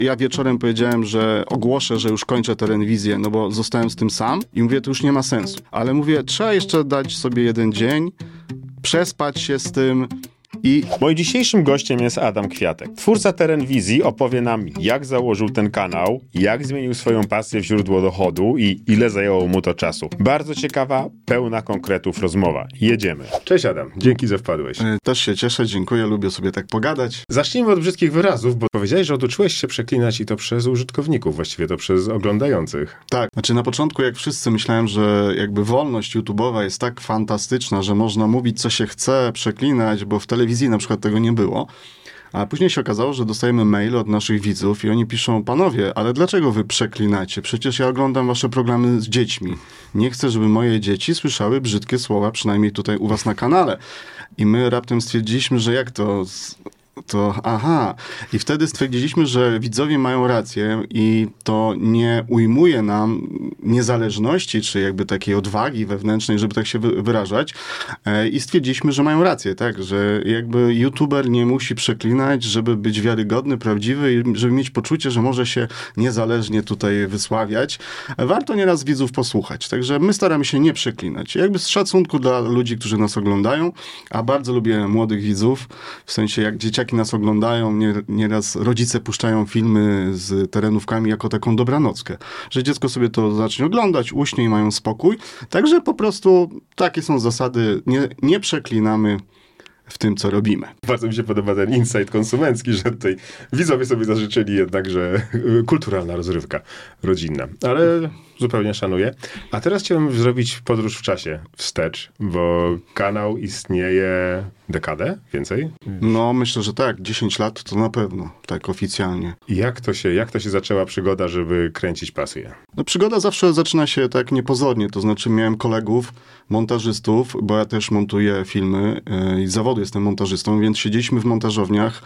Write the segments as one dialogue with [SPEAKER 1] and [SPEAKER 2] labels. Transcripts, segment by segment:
[SPEAKER 1] ja wieczorem powiedziałem, że ogłoszę, że już kończę telewizję, no bo zostałem z tym sam i mówię, to już nie ma sensu. Ale mówię, trzeba jeszcze dać sobie jeden dzień, przespać się z tym.
[SPEAKER 2] Moim dzisiejszym gościem jest Adam Kwiatek. Twórca Terenwizji opowie nam, jak założył ten kanał, jak zmienił swoją pasję w źródło dochodu i ile zajęło mu to czasu. Bardzo ciekawa, pełna konkretów rozmowa. Jedziemy. Cześć Adam, dzięki, że wpadłeś.
[SPEAKER 1] Też się cieszę, dziękuję, lubię sobie tak pogadać.
[SPEAKER 2] Zacznijmy od brzydkich wyrazów, bo powiedziałeś, że oduczyłeś się przeklinać i to przez użytkowników, właściwie to przez oglądających.
[SPEAKER 1] Tak, znaczy na początku jak wszyscy myślałem, że jakby wolność YouTube'owa jest tak fantastyczna, że można mówić co się chce, przeklinać, bo w telewizji na przykład tego nie było. A później się okazało, że dostajemy maile od naszych widzów i oni piszą, panowie, ale dlaczego wy przeklinacie? Przecież ja oglądam wasze programy z dziećmi. Nie chcę, żeby moje dzieci słyszały brzydkie słowa, przynajmniej tutaj u was na kanale. I my raptem stwierdziliśmy, że jak to... aha. I wtedy stwierdziliśmy, że widzowie mają rację i to nie ujmuje nam niezależności, czy jakby takiej odwagi wewnętrznej, żeby tak się wyrażać. I stwierdziliśmy, że mają rację, tak, że jakby youtuber nie musi przeklinać, żeby być wiarygodny, prawdziwy i żeby mieć poczucie, że może się niezależnie tutaj wysławiać. Warto nieraz widzów posłuchać. Także my staramy się nie przeklinać. Jakby z szacunku dla ludzi, którzy nas oglądają, a bardzo lubię młodych widzów, w sensie jak dzieciaki nas oglądają, nieraz rodzice puszczają filmy z terenówkami jako taką dobranockę, że dziecko sobie to zacznie oglądać, uśnie i mają spokój. Także po prostu takie są zasady, nie przeklinamy w tym, co robimy.
[SPEAKER 2] Bardzo mi się podoba ten insight konsumencki, że tutaj widzowie sobie zażyczyli jednak, że kulturalna rozrywka rodzinna. Ale zupełnie szanuję. A teraz chciałbym zrobić podróż w czasie wstecz, bo kanał istnieje dekadę? Więcej?
[SPEAKER 1] No, myślę, że tak. 10 lat to na pewno, tak oficjalnie.
[SPEAKER 2] I jak to się zaczęła przygoda, żeby kręcić pasję?
[SPEAKER 1] No, przygoda zawsze zaczyna się tak niepozornie, to znaczy miałem kolegów, montażystów, bo ja też montuję filmy i z zawodu jestem montażystą, więc siedzieliśmy w montażowniach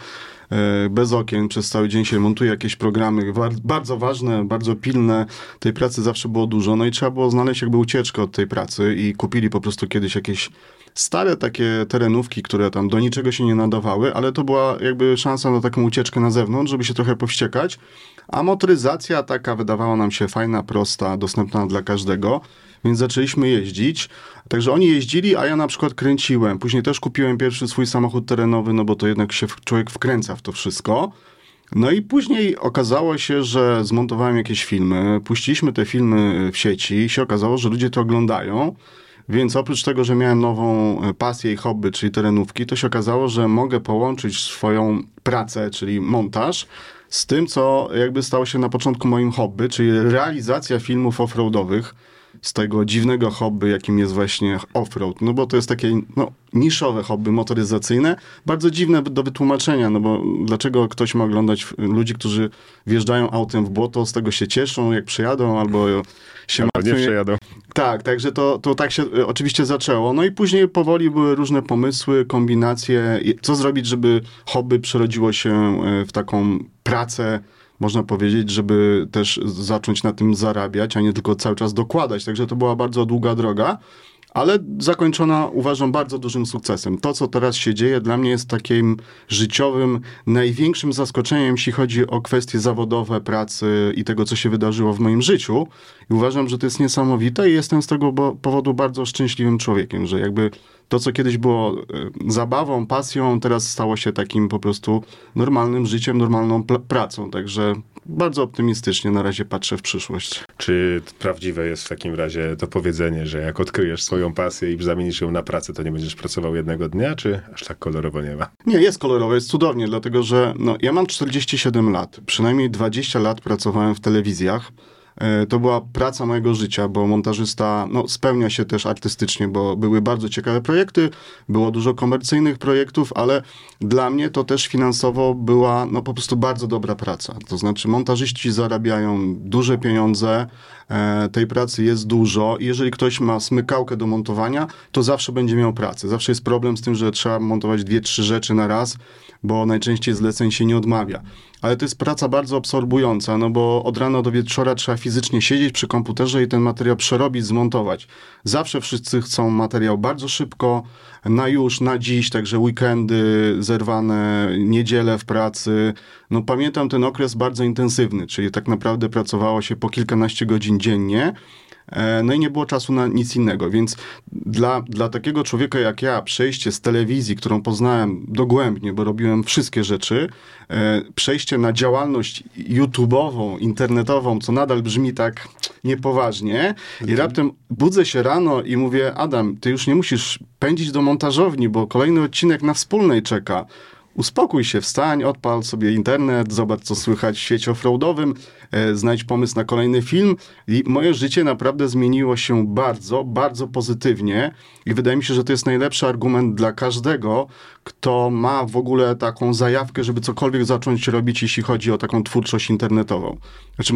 [SPEAKER 1] bez okien, przez cały dzień się montuje jakieś programy bardzo ważne, bardzo pilne, tej pracy zawsze było dużo, no i trzeba było znaleźć jakby ucieczkę od tej pracy i kupili po prostu kiedyś jakieś stare takie terenówki, które tam do niczego się nie nadawały, ale to była jakby szansa na taką ucieczkę na zewnątrz, żeby się trochę powściekać, a motoryzacja taka wydawała nam się fajna, prosta, dostępna dla każdego, więc zaczęliśmy jeździć. Także oni jeździli, a ja na przykład kręciłem. Później też kupiłem pierwszy swój samochód terenowy, no bo to jednak się człowiek wkręca w to wszystko. No i później okazało się, że zmontowałem jakieś filmy, puściliśmy te filmy w sieci i się okazało, że ludzie to oglądają. Więc oprócz tego, że miałem nową pasję i hobby, czyli terenówki, to się okazało, że mogę połączyć swoją pracę, czyli montaż, z tym, co jakby stało się na początku moim hobby, czyli realizacja filmów offroadowych, z tego dziwnego hobby, jakim jest właśnie offroad. No bo to jest takie niszowe hobby motoryzacyjne, bardzo dziwne do wytłumaczenia, no bo dlaczego ktoś ma oglądać ludzi, którzy wjeżdżają autem w błoto, z tego się cieszą, jak przyjadą, albo się martwią.
[SPEAKER 2] Nie przejadą.
[SPEAKER 1] Tak, także to tak się oczywiście zaczęło. No i później powoli były różne pomysły, kombinacje, co zrobić, żeby hobby przerodziło się w taką pracę, można powiedzieć, żeby też zacząć na tym zarabiać, a nie tylko cały czas dokładać. Także to była bardzo długa droga, ale zakończona, uważam, bardzo dużym sukcesem. To, co teraz się dzieje, dla mnie jest takim życiowym, największym zaskoczeniem, jeśli chodzi o kwestie zawodowe, pracy i tego, co się wydarzyło w moim życiu. I uważam, że to jest niesamowite i jestem z tego powodu bardzo szczęśliwym człowiekiem, że jakby to, co kiedyś było zabawą, pasją, teraz stało się takim po prostu normalnym życiem, normalną pracą. Także bardzo optymistycznie na razie patrzę w przyszłość.
[SPEAKER 2] Czy prawdziwe jest w takim razie to powiedzenie, że jak odkryjesz swoją pasję i zamienisz ją na pracę, to nie będziesz pracował jednego dnia, czy aż tak kolorowo nie ma?
[SPEAKER 1] Nie, jest kolorowo, jest cudownie, dlatego że ja mam 47 lat. Przynajmniej 20 lat pracowałem w telewizjach. To była praca mojego życia, bo montażysta spełnia się też artystycznie, bo były bardzo ciekawe projekty, było dużo komercyjnych projektów, ale dla mnie to też finansowo była po prostu bardzo dobra praca. To znaczy montażyści zarabiają duże pieniądze, tej pracy jest dużo i jeżeli ktoś ma smykałkę do montowania, to zawsze będzie miał pracę. Zawsze jest problem z tym, że trzeba montować 2-3 rzeczy na raz, bo najczęściej zleceń się nie odmawia. ale to jest praca bardzo absorbująca, no bo od rana do wieczora trzeba fizycznie siedzieć przy komputerze i ten materiał przerobić, zmontować. Zawsze wszyscy chcą materiał bardzo szybko, na już, na dziś, także weekendy zerwane, niedziele w pracy. No pamiętam ten okres bardzo intensywny, czyli tak naprawdę pracowało się po kilkanaście godzin dziennie. No i nie było czasu na nic innego, więc dla takiego człowieka jak ja, przejście z telewizji, którą poznałem dogłębnie, bo robiłem wszystkie rzeczy, przejście na działalność YouTube'ową, internetową, co nadal brzmi tak niepoważnie i raptem budzę się rano i mówię, Adam, ty już nie musisz pędzić do montażowni, bo kolejny odcinek na Wspólnej czeka. Uspokój się, wstań, odpal sobie internet, zobacz, co słychać w świecie offroadowym, znajdź pomysł na kolejny film i moje życie naprawdę zmieniło się bardzo, bardzo pozytywnie i wydaje mi się, że to jest najlepszy argument dla każdego, kto ma w ogóle taką zajawkę, żeby cokolwiek zacząć robić, jeśli chodzi o taką twórczość internetową. Znaczy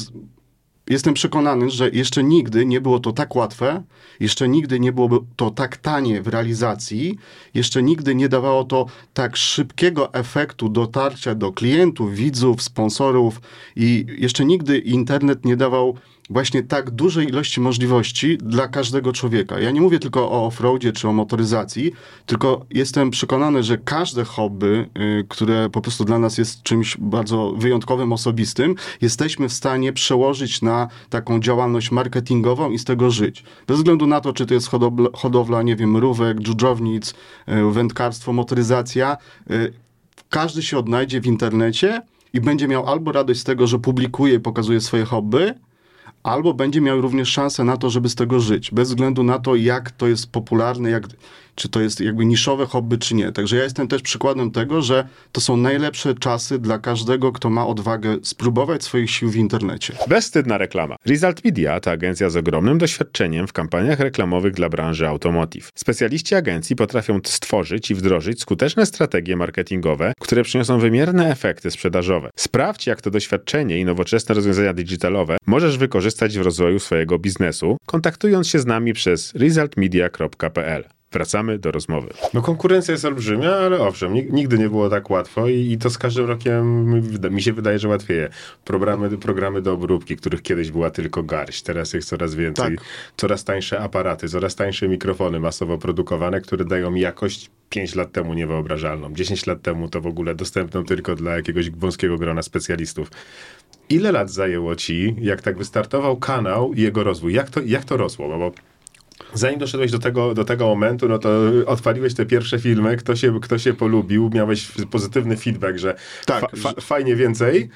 [SPEAKER 1] jestem przekonany, że jeszcze nigdy nie było to tak łatwe, jeszcze nigdy nie byłoby to tak tanie w realizacji, jeszcze nigdy nie dawało to tak szybkiego efektu dotarcia do klientów, widzów, sponsorów i jeszcze nigdy internet nie dawał właśnie tak dużej ilości możliwości dla każdego człowieka. Ja nie mówię tylko o offroadzie czy o motoryzacji, tylko jestem przekonany, że każde hobby, które po prostu dla nas jest czymś bardzo wyjątkowym, osobistym, jesteśmy w stanie przełożyć na taką działalność marketingową i z tego żyć. Bez względu na to, czy to jest hodowla, nie wiem, mrówek, dżdżownic, wędkarstwo, motoryzacja, każdy się odnajdzie w internecie i będzie miał albo radość z tego, że publikuje i pokazuje swoje hobby, albo będzie miał również szansę na to, żeby z tego żyć, bez względu na to, jak to jest popularne, czy to jest jakby niszowe hobby, czy nie. Także ja jestem też przykładem tego, że to są najlepsze czasy dla każdego, kto ma odwagę spróbować swoich sił w internecie.
[SPEAKER 2] Bezwstydna reklama. Result Media to agencja z ogromnym doświadczeniem w kampaniach reklamowych dla branży automotive. Specjaliści agencji potrafią stworzyć i wdrożyć skuteczne strategie marketingowe, które przyniosą wymierne efekty sprzedażowe. Sprawdź, jak to doświadczenie i nowoczesne rozwiązania digitalowe możesz wykorzystać w rozwoju swojego biznesu, kontaktując się z nami przez resultmedia.pl. Wracamy do rozmowy. No konkurencja jest olbrzymia, ale owszem, nigdy nie było tak łatwo i to z każdym rokiem mi się wydaje, że łatwiej. Programy do obróbki, których kiedyś była tylko garść, teraz jest coraz więcej. Tak. Coraz tańsze aparaty, coraz tańsze mikrofony masowo produkowane, które dają jakość 5 lat temu niewyobrażalną. 10 lat temu to w ogóle dostępną tylko dla jakiegoś wąskiego grona specjalistów. Ile lat zajęło ci, jak tak wystartował kanał i jego rozwój? Jak to rosło? Bo zanim doszedłeś do tego momentu, no to odpaliłeś te pierwsze filmy, kto się polubił, miałeś pozytywny feedback, że tak, fajnie więcej.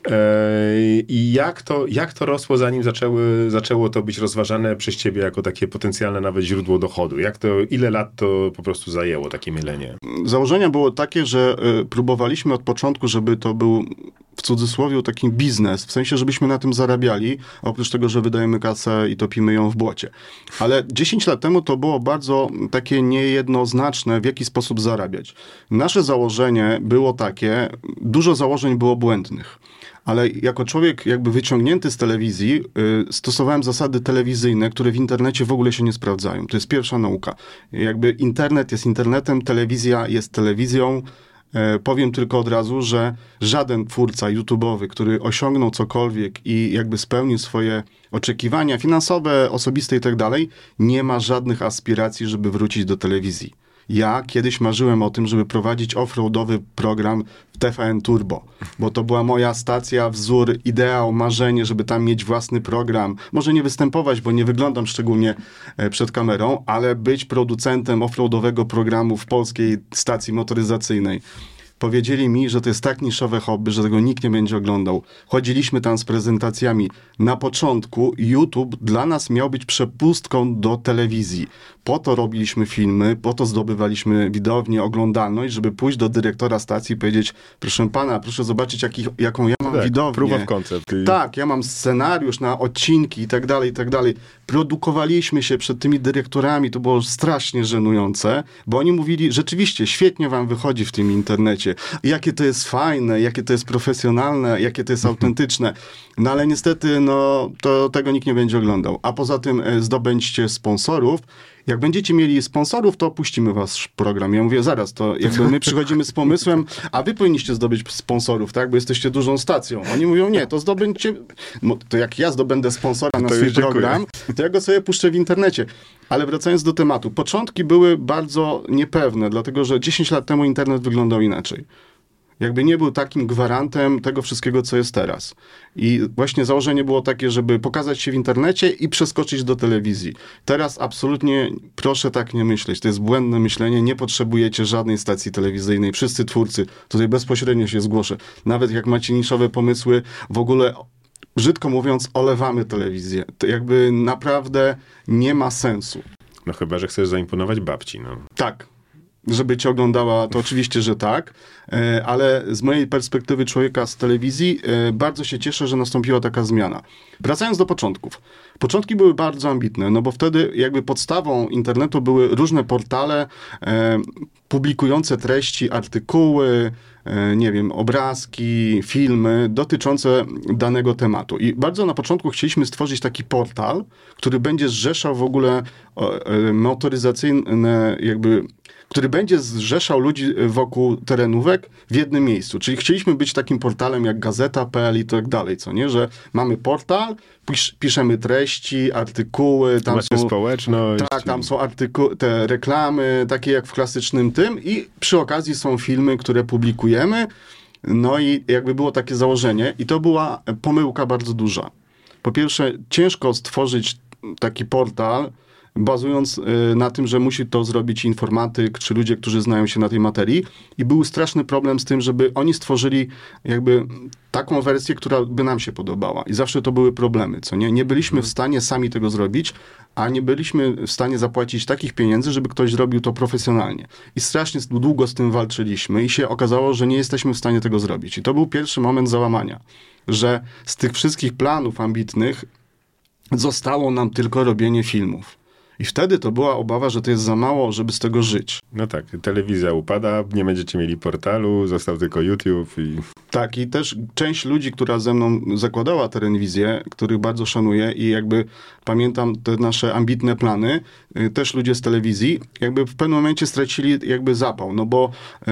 [SPEAKER 2] I jak to rosło, zanim zaczęło to być rozważane przez ciebie jako takie potencjalne nawet źródło dochodu? Ile lat to po prostu zajęło, takie mylenie?
[SPEAKER 1] Założenia było takie, że próbowaliśmy od początku, żeby to był w cudzysłowie taki biznes, w sensie, żebyśmy na tym zarabiali, oprócz tego, że wydajemy kasę i topimy ją w błocie. Ale 10 lat temu to było bardzo takie niejednoznaczne, w jaki sposób zarabiać. Nasze założenie było takie, dużo założeń było błędnych. Ale jako człowiek jakby wyciągnięty z telewizji, stosowałem zasady telewizyjne, które w internecie w ogóle się nie sprawdzają. To jest pierwsza nauka. Jakby internet jest internetem, telewizja jest telewizją. Powiem tylko od razu, że żaden twórca YouTube'owy, który osiągnął cokolwiek i jakby spełnił swoje oczekiwania finansowe, osobiste i tak dalej, nie ma żadnych aspiracji, żeby wrócić do telewizji. Ja kiedyś marzyłem o tym, żeby prowadzić offroadowy program w TVN Turbo, bo to była moja stacja, wzór, ideał, marzenie, żeby tam mieć własny program. Może nie występować, bo nie wyglądam szczególnie przed kamerą, ale być producentem offroadowego programu w polskiej stacji motoryzacyjnej. Powiedzieli mi, że to jest tak niszowe hobby, że tego nikt nie będzie oglądał. Chodziliśmy tam z prezentacjami. Na początku YouTube dla nas miał być przepustką do telewizji. Po to robiliśmy filmy, po to zdobywaliśmy widownię, oglądalność, żeby pójść do dyrektora stacji i powiedzieć, proszę pana, proszę zobaczyć, jaką ja mam widownię.
[SPEAKER 2] Proof of concept.
[SPEAKER 1] Tak, ja mam scenariusz na odcinki i tak dalej, i tak dalej. Produkowaliśmy się przed tymi dyrektorami, to było strasznie żenujące, bo oni mówili, rzeczywiście, świetnie wam wychodzi w tym internecie. Jakie to jest fajne, jakie to jest profesjonalne, jakie to jest autentyczne. No ale niestety, no, to tego nikt nie będzie oglądał. A poza tym zdobędźcie sponsorów jak będziecie mieli sponsorów, to puścimy wasz program. Ja mówię, zaraz, to jakby my przychodzimy z pomysłem, a wy powinniście zdobyć sponsorów, tak, bo jesteście dużą stacją. Oni mówią, nie, to zdobędźcie, to jak ja zdobędę sponsora na swój program, to ja go sobie puszczę w internecie. Ale wracając do tematu, początki były bardzo niepewne, dlatego że 10 lat temu internet wyglądał inaczej. Jakby nie był takim gwarantem tego wszystkiego, co jest teraz. I właśnie założenie było takie, żeby pokazać się w internecie i przeskoczyć do telewizji. Teraz absolutnie proszę tak nie myśleć. To jest błędne myślenie. Nie potrzebujecie żadnej stacji telewizyjnej. Wszyscy twórcy, tutaj bezpośrednio się zgłoszę. Nawet jak macie niszowe pomysły, w ogóle, brzydko mówiąc, olewamy telewizję. To jakby naprawdę nie ma sensu.
[SPEAKER 2] No chyba, że chcesz zaimponować babci, no.
[SPEAKER 1] Tak. Żeby cię oglądała, to oczywiście, że tak, ale z mojej perspektywy człowieka z telewizji bardzo się cieszę, że nastąpiła taka zmiana. Wracając do początków. Początki były bardzo ambitne, no bo wtedy jakby podstawą internetu były różne portale publikujące treści, artykuły, nie wiem, obrazki, filmy dotyczące danego tematu. I bardzo na początku chcieliśmy stworzyć taki portal, który będzie zrzeszał w ogóle motoryzacyjne który będzie zrzeszał ludzi wokół terenówek w jednym miejscu. Czyli chcieliśmy być takim portalem jak Gazeta.pl i tak dalej, co nie? Że mamy portal, piszemy treści, artykuły, tam są
[SPEAKER 2] społeczność.
[SPEAKER 1] Tak, tam są te reklamy, takie jak w klasycznym tym i przy okazji są filmy, które publikujemy. No i jakby było takie założenie i to była pomyłka bardzo duża. Po pierwsze, ciężko stworzyć taki portal, bazując na tym, że musi to zrobić informatyk, czy ludzie, którzy znają się na tej materii. I był straszny problem z tym, żeby oni stworzyli jakby taką wersję, która by nam się podobała. I zawsze to były problemy, co nie? Nie byliśmy w stanie sami tego zrobić, a nie byliśmy w stanie zapłacić takich pieniędzy, żeby ktoś zrobił to profesjonalnie. I strasznie długo z tym walczyliśmy i się okazało, że nie jesteśmy w stanie tego zrobić. I to był pierwszy moment załamania, że z tych wszystkich planów ambitnych zostało nam tylko robienie filmów. I wtedy to była obawa, że to jest za mało, żeby z tego żyć.
[SPEAKER 2] No tak, telewizja upada, nie będziecie mieli portalu, został tylko YouTube i...
[SPEAKER 1] Tak, i też część ludzi, która ze mną zakładała Terenwizję, których bardzo szanuję i jakby pamiętam te nasze ambitne plany, też ludzie z telewizji, jakby w pewnym momencie stracili jakby zapał, no bo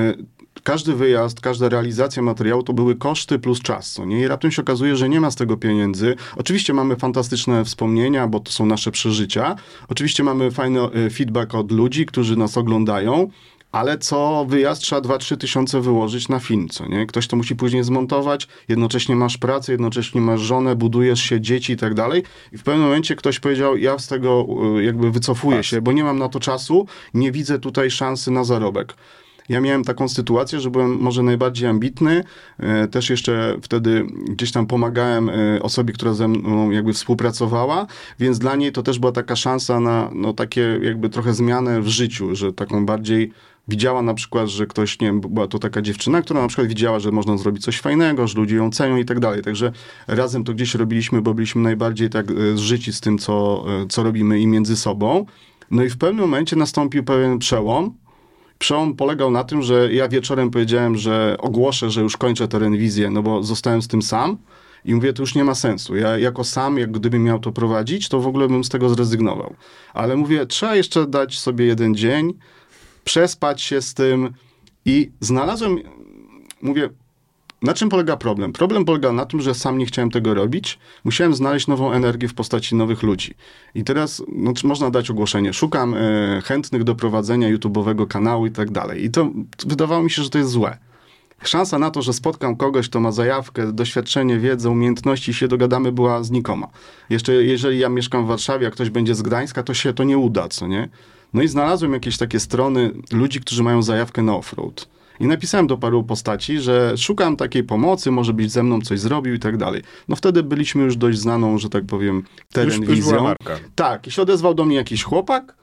[SPEAKER 1] każdy wyjazd, każda realizacja materiału to były koszty plus czas, co nie? I raptem się okazuje, że nie ma z tego pieniędzy. Oczywiście mamy fantastyczne wspomnienia, bo to są nasze przeżycia. Oczywiście mamy fajny feedback od ludzi, którzy nas oglądają, ale co wyjazd trzeba 2-3 tysiące wyłożyć na film, co nie? Ktoś to musi później zmontować, jednocześnie masz pracę, jednocześnie masz żonę, budujesz się, dzieci i tak dalej. I w pewnym momencie ktoś powiedział, ja z tego jakby wycofuję się, bo nie mam na to czasu, nie widzę tutaj szansy na zarobek. Ja miałem taką sytuację, że byłem może najbardziej ambitny, też jeszcze wtedy gdzieś tam pomagałem osobie, która ze mną jakby współpracowała, więc dla niej to też była taka szansa na no, takie jakby trochę zmianę w życiu, że taką bardziej widziała na przykład, że ktoś, nie wiem, była to taka dziewczyna, która na przykład widziała, że można zrobić coś fajnego, że ludzie ją cenią i tak dalej. Także razem to gdzieś robiliśmy, bo byliśmy najbardziej tak zżyci z tym, co robimy i między sobą. No i w pewnym momencie nastąpił pewien przełom. Przełom polegał na tym, że ja wieczorem powiedziałem, że ogłoszę, że już kończę Terenwizję, no bo zostałem z tym sam i mówię, to już nie ma sensu. Ja jako sam, jak gdybym miał to prowadzić, to w ogóle bym z tego zrezygnował. Ale mówię, trzeba jeszcze dać sobie jeden dzień, przespać się z tym i znalazłem, mówię, na czym polega problem? Problem polega na tym, że sam nie chciałem tego robić. Musiałem znaleźć nową energię w postaci nowych ludzi. I teraz można dać ogłoszenie. Szukam chętnych do prowadzenia YouTube'owego kanału i tak dalej. I to wydawało mi się, że to jest złe. Szansa na to, że spotkam kogoś, kto ma zajawkę, doświadczenie, wiedzę, umiejętności i się dogadamy, była znikoma. Jeszcze jeżeli ja mieszkam w Warszawie, a ktoś będzie z Gdańska, to się to nie uda, co nie? No i znalazłem jakieś takie strony ludzi, którzy mają zajawkę na offroad. I napisałem do paru postaci, że szukam takiej pomocy, może byś ze mną coś zrobił i tak dalej. No wtedy byliśmy już dość znaną, że tak powiem, Terenwizją. Tak, i się odezwał do mnie jakiś chłopak,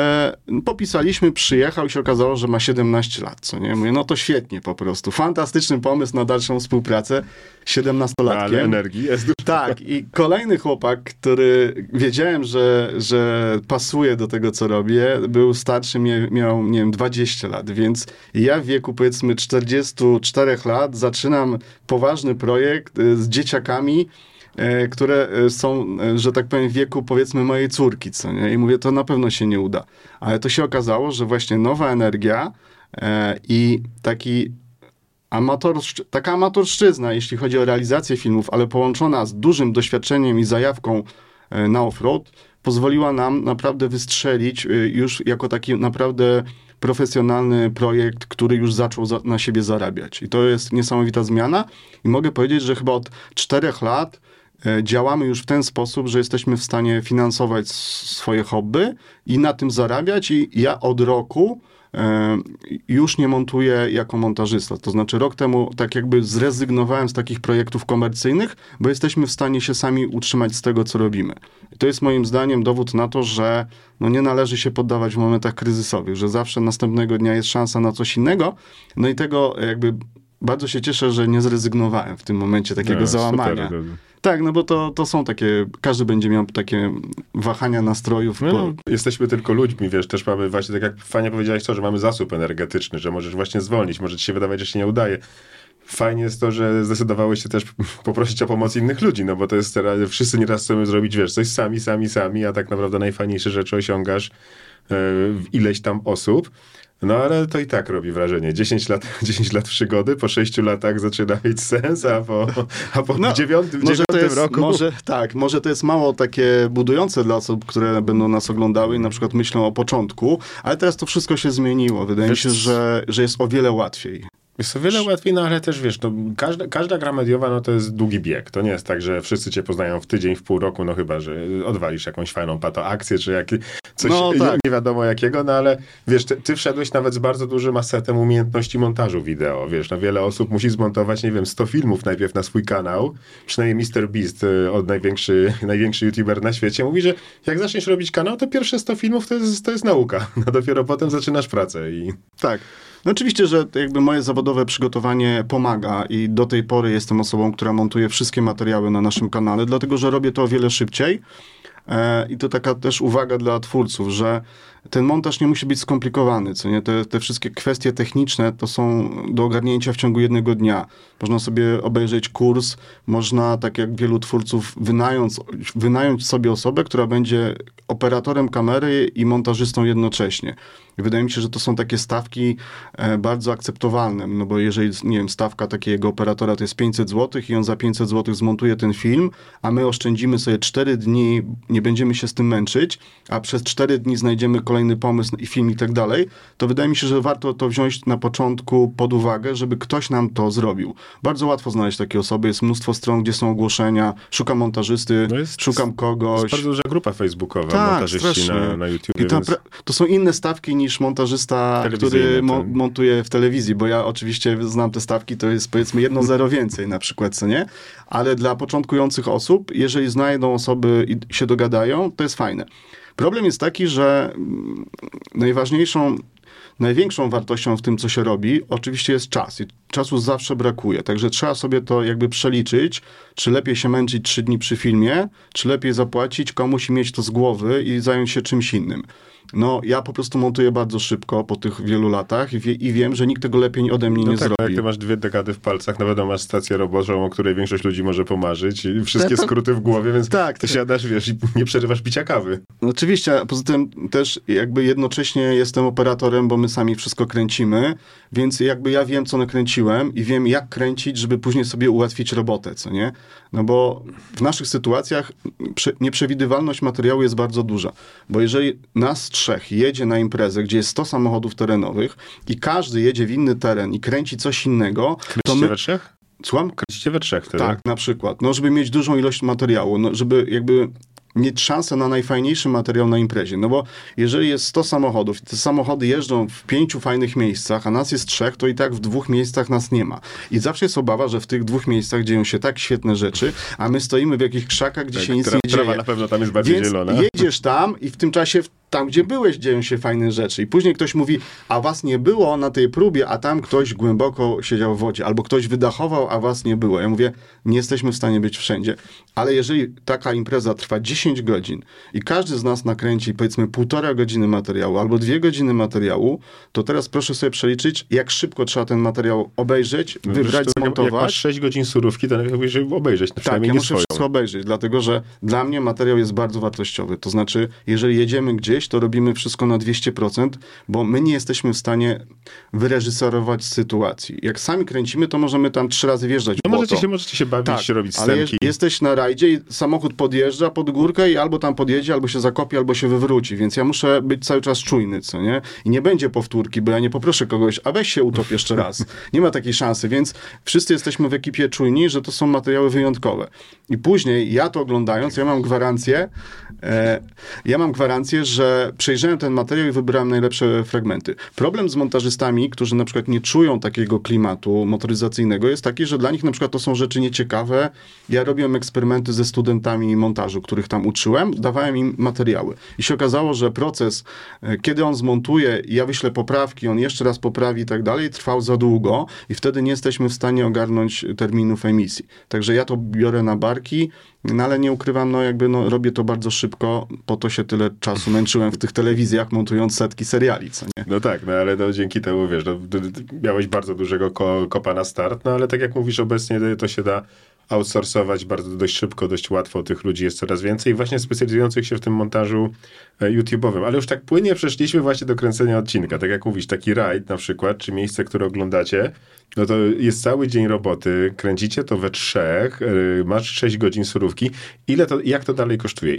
[SPEAKER 1] popisaliśmy, przyjechał i się okazało, że ma 17 lat, co nie? Mówię, no to świetnie po prostu. Fantastyczny pomysł na dalszą współpracę 17-latkiem.
[SPEAKER 2] Ale energii jest dużo.
[SPEAKER 1] Tak, i kolejny chłopak, który wiedziałem, że pasuje do tego, co robię, był starszy, miał, nie wiem, 20 lat, więc ja w wieku, powiedzmy, 44 lat zaczynam poważny projekt z dzieciakami, które są, że tak powiem, w wieku powiedzmy mojej córki, co nie? I mówię, to na pewno się nie uda. Ale to się okazało, że właśnie nowa energia i taka amatorszczyzna, jeśli chodzi o realizację filmów, ale połączona z dużym doświadczeniem i zajawką na offroad, pozwoliła nam naprawdę wystrzelić już jako taki naprawdę profesjonalny projekt, który już zaczął na siebie zarabiać. I to jest niesamowita zmiana i mogę powiedzieć, że chyba od 4 lat działamy już w ten sposób, że jesteśmy w stanie finansować swoje hobby i na tym zarabiać i ja od roku już nie montuję jako montażysta. To znaczy rok temu tak jakby zrezygnowałem z takich projektów komercyjnych, bo jesteśmy w stanie się sami utrzymać z tego, co robimy. I to jest moim zdaniem dowód na to, że no nie należy się poddawać w momentach kryzysowych, że zawsze następnego dnia jest szansa na coś innego. No i tego jakby bardzo się cieszę, że nie zrezygnowałem w tym momencie takiego załamania. Super. Tak, no bo to są takie, każdy będzie miał takie wahania nastrojów.
[SPEAKER 2] No, jesteśmy tylko ludźmi, wiesz, też mamy właśnie, tak jak fajnie powiedziałeś to, że mamy zasób energetyczny, że możesz właśnie zwolnić, może ci się wydawać, że się nie udaje. Fajnie jest to, że zdecydowałeś się też poprosić o pomoc innych ludzi, no bo to jest teraz, wszyscy nieraz chcemy zrobić, wiesz, coś sami, a tak naprawdę najfajniejsze rzeczy osiągasz w ileś tam osób. No ale to i tak robi wrażenie. 10 lat przygody, po 6 latach zaczyna mieć sens, a po
[SPEAKER 1] no,
[SPEAKER 2] 9 roku...
[SPEAKER 1] Może to jest mało takie budujące dla osób, które będą nas oglądały i na przykład myślą o początku, ale teraz to wszystko się zmieniło. Wydaje mi się, że jest o wiele łatwiej.
[SPEAKER 2] Jest o wiele łatwiej, no ale też wiesz, no, każda gra mediowa no to jest długi bieg. To nie jest tak, że wszyscy cię poznają w tydzień, w pół roku, no chyba, że odwalisz jakąś fajną patoakcję, czy coś nie wiadomo jakiego, no ale wiesz, ty wszedłeś nawet z bardzo dużym asetem umiejętności montażu wideo, wiesz, no wiele osób musi zmontować, nie wiem, 100 filmów najpierw na swój kanał, przynajmniej MrBeast, największy youtuber na świecie, mówi, że jak zaczniesz robić kanał, to pierwsze 100 filmów to jest nauka, no dopiero potem zaczynasz pracę i...
[SPEAKER 1] Tak. No oczywiście, że jakby moje zawodowe przygotowanie pomaga i do tej pory jestem osobą, która montuje wszystkie materiały na naszym kanale, dlatego że robię to o wiele szybciej. I to taka też uwaga dla twórców, że ten montaż nie musi być skomplikowany, co nie? Te wszystkie kwestie techniczne to są do ogarnięcia w ciągu jednego dnia. Można sobie obejrzeć kurs, można, tak jak wielu twórców, wynająć sobie osobę, która będzie operatorem kamery i montażystą jednocześnie. I wydaje mi się, że to są takie stawki bardzo akceptowalne, no bo jeżeli, nie wiem, stawka takiego operatora to jest 500 zł i on za 500 zł zmontuje ten film, a my oszczędzimy sobie 4 dni, nie będziemy się z tym męczyć, a przez 4 dni znajdziemy kolejny pomysł i film i tak dalej, to wydaje mi się, że warto to wziąć na początku pod uwagę, żeby ktoś nam to zrobił. Bardzo łatwo znaleźć takie osoby, jest mnóstwo stron, gdzie są ogłoszenia, szukam montażysty, szukam kogoś.
[SPEAKER 2] Jest bardzo duża grupa facebookowa, montażyści na YouTube.
[SPEAKER 1] Więc... To są inne stawki niż montażysta, który montuje w telewizji, bo ja oczywiście znam te stawki, to jest powiedzmy 1-0 więcej na przykład, co nie? Ale dla początkujących osób, jeżeli znajdą osoby i się dogadają, to jest fajne. Problem jest taki, że największą wartością w tym, co się robi, oczywiście jest czas. I czasu zawsze brakuje. Także trzeba sobie to jakby przeliczyć, czy lepiej się męczyć 3 dni przy filmie, czy lepiej zapłacić komuś i mieć to z głowy i zająć się czymś innym. No, ja po prostu montuję bardzo szybko po tych wielu latach i wiem, że nikt tego lepiej ode mnie nie zrobi.
[SPEAKER 2] Jak ty masz 2 dekady w palcach, na pewno masz stację roboczą, o której większość ludzi może pomarzyć i wszystkie skróty w głowie, więc ty siadasz, wiesz, i nie przerywasz picia kawy.
[SPEAKER 1] No, oczywiście, a poza tym też jakby jednocześnie jestem operatorem, bo my sami wszystko kręcimy, więc jakby ja wiem, co nakręciłem i wiem, jak kręcić, żeby później sobie ułatwić robotę, co nie? No bo w naszych sytuacjach nieprzewidywalność materiału jest bardzo duża, bo jeżeli nas 3 jedzie na imprezę, gdzie jest 100 samochodów terenowych i każdy jedzie w inny teren i kręci coś innego,
[SPEAKER 2] to my... we 3?
[SPEAKER 1] Słucham?
[SPEAKER 2] Kręcicie we 3 wtedy?
[SPEAKER 1] Tak, na przykład. No, żeby mieć dużą ilość materiału, no, żeby jakby mieć szansę na najfajniejszy materiał na imprezie. No bo jeżeli jest 100 samochodów i te samochody jeżdżą w 5 fajnych miejscach, a nas jest 3, to i tak w 2 miejscach nas nie ma. I zawsze jest obawa, że w tych 2 miejscach dzieją się tak świetne rzeczy, a my stoimy w jakichś krzakach, gdzie się nic nie dzieje.
[SPEAKER 2] Trawa na pewno tam jest bardziej zielona.
[SPEAKER 1] Jedziesz tam i w tym czasie tam, gdzie byłeś, dzieją się fajne rzeczy. I później ktoś mówi, a was nie było na tej próbie, a tam ktoś głęboko siedział w wodzie, albo ktoś wydachował, a was nie było. Ja mówię, nie jesteśmy w stanie być wszędzie. Ale jeżeli taka impreza trwa 10 godzin i każdy z nas nakręci, powiedzmy, 1,5 godziny materiału albo 2 godziny materiału, to teraz proszę sobie przeliczyć, jak szybko trzeba ten materiał obejrzeć, wybrać, zmontować.
[SPEAKER 2] Jak masz 6 godzin surówki, to najlepiej, żeby obejrzeć.
[SPEAKER 1] Tak, ja muszę wszystko obejrzeć, dlatego że dla mnie materiał jest bardzo wartościowy. To znaczy, jeżeli jedziemy gdzieś, to robimy wszystko na 200%, bo my nie jesteśmy w stanie wyreżyserować sytuacji. Jak sami kręcimy, to możemy tam 3 razy wjeżdżać w błoto.
[SPEAKER 2] Możecie się bawić, robić
[SPEAKER 1] ale
[SPEAKER 2] scenki.
[SPEAKER 1] jesteś na rajdzie i samochód podjeżdża pod górkę i albo tam podjedzie, albo się zakopie, albo się wywróci, więc ja muszę być cały czas czujny, co nie? I nie będzie powtórki, bo ja nie poproszę kogoś, a weź się utop jeszcze raz. Nie ma takiej szansy, więc wszyscy jesteśmy w ekipie czujni, że to są materiały wyjątkowe. I później ja to oglądając, ja mam gwarancję, że przejrzałem ten materiał i wybrałem najlepsze fragmenty. Problem z montażystami, którzy na przykład nie czują takiego klimatu motoryzacyjnego, jest taki, że dla nich na przykład to są rzeczy nieciekawe. Ja robiłem eksperymenty ze studentami montażu, których tam uczyłem, dawałem im materiały. I się okazało, że proces, kiedy on zmontuje, ja wyślę poprawki, on jeszcze raz poprawi i tak dalej, trwał za długo i wtedy nie jesteśmy w stanie ogarnąć terminów emisji. Także ja to biorę na barki, no ale nie ukrywam, robię to bardzo szybko, po to się tyle czasu męczyłem w tych telewizjach, montując setki seriali, co nie?
[SPEAKER 2] No tak, ale dzięki temu, wiesz, miałeś bardzo dużego kopa na start, ale tak jak mówisz, obecnie to się da outsourcować bardzo dość szybko, dość łatwo. Tych ludzi jest coraz więcej, właśnie specjalizujących się w tym montażu YouTube'owym. Ale już tak płynnie przeszliśmy właśnie do kręcenia odcinka. Tak jak mówisz, taki rajd na przykład, czy miejsce, które oglądacie, no to jest cały dzień roboty, kręcicie to we 3, masz 6 godzin surówki. Jak to dalej kosztuje?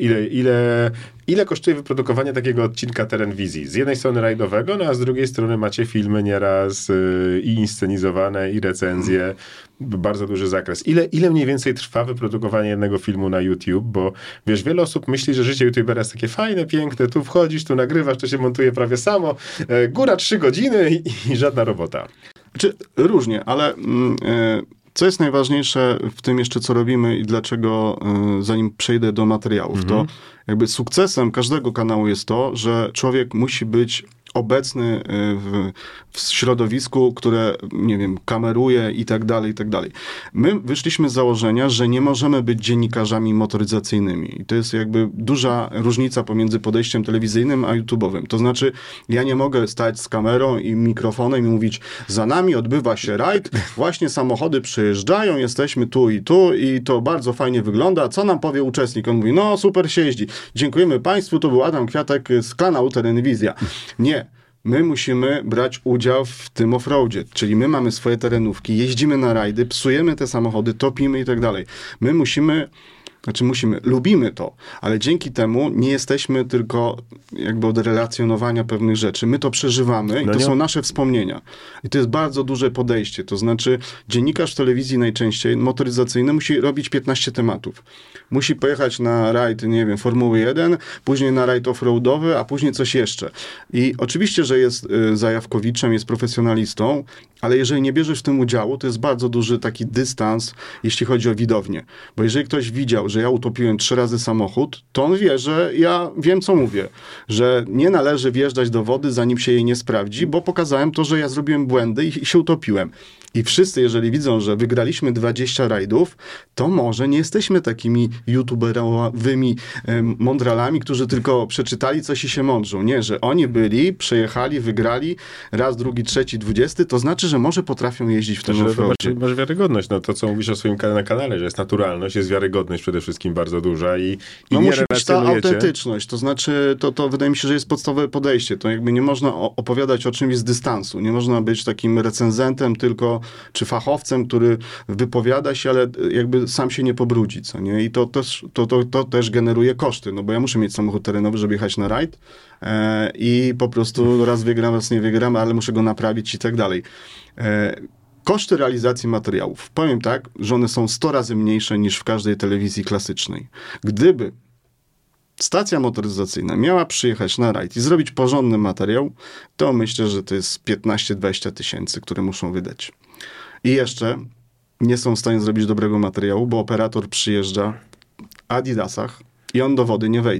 [SPEAKER 2] Ile kosztuje wyprodukowanie takiego odcinka Terenwizji? Z jednej strony rajdowego, no a z drugiej strony macie filmy nieraz i inscenizowane, i recenzje, bardzo duży zakres. Ile mniej więcej trwa wyprodukowanie jednego filmu na YouTube? Bo wiesz, wiele osób myśli, że życie YouTubera jest takie fajne, piękne, tu wchodzisz, tu nagrywasz, to się montuje prawie samo, góra 3 godziny i żadna robota.
[SPEAKER 1] Różnie, ale co jest najważniejsze w tym jeszcze, co robimy i dlaczego, zanim przejdę do materiałów, to jakby sukcesem każdego kanału jest to, że człowiek musi być obecny w środowisku, które, nie wiem, kameruje i tak dalej, i tak dalej. My wyszliśmy z założenia, że nie możemy być dziennikarzami motoryzacyjnymi. I to jest jakby duża różnica pomiędzy podejściem telewizyjnym a YouTube'owym. To znaczy, ja nie mogę stać z kamerą i mikrofonem i mówić, za nami odbywa się rajd, właśnie samochody przyjeżdżają, jesteśmy tu i to bardzo fajnie wygląda. Co nam powie uczestnik? On mówi, no super się jeździ. Dziękujemy Państwu, to był Adam Kwiatek z kanału Terenwizja. Nie. My musimy brać udział w tym offroadzie, czyli my mamy swoje terenówki, jeździmy na rajdy, psujemy te samochody, topimy i tak dalej. My lubimy to, ale dzięki temu nie jesteśmy tylko jakby od relacjonowania pewnych rzeczy. My to przeżywamy i to są nasze wspomnienia. I to jest bardzo duże podejście. To znaczy dziennikarz w telewizji najczęściej motoryzacyjny musi robić 15 tematów. Musi pojechać na rajd, nie wiem, Formuły 1, później na rajd offroadowy, a później coś jeszcze. I oczywiście, że jest zajawkowiczem, jest profesjonalistą, ale jeżeli nie bierzesz w tym udziału, to jest bardzo duży taki dystans, jeśli chodzi o widownię. Bo jeżeli ktoś widział, że ja utopiłem 3 razy samochód, to on wie, że ja wiem, co mówię. Że nie należy wjeżdżać do wody, zanim się jej nie sprawdzi, bo pokazałem to, że ja zrobiłem błędy i się utopiłem. I wszyscy, jeżeli widzą, że wygraliśmy 20 rajdów, to może nie jesteśmy takimi youtuberowymi mądralami, którzy tylko przeczytali coś i się mądrzą. Nie, że oni byli, przejechali, wygrali raz, drugi, trzeci, 20, to znaczy, że może potrafią jeździć w tym offroadzie.
[SPEAKER 2] Masz wiarygodność. No to, co mówisz o swoim kanale, że jest naturalność, jest wiarygodność przede wszystkim bardzo duża i nie
[SPEAKER 1] musi być ta autentyczność. To znaczy, to wydaje mi się, że jest podstawowe podejście. To jakby nie można opowiadać o czymś z dystansu. Nie można być takim recenzentem tylko, czy fachowcem, który wypowiada się, ale jakby sam się nie pobrudzi, co nie? I to też generuje koszty, no bo ja muszę mieć samochód terenowy, żeby jechać na rajd i po prostu raz wygram, raz nie wygram, ale muszę go naprawić i tak dalej. Koszty realizacji materiałów. Powiem tak, że one są 100 razy mniejsze niż w każdej telewizji klasycznej. Gdyby stacja motoryzacyjna miała przyjechać na rajd i zrobić porządny materiał, to myślę, że to jest 15-20 tysięcy, które muszą wydać. I jeszcze nie są w stanie zrobić dobrego materiału, bo operator przyjeżdża w Adidasach i on do wody nie wejdzie.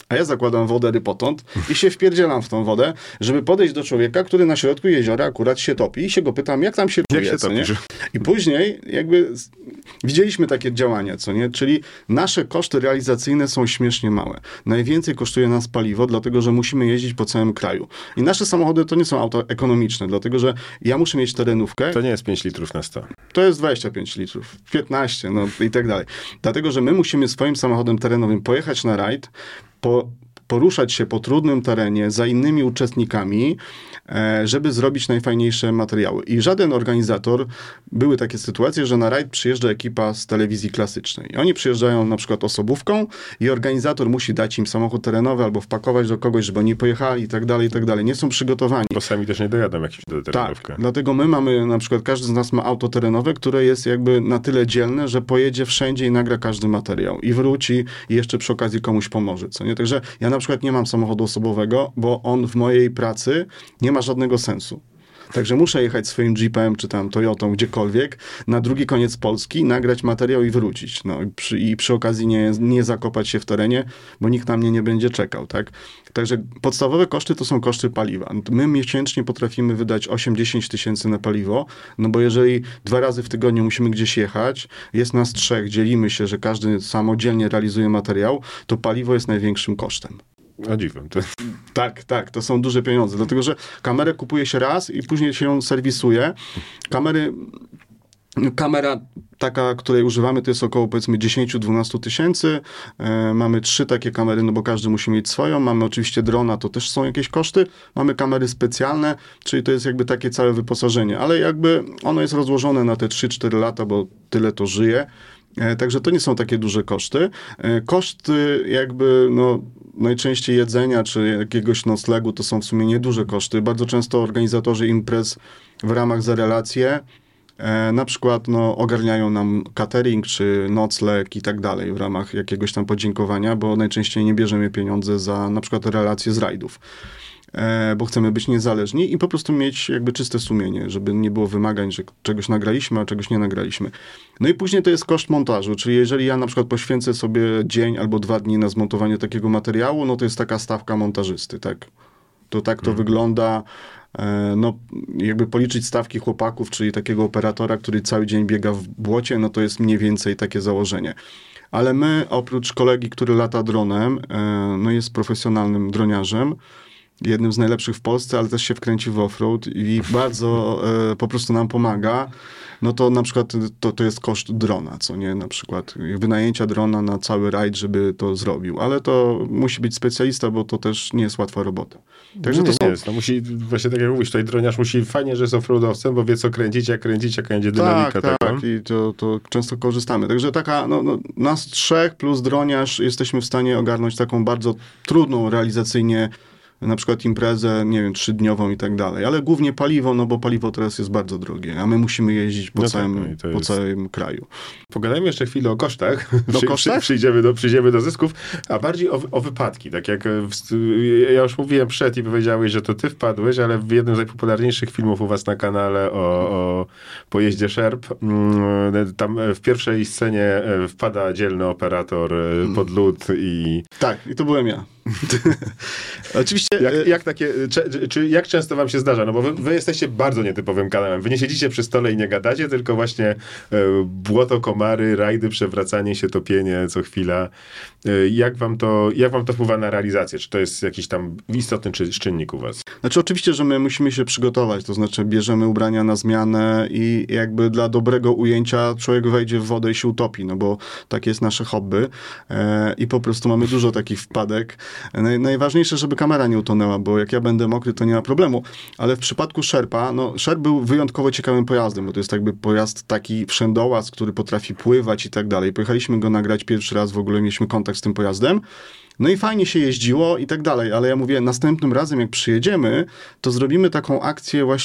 [SPEAKER 1] a ja zakładam wodę potąd i się wpierdzielam w tą wodę, żeby podejść do człowieka, który na środku jeziora akurat się topi i się go pytam, jak tam się czuje, co nie? I później jakby widzieliśmy takie działania, co nie? Czyli nasze koszty realizacyjne są śmiesznie małe. Najwięcej kosztuje nas paliwo, dlatego że musimy jeździć po całym kraju. I nasze samochody to nie są auta ekonomiczne, dlatego że ja muszę mieć terenówkę.
[SPEAKER 2] To nie jest 5 litrów na 100.
[SPEAKER 1] To jest 25 litrów, 15, no i tak dalej. Dlatego, że my musimy swoim samochodem terenowym pojechać na rajd, poruszać się po trudnym terenie za innymi uczestnikami, żeby zrobić najfajniejsze materiały. I żaden organizator, były takie sytuacje, że na rajd przyjeżdża ekipa z telewizji klasycznej. Oni przyjeżdżają na przykład osobówką i organizator musi dać im samochód terenowy albo wpakować do kogoś, żeby oni pojechali i tak dalej, i tak dalej. Nie są przygotowani.
[SPEAKER 2] Bo sami też nie dojadą jakimś do terenówkę.
[SPEAKER 1] Tak, dlatego my mamy, na przykład każdy z nas ma auto terenowe, które jest jakby na tyle dzielne, że pojedzie wszędzie i nagra każdy materiał. I wróci i jeszcze przy okazji komuś pomoże, co nie? Także ja na przykład nie mam samochodu osobowego, bo on w mojej pracy nie ma żadnego sensu. Także muszę jechać swoim Jeepem, czy tam Toyotą, gdziekolwiek, na drugi koniec Polski, nagrać materiał i wrócić. No, i przy okazji nie zakopać się w terenie, bo nikt na mnie nie będzie czekał, tak? Także podstawowe koszty to są koszty paliwa. My miesięcznie potrafimy wydać 8-10 tysięcy na paliwo, no bo jeżeli 2 razy w tygodniu musimy gdzieś jechać, jest nas 3, dzielimy się, że każdy samodzielnie realizuje materiał, to paliwo jest największym kosztem.
[SPEAKER 2] O dziwem. To...
[SPEAKER 1] Tak, to są duże pieniądze, dlatego że kamerę kupuje się raz i później się ją serwisuje. Kamera taka, której używamy, to jest około powiedzmy 10-12 tysięcy. Mamy 3 takie kamery, no bo każdy musi mieć swoją. Mamy oczywiście drona, to też są jakieś koszty. Mamy kamery specjalne, czyli to jest jakby takie całe wyposażenie, ale jakby ono jest rozłożone na te 3-4 lata, bo tyle to żyje. Także to nie są takie duże koszty. Koszty jakby, no, najczęściej jedzenia czy jakiegoś noclegu to są w sumie nieduże koszty. Bardzo często organizatorzy imprez w ramach za relacje na przykład no, ogarniają nam catering czy nocleg i tak dalej w ramach jakiegoś tam podziękowania, bo najczęściej nie bierzemy pieniądze za na przykład relacje z rajdów. Bo chcemy być niezależni i po prostu mieć jakby czyste sumienie, żeby nie było wymagań, że czegoś nagraliśmy, a czegoś nie nagraliśmy. No i później to jest koszt montażu, czyli jeżeli ja na przykład poświęcę sobie dzień albo 2 dni na zmontowanie takiego materiału, no to jest taka stawka montażysty, tak? To tak to wygląda. No, jakby policzyć stawki chłopaków, czyli takiego operatora, który cały dzień biega w błocie, no to jest mniej więcej takie założenie. Ale my, oprócz kolegi, który lata dronem, no jest profesjonalnym droniarzem, jednym z najlepszych w Polsce, ale też się wkręci w offroad i bardzo po prostu nam pomaga, no to na przykład to jest koszt drona, co nie? Na przykład wynajęcia drona na cały rajd, żeby to zrobił. Ale to musi być specjalista, bo to też nie jest łatwa robota.
[SPEAKER 2] Także to nie jest. No musi, właśnie tak jak mówisz, tutaj droniarz musi, fajnie, że jest offroadowcem, bo wie co kręcić, jaka będzie dynamika.
[SPEAKER 1] Tak, i to często korzystamy. Także taka, no, nas 3 plus droniarz jesteśmy w stanie ogarnąć taką bardzo trudną realizacyjnie na przykład imprezę, nie wiem, 3-dniową i tak dalej, ale głównie paliwo, no bo paliwo teraz jest bardzo drogie, a my musimy jeździć po całym kraju.
[SPEAKER 2] Pogadajmy jeszcze chwilę o kosztach.
[SPEAKER 1] Kosztach?
[SPEAKER 2] Przyjdziemy do zysków, a bardziej o wypadki. Tak jak ja już mówiłem i powiedziałeś, że to ty wpadłeś, ale w jednym z najpopularniejszych filmów u was na kanale o pojeździe Sherp, tam w pierwszej scenie wpada dzielny operator pod lód i...
[SPEAKER 1] Tak, i to byłem ja. Oczywiście.
[SPEAKER 2] Jak często wam się zdarza? No bo wy jesteście bardzo nietypowym kanałem. Wy nie siedzicie przy stole i nie gadacie, tylko właśnie błoto, komary, rajdy, przewracanie się, topienie co chwila. Jak wam to wpływa na realizację? Czy to jest jakiś tam istotny czynnik u was?
[SPEAKER 1] Znaczy oczywiście, że my musimy się przygotować, to znaczy bierzemy ubrania na zmianę i jakby dla dobrego ujęcia człowiek wejdzie w wodę i się utopi, no bo takie jest nasze hobby i po prostu mamy dużo takich wpadek. Najważniejsze, żeby kamera nie utonęła, bo jak ja będę mokry, to nie ma problemu. Ale w przypadku Sherpa, no Sherp był wyjątkowo ciekawym pojazdem, bo to jest jakby pojazd taki wszędołaz, który potrafi pływać i tak dalej. Pojechaliśmy go nagrać pierwszy raz, w ogóle mieliśmy kontakt z tym pojazdem. No i fajnie się jeździło i tak dalej, ale ja mówię, następnym razem jak przyjedziemy, to zrobimy taką akcję właśnie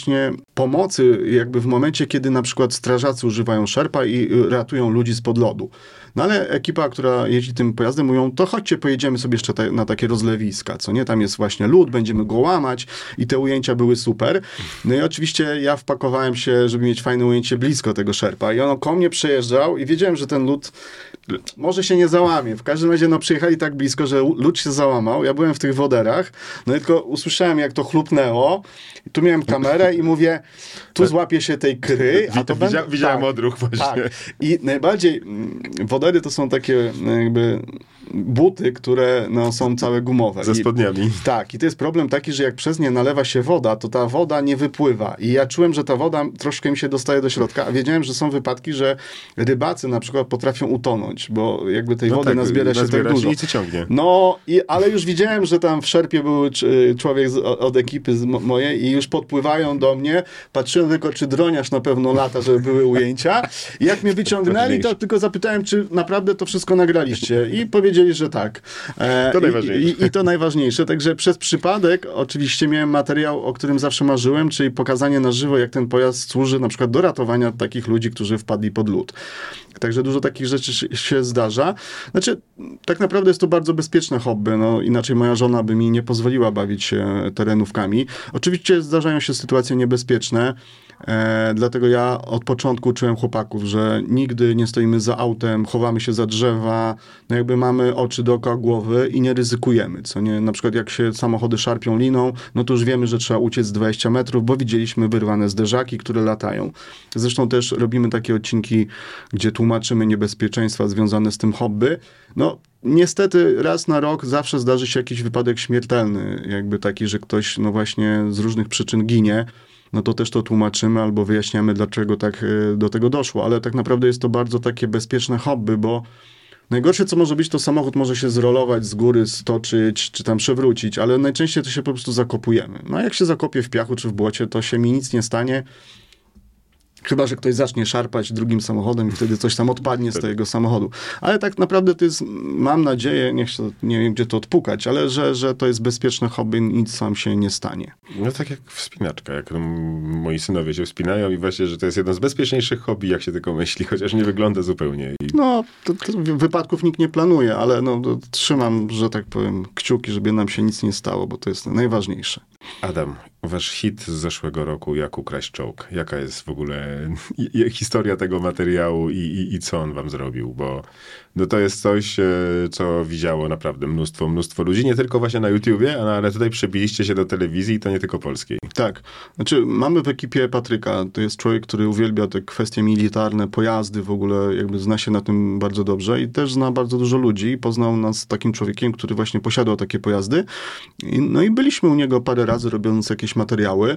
[SPEAKER 1] pomocy jakby w momencie, kiedy na przykład strażacy używają szerpa i ratują ludzi spod lodu. No ale ekipa, która jeździ tym pojazdem, mówią, to chodźcie, pojedziemy sobie jeszcze na takie rozlewiska, co nie? Tam jest właśnie lód, będziemy go łamać i te ujęcia były super. No i oczywiście ja wpakowałem się, żeby mieć fajne ujęcie blisko tego szerpa i on koło mnie przejeżdżał i wiedziałem, że ten lód może się nie załamie. W każdym razie przyjechali tak blisko, że lód się załamał. Ja byłem w tych woderach, no i tylko usłyszałem, jak to chlupnęło. I tu miałem kamerę i mówię, tu złapię się tej kry. A to
[SPEAKER 2] widziałem odruch właśnie.
[SPEAKER 1] Tak. I najbardziej wodery to są takie jakby buty, które są całe gumowe.
[SPEAKER 2] Ze spodniami.
[SPEAKER 1] Tak. I to jest problem taki, że jak przez nie nalewa się woda, to ta woda nie wypływa. I ja czułem, że ta woda troszkę mi się dostaje do środka, a wiedziałem, że są wypadki, że rybacy na przykład potrafią utonąć, bo jakby tej wody nazbiera się tak dużo.
[SPEAKER 2] I cię ciągnie.
[SPEAKER 1] Ale już widziałem, że tam w szerpie był człowiek od ekipy mojej i już podpływają do mnie. Patrzyłem tylko, czy droniarz na pewno lata, żeby były ujęcia. I jak mnie wyciągnęli, to tylko zapytałem, czy naprawdę to wszystko nagraliście. I powiedzieli, że tak.
[SPEAKER 2] To najważniejsze.
[SPEAKER 1] I to najważniejsze. Także przez przypadek oczywiście miałem materiał, o którym zawsze marzyłem, czyli pokazanie na żywo, jak ten pojazd służy na przykład do ratowania takich ludzi, którzy wpadli pod lód. Także dużo takich rzeczy się zdarza. Znaczy, tak naprawdę jest to bardzo bezpieczne hobby, inaczej moja żona by mi nie pozwoliła bawić się terenówkami. Oczywiście zdarzają się sytuacje niebezpieczne, dlatego ja od początku uczyłem chłopaków, że nigdy nie stoimy za autem, chowamy się za drzewa, jakby mamy oczy dookoła głowy i nie ryzykujemy, co nie? Na przykład jak się samochody szarpią liną, to już wiemy, że trzeba uciec 20 metrów, bo widzieliśmy wyrwane zderzaki, które latają. Zresztą też robimy takie odcinki, gdzie tłumaczymy niebezpieczeństwa związane z tym hobby. Niestety raz na rok zawsze zdarzy się jakiś wypadek śmiertelny, jakby taki, że ktoś właśnie z różnych przyczyn ginie. To też to tłumaczymy albo wyjaśniamy, dlaczego tak do tego doszło. Ale tak naprawdę jest to bardzo takie bezpieczne hobby, bo najgorsze, co może być, to samochód może się zrolować z góry, stoczyć, czy tam przewrócić, ale najczęściej to się po prostu zakopujemy. A jak się zakopie w piachu czy w błocie, to się mi nic nie stanie. Chyba że ktoś zacznie szarpać drugim samochodem i wtedy coś tam odpadnie z tego samochodu. Ale tak naprawdę to jest, mam nadzieję, nie wiem gdzie to odpukać, ale że to jest bezpieczne hobby, nic wam się nie stanie.
[SPEAKER 2] Tak jak wspinaczka, jak moi synowie się wspinają i właśnie, że to jest jedno z bezpieczniejszych hobby, jak się tylko myśli, chociaż nie wygląda zupełnie.
[SPEAKER 1] To wypadków nikt nie planuje, ale trzymam, że tak powiem, kciuki, żeby nam się nic nie stało, bo to jest najważniejsze.
[SPEAKER 2] Adam, wasz hit z zeszłego roku, Jak ukraść czołg. Jaka jest w ogóle historia tego materiału i co on wam zrobił? Bo to jest coś, co widziało naprawdę mnóstwo ludzi, nie tylko właśnie na YouTubie, ale tutaj przebiliście się do telewizji i to nie tylko polskiej.
[SPEAKER 1] Tak. Znaczy, mamy w ekipie Patryka. To jest człowiek, który uwielbia te kwestie militarne, pojazdy w ogóle, jakby zna się na tym bardzo dobrze i też zna bardzo dużo ludzi. Poznał nas takim człowiekiem, który właśnie posiadał takie pojazdy. I byliśmy u niego parę razy, robiąc jakieś materiały.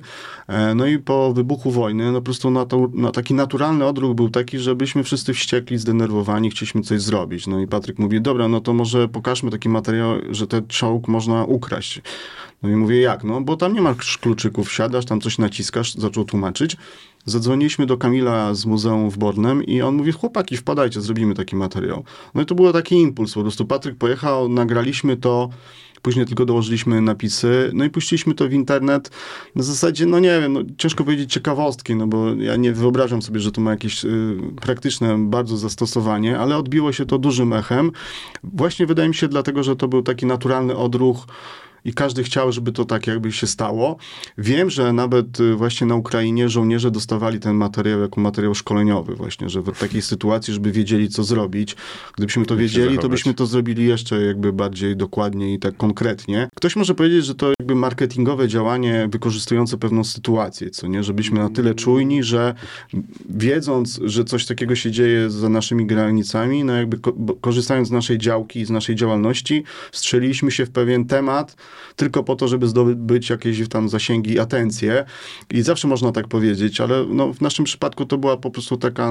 [SPEAKER 1] I po wybuchu wojny, po prostu taki naturalny odruch był taki, że byliśmy wszyscy wściekli, zdenerwowani, chcieliśmy coś zrobić. I Patryk mówi, dobra, to może pokażmy taki materiał, że ten czołg można ukraść. I mówię, jak? Bo tam nie masz kluczyków, wsiadasz, tam coś naciskasz, zaczął tłumaczyć. Zadzwoniliśmy do Kamila z Muzeum w Bornem i on mówi, chłopaki, wpadajcie, zrobimy taki materiał. I to był taki impuls, po prostu Patryk pojechał, nagraliśmy to, później tylko dołożyliśmy napisy, i puściliśmy to w internet. Na zasadzie, nie wiem, ciężko powiedzieć ciekawostki, bo ja nie wyobrażam sobie, że to ma jakieś praktyczne bardzo zastosowanie, ale odbiło się to dużym echem. Właśnie wydaje mi się dlatego, że to był taki naturalny odruch i każdy chciał, żeby to tak jakby się stało. Wiem, że nawet właśnie na Ukrainie żołnierze dostawali ten materiał jako materiał szkoleniowy właśnie, że w takiej sytuacji, żeby wiedzieli, co zrobić. Gdybyśmy to wiedzieli, to byśmy to zrobili jeszcze jakby bardziej dokładnie i tak konkretnie. Ktoś może powiedzieć, że to jakby marketingowe działanie wykorzystujące pewną sytuację, co nie? Żebyśmy na tyle czujni, że wiedząc, że coś takiego się dzieje za naszymi granicami, jakby korzystając z naszej działki, z naszej działalności, wstrzeliliśmy się w pewien temat, tylko po to, żeby zdobyć jakieś tam zasięgi i atencję. I zawsze można tak powiedzieć, ale w naszym przypadku to była po prostu taka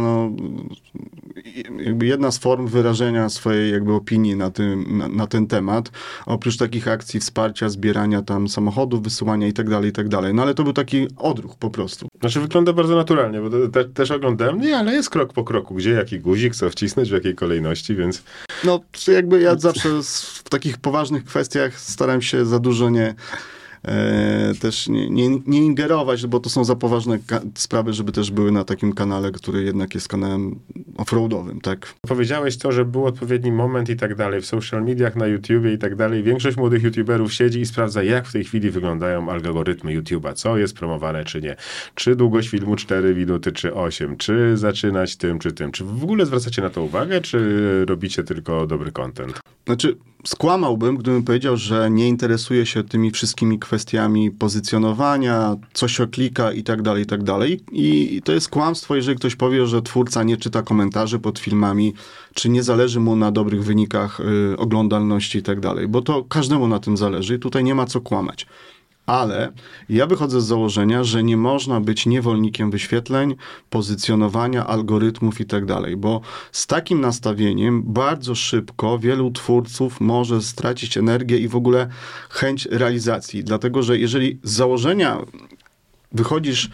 [SPEAKER 1] jakby jedna z form wyrażenia swojej jakby opinii na ten temat. Oprócz takich akcji wsparcia, zbierania tam samochodów, wysyłania i tak dalej. Ale to był taki odruch po prostu.
[SPEAKER 2] Znaczy wygląda bardzo naturalnie, bo też oglądałem, ale jest krok po kroku, gdzie jaki guzik, co wcisnąć, w jakiej kolejności, więc...
[SPEAKER 1] Jakby ja zawsze w takich poważnych kwestiach staram się za dużo też nie ingerować, bo to są za poważne sprawy, żeby też były na takim kanale, który jednak jest kanałem offroadowym, tak?
[SPEAKER 2] Powiedziałeś to, że był odpowiedni moment i tak dalej, w social mediach, na YouTubie i tak dalej. Większość młodych YouTuberów siedzi i sprawdza, jak w tej chwili wyglądają algorytmy YouTube'a, co jest promowane, czy nie. Czy długość filmu 4 minuty, czy 8, czy zaczynać tym, czy tym. Czy w ogóle zwracacie na to uwagę, czy robicie tylko dobry content?
[SPEAKER 1] Znaczy, skłamałbym, gdybym powiedział, że nie interesuje się tymi wszystkimi kwestiami pozycjonowania, co się klika i tak dalej, i tak dalej. I to jest kłamstwo, jeżeli ktoś powie, że twórca nie czyta komentarzy pod filmami, czy nie zależy mu na dobrych wynikach oglądalności i tak dalej, bo to każdemu na tym zależy i tutaj nie ma co kłamać. Ale ja wychodzę z założenia, że nie można być niewolnikiem wyświetleń, pozycjonowania, algorytmów i tak dalej, bo z takim nastawieniem bardzo szybko wielu twórców może stracić energię i w ogóle chęć realizacji. Dlatego, że jeżeli z założenia wychodzisz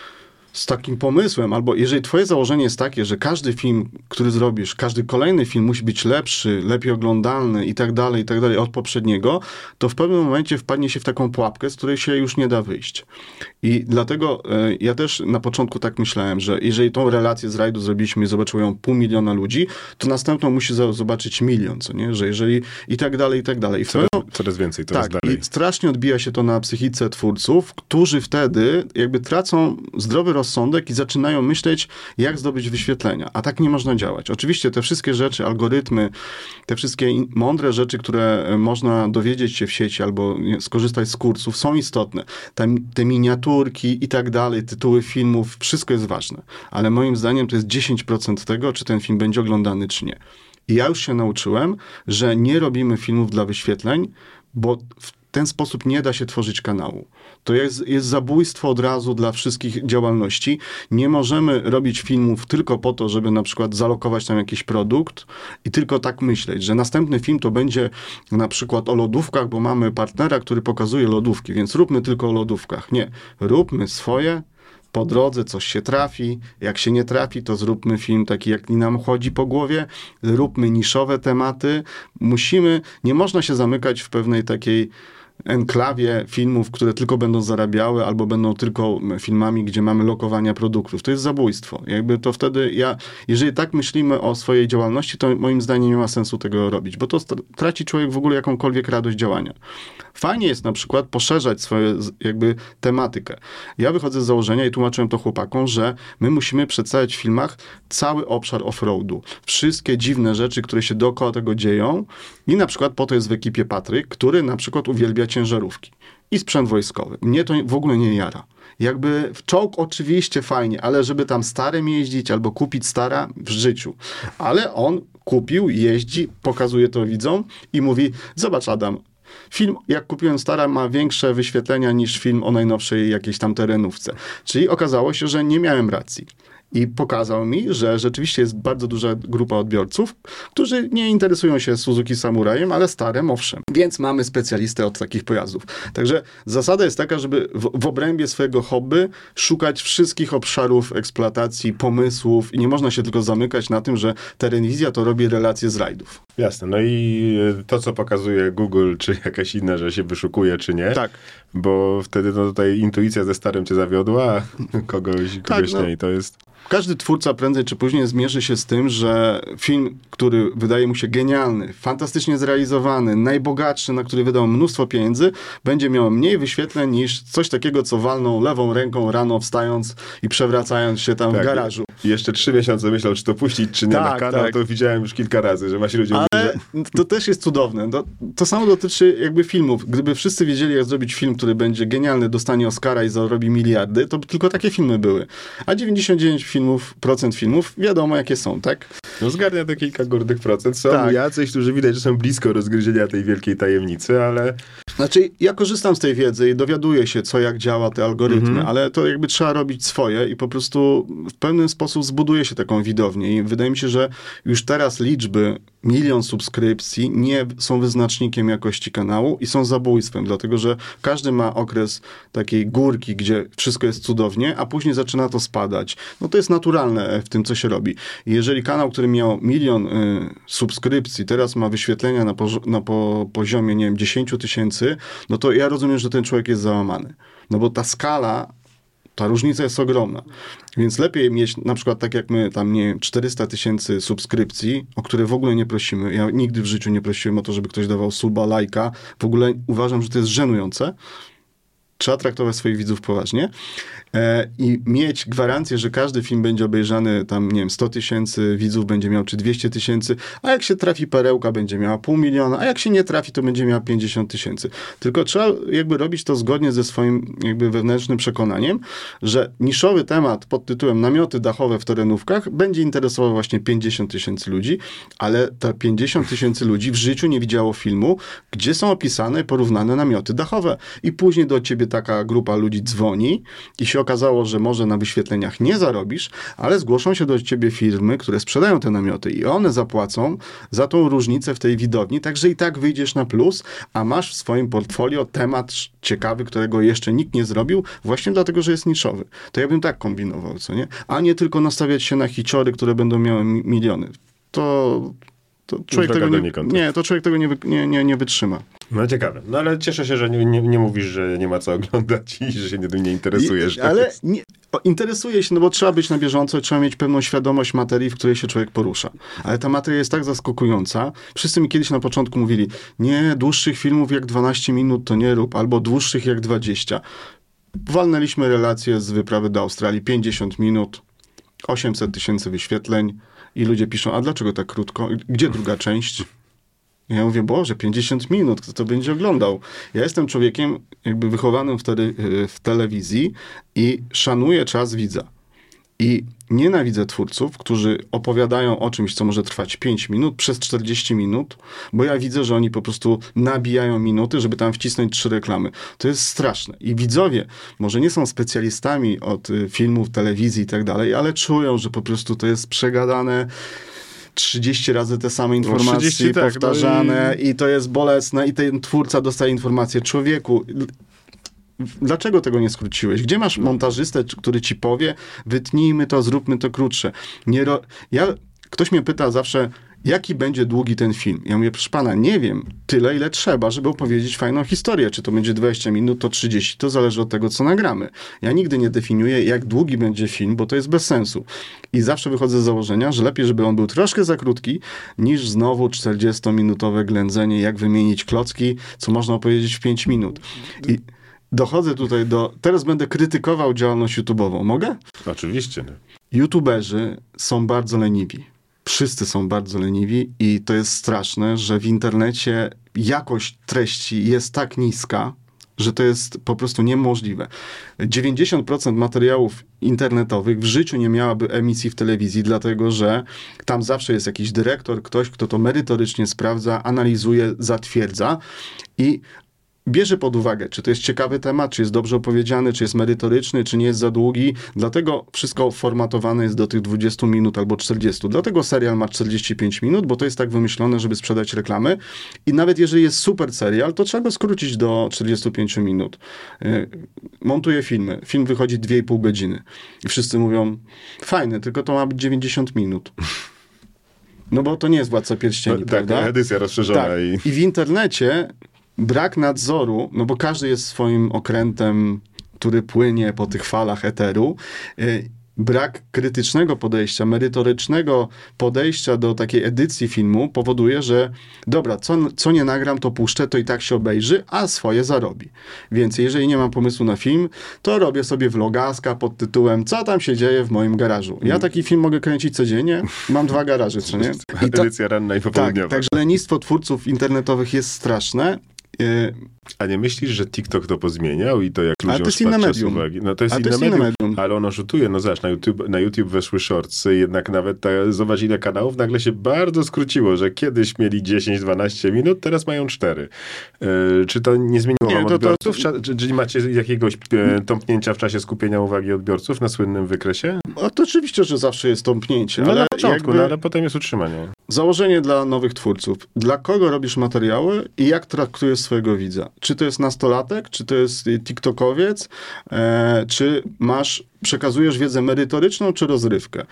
[SPEAKER 1] z takim pomysłem, albo jeżeli twoje założenie jest takie, że każdy film, który zrobisz, każdy kolejny film musi być lepszy, lepiej oglądalny i tak dalej od poprzedniego, to w pewnym momencie wpadnie się w taką pułapkę, z której się już nie da wyjść. I dlatego ja też na początku tak myślałem, że jeżeli tą relację z rajdu zrobiliśmy i zobaczyło ją 500 000 ludzi, to następną musi zobaczyć 1 000 000, co nie? Że jeżeli i tak dalej. I
[SPEAKER 2] coraz więcej,
[SPEAKER 1] coraz
[SPEAKER 2] dalej.
[SPEAKER 1] I strasznie odbija się to na psychice twórców, którzy wtedy jakby tracą zdrowy rozsądek i zaczynają myśleć, jak zdobyć wyświetlenia. A tak nie można działać. Oczywiście te wszystkie rzeczy, algorytmy, te wszystkie mądre rzeczy, które można dowiedzieć się w sieci albo skorzystać z kursów, są istotne. Te miniaturki i tak dalej, tytuły filmów, wszystko jest ważne. Ale moim zdaniem to jest 10% tego, czy ten film będzie oglądany, czy nie. I ja już się nauczyłem, że nie robimy filmów dla wyświetleń, bo w ten sposób nie da się tworzyć kanału. To jest zabójstwo od razu dla wszystkich działalności. Nie możemy robić filmów tylko po to, żeby na przykład zalokować tam jakiś produkt i tylko tak myśleć, że następny film to będzie na przykład o lodówkach, bo mamy partnera, który pokazuje lodówki, więc róbmy tylko o lodówkach. Nie. Róbmy swoje. Po drodze coś się trafi, jak się nie trafi, to zróbmy film taki, jak nam chodzi po głowie, róbmy niszowe tematy. Nie można się zamykać w pewnej takiej enklawie filmów, które tylko będą zarabiały, albo będą tylko filmami, gdzie mamy lokowania produktów. To jest zabójstwo. Jakby to wtedy jeżeli tak myślimy o swojej działalności, to moim zdaniem nie ma sensu tego robić, bo to traci człowiek w ogóle jakąkolwiek radość działania. Fajnie jest na przykład poszerzać swoją jakby tematykę. Ja wychodzę z założenia i tłumaczyłem to chłopakom, że my musimy przedstawiać w filmach cały obszar offroadu. Wszystkie dziwne rzeczy, które się dookoła tego dzieją i na przykład po to jest w ekipie Patryk, który na przykład uwielbia ciężarówki i sprzęt wojskowy. Mnie to w ogóle nie jara. Jakby w czołg oczywiście fajnie, ale żeby tam starym jeździć albo kupić stara w życiu. Ale on kupił, jeździ, pokazuje to widzom i mówi, zobacz Adam, film, jak kupiłem stara, ma większe wyświetlenia niż film o najnowszej jakiejś tam terenówce. Czyli okazało się, że nie miałem racji. I pokazał mi, że rzeczywiście jest bardzo duża grupa odbiorców, którzy nie interesują się Suzuki Samurajem, ale starym owszem. Więc mamy specjalistę od takich pojazdów. Także zasada jest taka, żeby w obrębie swojego hobby szukać wszystkich obszarów eksploatacji, pomysłów i nie można się tylko zamykać na tym, że Terenwizja to robi relacje z rajdów.
[SPEAKER 2] Jasne. No i to, co pokazuje Google, czy jakaś inna, że się wyszukuje, czy nie.
[SPEAKER 1] Tak.
[SPEAKER 2] Bo wtedy tutaj intuicja ze starym cię zawiodła, a kogoś nie. I to jest...
[SPEAKER 1] Każdy twórca prędzej czy później zmierzy się z tym, że film, który wydaje mu się genialny, fantastycznie zrealizowany, najbogatszy, na który wydał mnóstwo pieniędzy, będzie miał mniej wyświetleń niż coś takiego, co walną lewą ręką rano wstając i przewracając się tam w garażu.
[SPEAKER 2] I jeszcze 3 miesiące myślał, czy to puścić, czy nie na kanał, to widziałem już kilka razy, że właśnie ludzie mówią, że...
[SPEAKER 1] To też jest cudowne. To samo dotyczy jakby filmów. Gdyby wszyscy wiedzieli, jak zrobić film, który będzie genialny, dostanie Oscara i zarobi miliardy, to by tylko takie filmy były. A 99% filmów wiadomo, jakie są, tak?
[SPEAKER 2] No zgarnia to kilka górnych procent. Są jacyś, którzy widać, że są blisko rozgryzienia tej wielkiej tajemnicy, ale...
[SPEAKER 1] Znaczy, ja korzystam z tej wiedzy i dowiaduję się, co jak działa te algorytmy, ale to jakby trzeba robić swoje i po prostu w pewien sposób zbuduje się taką widownię i wydaje mi się, że już teraz liczby 1 000 000 subskrypcji nie są wyznacznikiem jakości kanału i są zabójstwem, dlatego że każdy ma okres takiej górki, gdzie wszystko jest cudownie, a później zaczyna to spadać. No to jest naturalne w tym, co się robi. I jeżeli kanał, który miał 1 000 000 subskrypcji, teraz ma wyświetlenia na poziomie, nie wiem, 10 000, no to ja rozumiem, że ten człowiek jest załamany. No bo ta skala, ta różnica jest ogromna. Więc lepiej mieć na przykład tak jak my, tam nie wiem, 400 000 subskrypcji, o które w ogóle nie prosimy. Ja nigdy w życiu nie prosiłem o to, żeby ktoś dawał suba, lajka. W ogóle uważam, że to jest żenujące. Trzeba traktować swoich widzów poważnie i mieć gwarancję, że każdy film będzie obejrzany, tam nie wiem, 100 000 widzów będzie miał, czy 200 000, a jak się trafi perełka, będzie miała 500 000, a jak się nie trafi, to będzie miała 50 000. Tylko trzeba jakby robić to zgodnie ze swoim jakby wewnętrznym przekonaniem, że niszowy temat pod tytułem namioty dachowe w terenówkach będzie interesował właśnie 50 000 ludzi, ale te 50 000 ludzi w życiu nie widziało filmu, gdzie są opisane, porównane namioty dachowe. I później do ciebie taka grupa ludzi dzwoni i się okazało, że może na wyświetleniach nie zarobisz, ale zgłoszą się do ciebie firmy, które sprzedają te namioty i one zapłacą za tą różnicę w tej widowni, także i tak wyjdziesz na plus, a masz w swoim portfolio temat ciekawy, którego jeszcze nikt nie zrobił, właśnie dlatego, że jest niszowy. To ja bym tak kombinował, co nie? A nie tylko nastawiać się na hiciory, które będą miały miliony. To człowiek tego nie wytrzyma.
[SPEAKER 2] No ciekawe. No ale cieszę się, że nie mówisz, że nie ma co oglądać i że się tym nie interesujesz.
[SPEAKER 1] Ale interesuje się, no bo trzeba być na bieżąco, trzeba mieć pewną świadomość materii, w której się człowiek porusza. Ale ta materia jest tak zaskakująca. Wszyscy mi kiedyś na początku mówili, nie, dłuższych filmów jak 12 minut to nie rób, albo dłuższych jak 20. Walnęliśmy relację z wyprawy do Australii, 50 minut, 800 000 wyświetleń i ludzie piszą, a dlaczego tak krótko? Gdzie druga część? Ja mówię, Boże, 50 minut, kto to będzie oglądał? Ja jestem człowiekiem jakby wychowanym w telewizji i szanuję czas widza. I nienawidzę twórców, którzy opowiadają o czymś, co może trwać 5 minut, przez 40 minut, bo ja widzę, że oni po prostu nabijają minuty, żeby tam wcisnąć 3 reklamy. To jest straszne. I widzowie może nie są specjalistami od filmów, telewizji i tak dalej, ale czują, że po prostu to jest przegadane 30 razy te same informacje
[SPEAKER 2] 30,
[SPEAKER 1] powtarzane i to jest bolesne i ten twórca dostaje informację. Człowieku, dlaczego tego nie skróciłeś? Gdzie masz montażystę, który ci powie, wytnijmy to, zróbmy to krótsze. Ktoś mnie pyta zawsze, jaki będzie długi ten film? Ja mówię, proszę pana, nie wiem, tyle ile trzeba, żeby opowiedzieć fajną historię. Czy to będzie 20 minut, to 30, to zależy od tego, co nagramy. Ja nigdy nie definiuję, jak długi będzie film, bo to jest bez sensu. I zawsze wychodzę z założenia, że lepiej, żeby on był troszkę za krótki, niż znowu 40-minutowe ględzenie, jak wymienić klocki, co można opowiedzieć w 5 minut. I dochodzę tutaj teraz będę krytykował działalność YouTube'ową. Mogę?
[SPEAKER 2] Oczywiście.
[SPEAKER 1] YouTuberzy są bardzo leniwi. Wszyscy są bardzo leniwi i to jest straszne, że w internecie jakość treści jest tak niska, że to jest po prostu niemożliwe. 90% materiałów internetowych w życiu nie miałaby emisji w telewizji, dlatego że tam zawsze jest jakiś dyrektor, ktoś, kto to merytorycznie sprawdza, analizuje, zatwierdza i bierze pod uwagę, czy to jest ciekawy temat, czy jest dobrze opowiedziany, czy jest merytoryczny, czy nie jest za długi. Dlatego wszystko formatowane jest do tych 20 minut albo 40. Dlatego serial ma 45 minut, bo to jest tak wymyślone, żeby sprzedać reklamy. I nawet jeżeli jest super serial, to trzeba go skrócić do 45 minut. Montuję filmy. Film wychodzi 2,5 godziny. I wszyscy mówią, fajny, tylko to ma być 90 minut. No bo to nie jest Władca Pierścieni, prawda?
[SPEAKER 2] Tak, edycja rozszerzona.
[SPEAKER 1] Tak. I w internecie brak nadzoru, no bo każdy jest swoim okrętem, który płynie po tych falach eteru. Brak krytycznego podejścia, merytorycznego podejścia do takiej edycji filmu powoduje, że dobra, co nie nagram, to puszczę, to i tak się obejrzy, a swoje zarobi. Więc jeżeli nie mam pomysłu na film, to robię sobie vlogaska pod tytułem co tam się dzieje w moim garażu. Ja taki film mogę kręcić codziennie, mam 2 garaże, co nie?
[SPEAKER 2] Edycja ranna i popołudniowa.
[SPEAKER 1] Także lenistwo twórców internetowych jest straszne.
[SPEAKER 2] A nie myślisz, że TikTok to pozmieniał i to jak ludziom
[SPEAKER 1] to jest inne medium.
[SPEAKER 2] Uwagi? No to jest inne medium, ale ono rzutuje. No zobacz, na YouTube weszły shortsy, jednak nawet zobacz ile kanałów nagle się bardzo skróciło, że kiedyś mieli 10-12 minut, teraz mają 4. Czy to nie zmieniło wam odbiorców? Czy macie jakiegoś tąpnięcia w czasie skupienia uwagi odbiorców na słynnym wykresie?
[SPEAKER 1] To oczywiście, że zawsze jest tąpnięcie.
[SPEAKER 2] No ale na początku, ale potem jest utrzymanie.
[SPEAKER 1] założenie dla nowych twórców. Dla kogo robisz materiały i jak traktujesz swojego widza? Czy to jest nastolatek, czy to jest tiktokowiec, czy przekazujesz wiedzę merytoryczną, czy rozrywkę?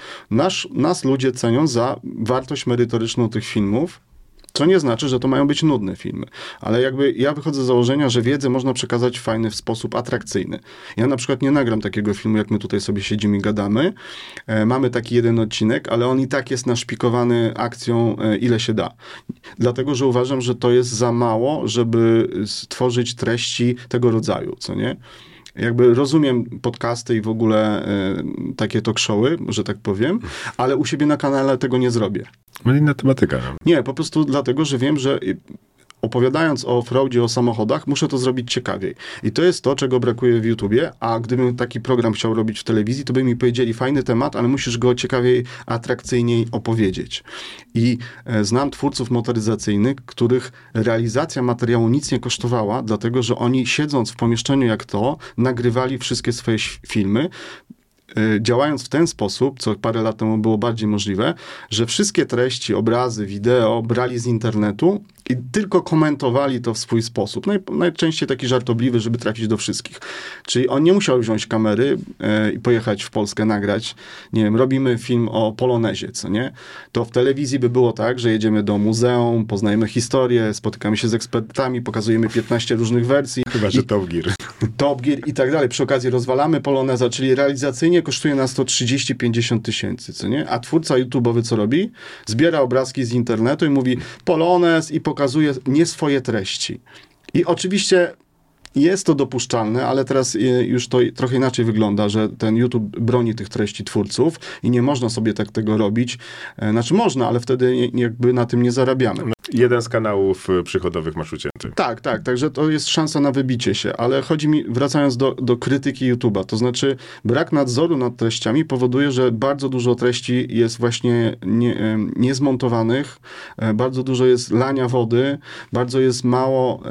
[SPEAKER 1] Nas ludzie cenią za wartość merytoryczną tych filmów, co nie znaczy, że to mają być nudne filmy. Ale jakby ja wychodzę z założenia, że wiedzę można przekazać w fajny sposób, atrakcyjny. Ja na przykład nie nagram takiego filmu, jak my tutaj sobie siedzimy i gadamy. Mamy taki jeden odcinek, ale on i tak jest naszpikowany akcją, ile się da. Dlatego, że uważam, że to jest za mało, żeby stworzyć treści tego rodzaju, co nie? Jakby rozumiem podcasty i w ogóle takie talk showy, że tak powiem, ale u siebie na kanale tego nie zrobię.
[SPEAKER 2] No inna tematyka.
[SPEAKER 1] Nie, po prostu dlatego, że wiem, że opowiadając o offroadzie, o samochodach, muszę to zrobić ciekawiej. I to jest to, czego brakuje w YouTubie, a gdybym taki program chciał robić w telewizji, to by mi powiedzieli, fajny temat, ale musisz go ciekawiej, atrakcyjniej opowiedzieć. I znam twórców motoryzacyjnych, których realizacja materiału nic nie kosztowała, dlatego, że oni siedząc w pomieszczeniu jak to, nagrywali wszystkie swoje filmy, działając w ten sposób, co parę lat temu było bardziej możliwe, że wszystkie treści, obrazy, wideo brali z internetu i tylko komentowali to w swój sposób. Najczęściej taki żartobliwy, żeby trafić do wszystkich. Czyli on nie musiał wziąć kamery i pojechać w Polskę nagrać. Nie wiem, robimy film o Polonezie, co nie? To w telewizji by było tak, że jedziemy do muzeum, poznajemy historię, spotykamy się z ekspertami, pokazujemy 15 różnych wersji.
[SPEAKER 2] Chyba, że Top Gear.
[SPEAKER 1] Top Gear i tak dalej. Przy okazji rozwalamy Poloneza, czyli realizacyjnie kosztuje nas to 30-50 tysięcy, co nie? A twórca YouTube'owy co robi? Zbiera obrazki z internetu i mówi Polonez i pokazuje nie swoje treści. I oczywiście jest to dopuszczalne, ale teraz już to trochę inaczej wygląda, że ten YouTube broni tych treści twórców i nie można sobie tak tego robić. Znaczy można, ale wtedy jakby na tym nie zarabiamy.
[SPEAKER 2] Jeden z kanałów przychodowych masz ucięty.
[SPEAKER 1] Tak, także to jest szansa na wybicie się, ale chodzi mi, wracając do krytyki YouTube'a, to znaczy brak nadzoru nad treściami powoduje, że bardzo dużo treści jest właśnie niezmontowanych, bardzo dużo jest lania wody, bardzo jest mało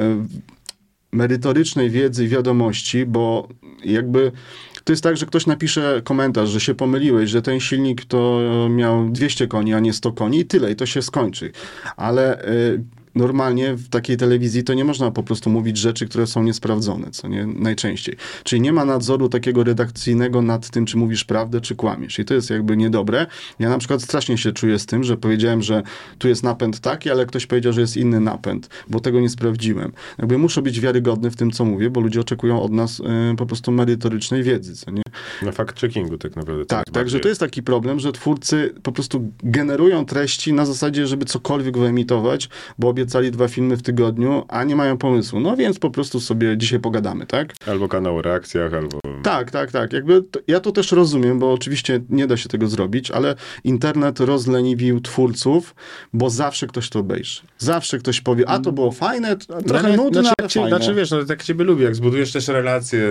[SPEAKER 1] merytorycznej wiedzy i wiadomości, bo jakby to jest tak, że ktoś napisze komentarz, że się pomyliłeś, że ten silnik to miał 200 koni, a nie 100 koni i tyle, i to się skończy. Ale normalnie w takiej telewizji to nie można po prostu mówić rzeczy, które są niesprawdzone, co nie najczęściej. Czyli nie ma nadzoru takiego redakcyjnego nad tym, czy mówisz prawdę, czy kłamiesz. I to jest jakby niedobre. Ja na przykład strasznie się czuję z tym, że powiedziałem, że tu jest napęd taki, ale ktoś powiedział, że jest inny napęd, bo tego nie sprawdziłem. Jakby muszę być wiarygodny w tym, co mówię, bo ludzie oczekują od nas po prostu merytorycznej wiedzy, co nie?
[SPEAKER 2] Na fact-checkingu tak naprawdę.
[SPEAKER 1] Tak, także to jest taki problem, że twórcy po prostu generują treści na zasadzie, żeby cokolwiek wyemitować, bo obiecali 2 filmy w tygodniu, a nie mają pomysłu. No więc po prostu sobie dzisiaj pogadamy, tak?
[SPEAKER 2] Albo kanał o reakcjach, albo...
[SPEAKER 1] Tak. Jakby ja to też rozumiem, bo oczywiście nie da się tego zrobić, ale internet rozleniwił twórców, bo zawsze ktoś to obejrzy. Zawsze ktoś powie, a to było fajne, trochę nudne, ale fajne.
[SPEAKER 2] Znaczy wiesz, no tak ciebie lubi, jak zbudujesz też relacje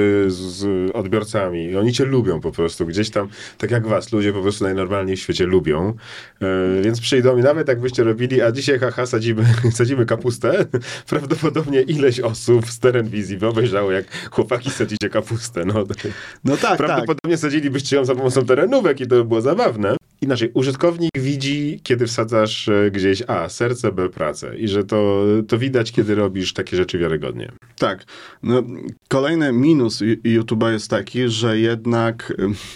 [SPEAKER 2] z odbiorcami i oni cię lubią po prostu. Gdzieś tam, tak jak was, ludzie po prostu najnormalniej w świecie lubią. Więc przyjdą i nawet jakbyście robili, a dzisiaj haha, sadzimy kapustę, prawdopodobnie ileś osób z Terenwizji by obejrzało, jak chłopaki sadzicie kapustę. No tak, prawdopodobnie sadzilibyście ją za pomocą terenówek i to by było zabawne. Inaczej, użytkownik widzi, kiedy wsadzasz gdzieś A, serce, B, pracę. I że to widać, kiedy robisz takie rzeczy wiarygodnie.
[SPEAKER 1] Tak. No, kolejny minus YouTube'a jest taki, że jednak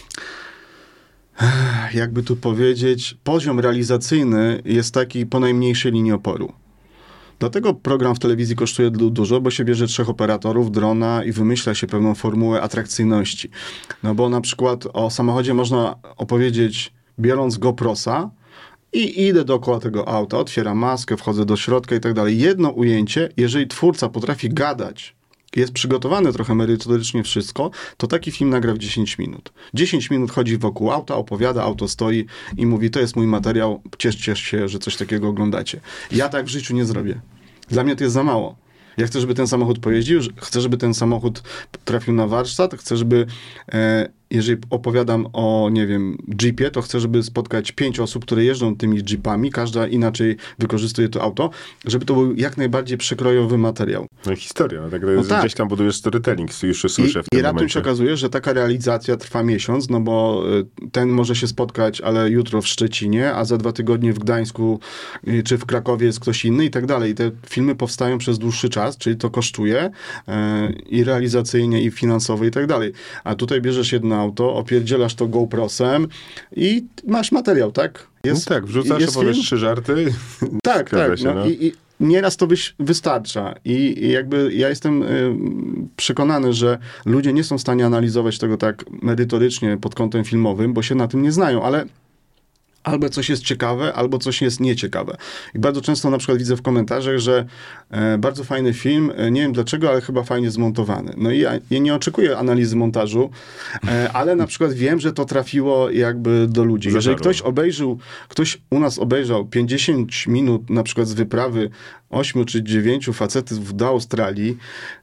[SPEAKER 1] jakby tu powiedzieć, poziom realizacyjny jest taki po najmniejszej linii oporu. Dlatego program w telewizji kosztuje dużo, bo się bierze 3 operatorów, drona i wymyśla się pewną formułę atrakcyjności. No bo na przykład o samochodzie można opowiedzieć biorąc GoProsa i idę dookoła tego auta, otwieram maskę, wchodzę do środka i tak dalej. Jedno ujęcie, jeżeli twórca potrafi gadać, jest przygotowany trochę merytorycznie wszystko, to taki film nagra w 10 minut. 10 minut chodzi wokół auta, opowiada, auto stoi i mówi, to jest mój materiał, ciesz się, że coś takiego oglądacie. Ja tak w życiu nie zrobię. Dla mnie to jest za mało. Ja chcę, żeby ten samochód pojeździł, chcę, żeby ten samochód trafił na warsztat, chcę, żeby jeżeli opowiadam o, nie wiem, jeepie, to chcę, żeby spotkać 5 osób, które jeżdżą tymi jeepami, każda inaczej wykorzystuje to auto, żeby to był jak najbardziej przekrojowy materiał.
[SPEAKER 2] No i historia, no tak, to jest,
[SPEAKER 1] tak.
[SPEAKER 2] Gdzieś tam budujesz storytelling, już słyszę w tym
[SPEAKER 1] I raptem
[SPEAKER 2] momencie.
[SPEAKER 1] się okazuje, że taka realizacja trwa miesiąc, no bo ten może się spotkać, ale jutro w Szczecinie, a za 2 tygodnie w Gdańsku, czy w Krakowie jest ktoś inny i tak dalej. I te filmy powstają przez dłuższy czas, czyli to kosztuje i realizacyjnie, i finansowo i tak dalej. A tutaj bierzesz jedno auto, opierdzielasz to GoProsem i masz materiał, tak?
[SPEAKER 2] Jest, no tak, wrzucasz, opowiesz 3 żarty.
[SPEAKER 1] Tak, tak.
[SPEAKER 2] Się, no.
[SPEAKER 1] I nieraz to wystarcza. I jakby ja jestem przekonany, że ludzie nie są w stanie analizować tego tak merytorycznie pod kątem filmowym, bo się na tym nie znają, ale albo coś jest ciekawe, albo coś jest nieciekawe. I bardzo często na przykład widzę w komentarzach, że bardzo fajny film, nie wiem dlaczego, ale chyba fajnie zmontowany. No i ja nie oczekuję analizy montażu, ale na przykład wiem, że to trafiło jakby do ludzi. Jeżeli ktoś u nas obejrzał 50 minut na przykład z wyprawy 8 czy 9 facetów do Australii,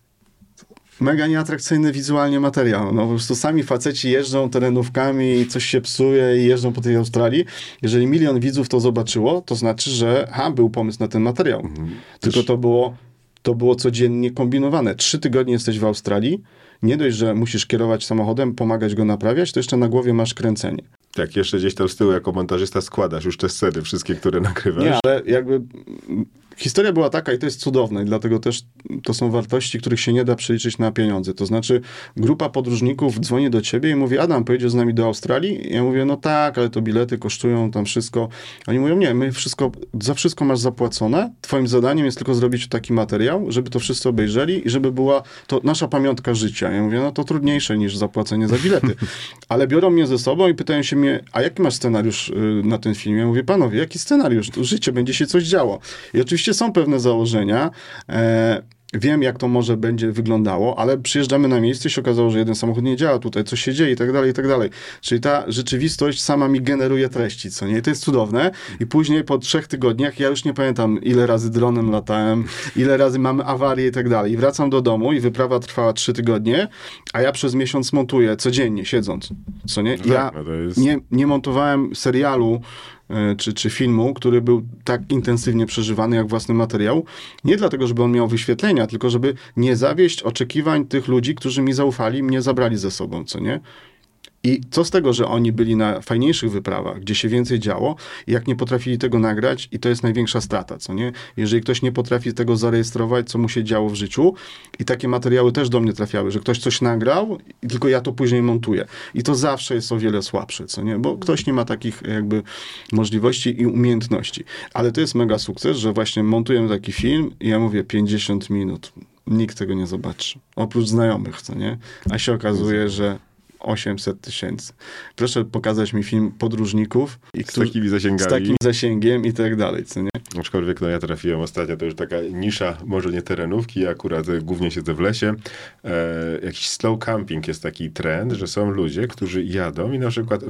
[SPEAKER 1] mega nieatrakcyjny wizualnie materiał. No po prostu sami faceci jeżdżą terenówkami i coś się psuje i jeżdżą po tej Australii. Jeżeli 1 000 000 widzów to zobaczyło, to znaczy, że był pomysł na ten materiał. Tylko to było codziennie kombinowane. 3 tygodnie jesteś w Australii, nie dość, że musisz kierować samochodem, pomagać go naprawiać, to jeszcze na głowie masz kręcenie.
[SPEAKER 2] Tak, jeszcze gdzieś tam z tyłu jako montażysta składasz już te sceny, wszystkie, które nagrywasz.
[SPEAKER 1] Nie, ale jakby historia była taka i to jest cudowne i dlatego też to są wartości, których się nie da przeliczyć na pieniądze. To znaczy grupa podróżników dzwoni do ciebie i mówi: Adam, pojedziesz z nami do Australii? I ja mówię: no tak, ale to bilety kosztują, tam wszystko. Oni mówią: nie, za wszystko masz zapłacone, twoim zadaniem jest tylko zrobić taki materiał, żeby to wszyscy obejrzeli i żeby była to nasza pamiątka życia. Ja mówię: no to trudniejsze niż zapłacenie za bilety. Ale biorą mnie ze sobą i pytają się mnie: a jaki masz scenariusz na ten film? Ja mówię: panowie, jaki scenariusz? To życie, będzie się coś działo. I oczywiście są pewne założenia. Wiem, jak to może będzie wyglądało, ale przyjeżdżamy na miejsce i się okazało, że jeden samochód nie działa, tutaj coś się dzieje i tak dalej, i tak dalej. Czyli ta rzeczywistość sama mi generuje treści, co nie? I to jest cudowne. I później po 3 tygodniach, ja już nie pamiętam, ile razy dronem latałem, ile razy mamy awarię i tak dalej. I wracam do domu i wyprawa trwała 3 tygodnie, a ja przez miesiąc montuję codziennie, siedząc, co nie? Ja nie montowałem serialu czy filmu, który był tak intensywnie przeżywany jak własny materiał. Nie dlatego, żeby on miał wyświetlenia, tylko żeby nie zawieść oczekiwań tych ludzi, którzy mi zaufali, mnie zabrali ze sobą, co nie? I co z tego, że oni byli na fajniejszych wyprawach, gdzie się więcej działo, i jak nie potrafili tego nagrać, i to jest największa strata, co nie? Jeżeli ktoś nie potrafi tego zarejestrować, co mu się działo w życiu, i takie materiały też do mnie trafiały, że ktoś coś nagrał, i tylko ja to później montuję. I to zawsze jest o wiele słabsze, co nie? Bo ktoś nie ma takich jakby możliwości i umiejętności. Ale to jest mega sukces, że właśnie montujemy taki film i ja mówię 50 minut. Nikt tego nie zobaczy. Oprócz znajomych, co nie? A się okazuje, że 800 000. Proszę pokazać mi film podróżników.
[SPEAKER 2] Z takimi zasięgami.
[SPEAKER 1] Z takim zasięgiem i tak dalej, co nie?
[SPEAKER 2] Aczkolwiek ja trafiłem ostatnio, to już taka nisza, może nie terenówki, ja akurat głównie siedzę w lesie. Jakiś slow camping jest taki trend, że są ludzie, którzy jadą i na przykład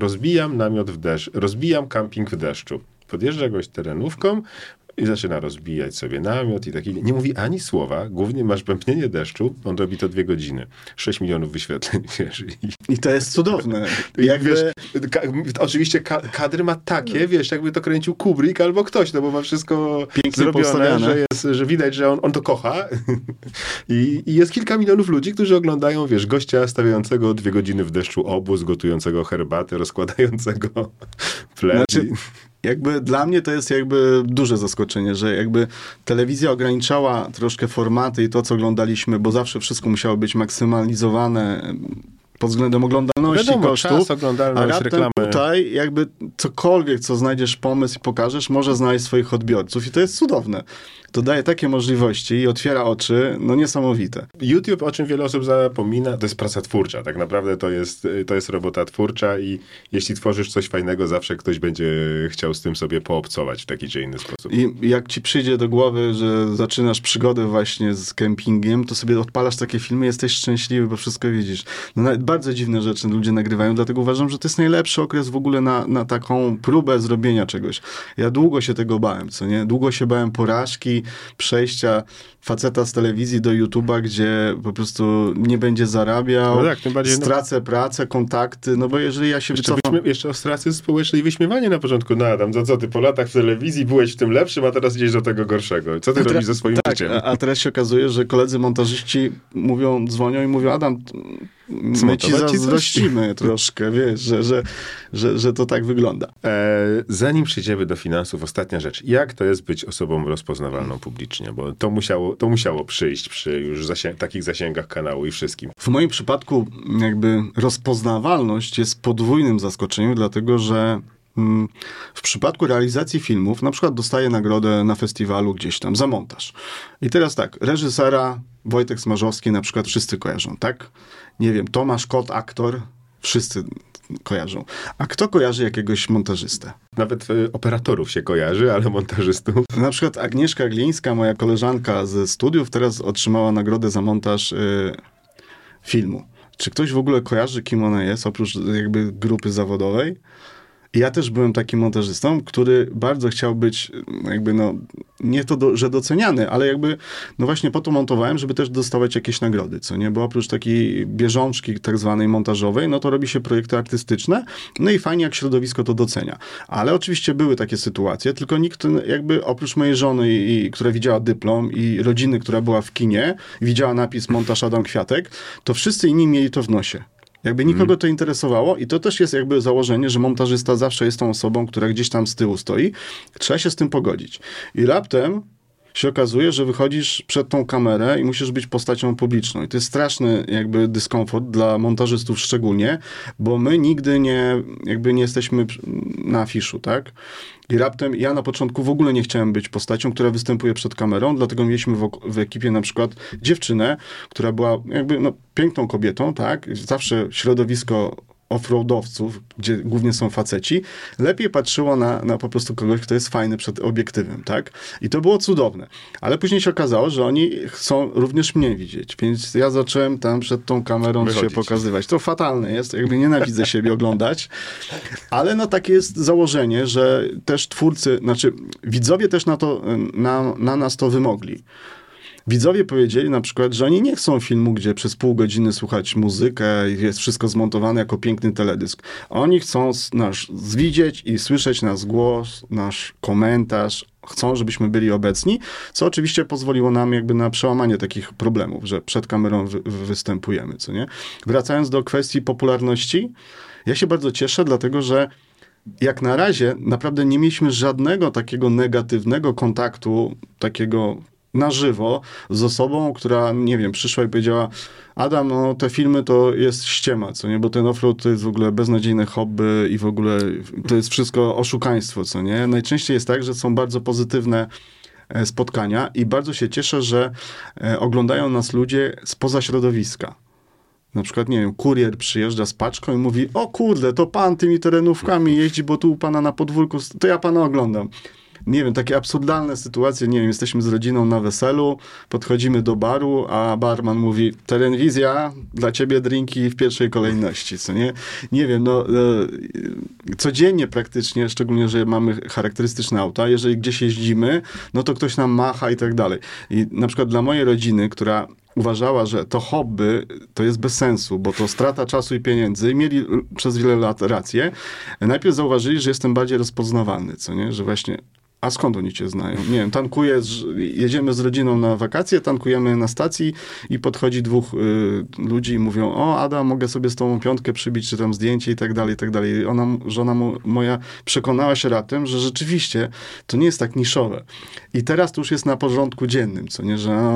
[SPEAKER 2] rozbijam camping w deszczu. Podjeżdża goś terenówką i zaczyna rozbijać sobie namiot i taki, nie mówi ani słowa, głównie masz bębnienie deszczu, on robi to 2 godziny. 6 milionów wyświetleń, wiesz.
[SPEAKER 1] I to jest cudowne.
[SPEAKER 2] Wiesz, oczywiście kadry ma takie, wiesz, jakby to kręcił Kubrick albo ktoś, no bo ma wszystko pięknie zrobione, że widać, że on to kocha. I jest kilka milionów ludzi, którzy oglądają, wiesz, gościa stawiającego 2 godziny w deszczu obóz, gotującego herbatę, rozkładającego plen.
[SPEAKER 1] Jakby dla mnie to jest jakby duże zaskoczenie, że jakby telewizja ograniczała troszkę formaty i to, co oglądaliśmy, bo zawsze wszystko musiało być maksymalizowane pod względem oglądalności,
[SPEAKER 2] wiadomo,
[SPEAKER 1] kosztów,
[SPEAKER 2] czas, oglądalność,
[SPEAKER 1] a raptem
[SPEAKER 2] reklamy.
[SPEAKER 1] Tutaj jakby cokolwiek, co znajdziesz pomysł i pokażesz, może znaleźć swoich odbiorców i to jest cudowne. To daje takie możliwości i otwiera oczy, no niesamowite.
[SPEAKER 2] YouTube, o czym wiele osób zapomina, to jest praca twórcza. Tak naprawdę to jest robota twórcza i jeśli tworzysz coś fajnego, zawsze ktoś będzie chciał z tym sobie poobcować w taki czy inny sposób.
[SPEAKER 1] I jak ci przyjdzie do głowy, że zaczynasz przygodę właśnie z kempingiem, to sobie odpalasz takie filmy, jesteś szczęśliwy, bo wszystko widzisz. No nawet bardzo dziwne rzeczy ludzie nagrywają, dlatego uważam, że to jest najlepszy okres w ogóle na taką próbę zrobienia czegoś. Ja długo się tego bałem, co nie? Długo się bałem porażki, myśli przejścia faceta z telewizji do YouTube'a, gdzie po prostu nie będzie zarabiał,
[SPEAKER 2] No tak, tym bardziej,
[SPEAKER 1] stracę pracę, kontakty, no bo jeżeli ja się wycofam...
[SPEAKER 2] Jeszcze ostracyzm społeczny i wyśmiewanie na początku. No Adam, co ty po latach w telewizji byłeś w tym lepszym, a teraz idziesz do tego gorszego. Co ty robisz ze swoim życiem?
[SPEAKER 1] A teraz się okazuje, że koledzy montażyści dzwonią i mówią, Adam, my ci zazdrościmy troszkę, wiesz, że to tak wygląda.
[SPEAKER 2] Zanim przejdziemy do finansów, ostatnia rzecz. Jak to jest być osobą rozpoznawalną publicznie? Bo to musiało przyjść przy już takich zasięgach kanału i wszystkim.
[SPEAKER 1] W moim przypadku jakby rozpoznawalność jest podwójnym zaskoczeniem, dlatego że w przypadku realizacji filmów na przykład dostaję nagrodę na festiwalu gdzieś tam za montaż. I teraz tak, reżysera Wojtek Smarzowski na przykład wszyscy kojarzą, tak? Nie wiem, Tomasz Kot, aktor, wszyscy kojarzą. A kto kojarzy jakiegoś montażystę?
[SPEAKER 2] Nawet operatorów się kojarzy, ale montażystów.
[SPEAKER 1] Na przykład Agnieszka Glińska, moja koleżanka ze studiów, teraz otrzymała nagrodę za montaż filmu. Czy ktoś w ogóle kojarzy, kim ona jest, oprócz jakby grupy zawodowej? I ja też byłem takim montażystą, który bardzo chciał być jakby nie to, że doceniany, ale jakby właśnie po to montowałem, żeby też dostawać jakieś nagrody, co nie? Bo oprócz takiej bieżączki tak zwanej montażowej, no to robi się projekty artystyczne, no i fajnie jak środowisko to docenia. Ale oczywiście były takie sytuacje, tylko nikt jakby oprócz mojej żony, która widziała dyplom i rodziny, która była w kinie, widziała napis montaż Adam Kwiatek, to wszyscy inni mieli to w nosie. Jakby nikogo to interesowało i to też jest jakby założenie, że montażysta zawsze jest tą osobą, która gdzieś tam z tyłu stoi. Trzeba się z tym pogodzić. I raptem się okazuje, że wychodzisz przed tą kamerę i musisz być postacią publiczną. I to jest straszny jakby dyskomfort dla montażystów szczególnie, bo my nigdy nie jesteśmy na afiszu, tak? I raptem ja na początku w ogóle nie chciałem być postacią, która występuje przed kamerą, dlatego mieliśmy w ekipie na przykład dziewczynę, która była jakby piękną kobietą, tak? Zawsze środowisko offroadowców, gdzie głównie są faceci, lepiej patrzyło na po prostu kogoś, kto jest fajny przed obiektywem, tak? I to było cudowne. Ale później się okazało, że oni chcą również mnie widzieć, więc ja zacząłem tam przed tą kamerą się pokazywać. To fatalne jest, jakby nienawidzę siebie oglądać, ale takie jest założenie, że też twórcy, widzowie też na nas to wymogli. Widzowie powiedzieli na przykład, że oni nie chcą filmu, gdzie przez pół godziny słuchać muzykę i jest wszystko zmontowane jako piękny teledysk. Oni chcą nas widzieć i słyszeć nasz głos, nasz komentarz. Chcą, żebyśmy byli obecni, co oczywiście pozwoliło nam jakby na przełamanie takich problemów, że przed kamerą występujemy, co nie? Wracając do kwestii popularności, ja się bardzo cieszę, dlatego że jak na razie naprawdę nie mieliśmy żadnego takiego negatywnego kontaktu, takiego na żywo z osobą, która, nie wiem, przyszła i powiedziała: Adam, te filmy to jest ściema, co nie? Bo ten offroad to jest w ogóle beznadziejne hobby i w ogóle to jest wszystko oszukaństwo, co nie? Najczęściej jest tak, że są bardzo pozytywne spotkania i bardzo się cieszę, że oglądają nas ludzie spoza środowiska. Na przykład, nie wiem, kurier przyjeżdża z paczką i mówi: o kurde, to pan tymi terenówkami jeździ, bo tu u pana na podwórku, to ja pana oglądam. Nie wiem, takie absurdalne sytuacje, nie wiem, jesteśmy z rodziną na weselu, podchodzimy do baru, a barman mówi: Terenwizja, dla ciebie drinki w pierwszej kolejności, co nie? Nie wiem, codziennie praktycznie, szczególnie, że mamy charakterystyczne auta, jeżeli gdzieś jeździmy, no to ktoś nam macha i tak dalej. I na przykład dla mojej rodziny, która uważała, że to hobby to jest bez sensu, bo to strata czasu i pieniędzy, i mieli przez wiele lat rację, najpierw zauważyli, że jestem bardziej rozpoznawalny, co nie? Że właśnie, a skąd oni cię znają? Nie wiem, jedziemy z rodziną na wakacje, tankujemy na stacji i podchodzi dwóch ludzi i mówią: o Ada, mogę sobie z tobą piątkę przybić, czy tam zdjęcie i tak dalej, i tak dalej. Żona moja przekonała się raptem, że rzeczywiście to nie jest tak niszowe. I teraz to już jest na porządku dziennym, co nie? Że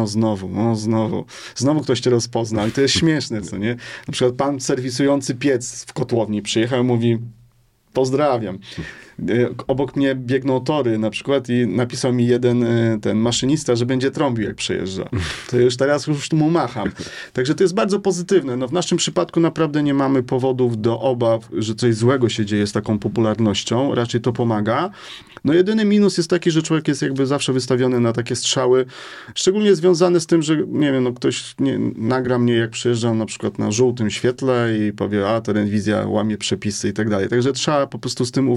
[SPEAKER 1] znowu ktoś cię rozpoznał i to jest śmieszne, co nie? Na przykład pan serwisujący piec w kotłowni przyjechał i mówi: pozdrawiam. Obok mnie biegną tory na przykład i napisał mi ten maszynista, że będzie trąbił, jak przejeżdża. To teraz już mu macham. Także to jest bardzo pozytywne. W naszym przypadku naprawdę nie mamy powodów do obaw, że coś złego się dzieje z taką popularnością. Raczej to pomaga. Jedyny minus jest taki, że człowiek jest jakby zawsze wystawiony na takie strzały, szczególnie związane z tym, że nie wiem, ktoś nagra mnie, jak przejeżdżam na przykład na żółtym świetle i powie: a Terenwizja łamie przepisy i tak dalej. Także trzeba po prostu z tym uważać.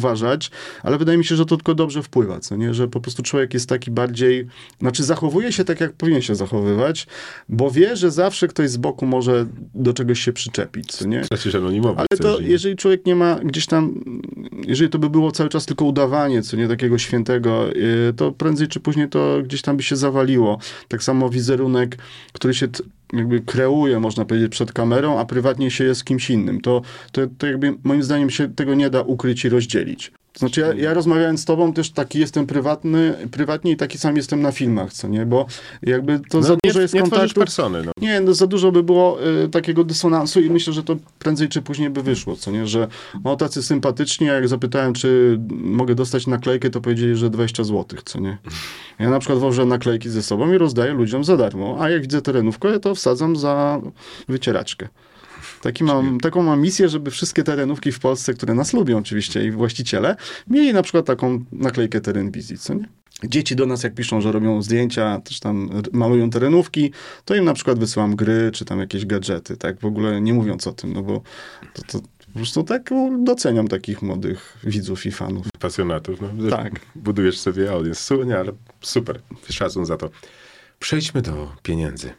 [SPEAKER 1] też, ale wydaje mi się, że to tylko dobrze wpływa, co nie? Że po prostu człowiek jest taki bardziej, znaczy zachowuje się tak, jak powinien się zachowywać, bo wie, że zawsze ktoś z boku może do czegoś się przyczepić, co nie?
[SPEAKER 2] Przecież anonimowy.
[SPEAKER 1] Ale to, jeżeli człowiek nie ma gdzieś tam, jeżeli to by było cały czas tylko udawanie, co nie, takiego świętego, to prędzej czy później to gdzieś tam by się zawaliło. Tak samo wizerunek, który się jakby kreuje, można powiedzieć, przed kamerą, a prywatnie się jest z kimś innym. To jakby moim zdaniem się tego nie da ukryć i rozdzielić. To znaczy ja rozmawiając z tobą też taki jestem prywatnie i taki sam jestem na filmach, co nie? Bo jakby to za dużo jest kontaktu.
[SPEAKER 2] Persony, no.
[SPEAKER 1] Nie, no za dużo by było takiego dysonansu i myślę, że to prędzej czy później by wyszło, co nie? Że tacy sympatyczni, a jak zapytałem, czy mogę dostać naklejkę, to powiedzieli, że 20 zł, co nie? Ja na przykład wożę naklejki ze sobą i rozdaję ludziom za darmo, a jak widzę terenówkę, to wsadzam za wycieraczkę. Taką mam misję, żeby wszystkie terenówki w Polsce, które nas lubią oczywiście i właściciele, mieli na przykład taką naklejkę Terenwizji, co nie? Dzieci do nas jak piszą, że robią zdjęcia, też tam malują terenówki, to im na przykład wysyłam gry, czy tam jakieś gadżety, tak? W ogóle nie mówiąc o tym, no bo to po prostu tak doceniam takich młodych widzów i fanów.
[SPEAKER 2] Pasjonatów, no.
[SPEAKER 1] Tak.
[SPEAKER 2] Budujesz sobie audience. Nie, ale super. Szacun za to. Przejdźmy do pieniędzy.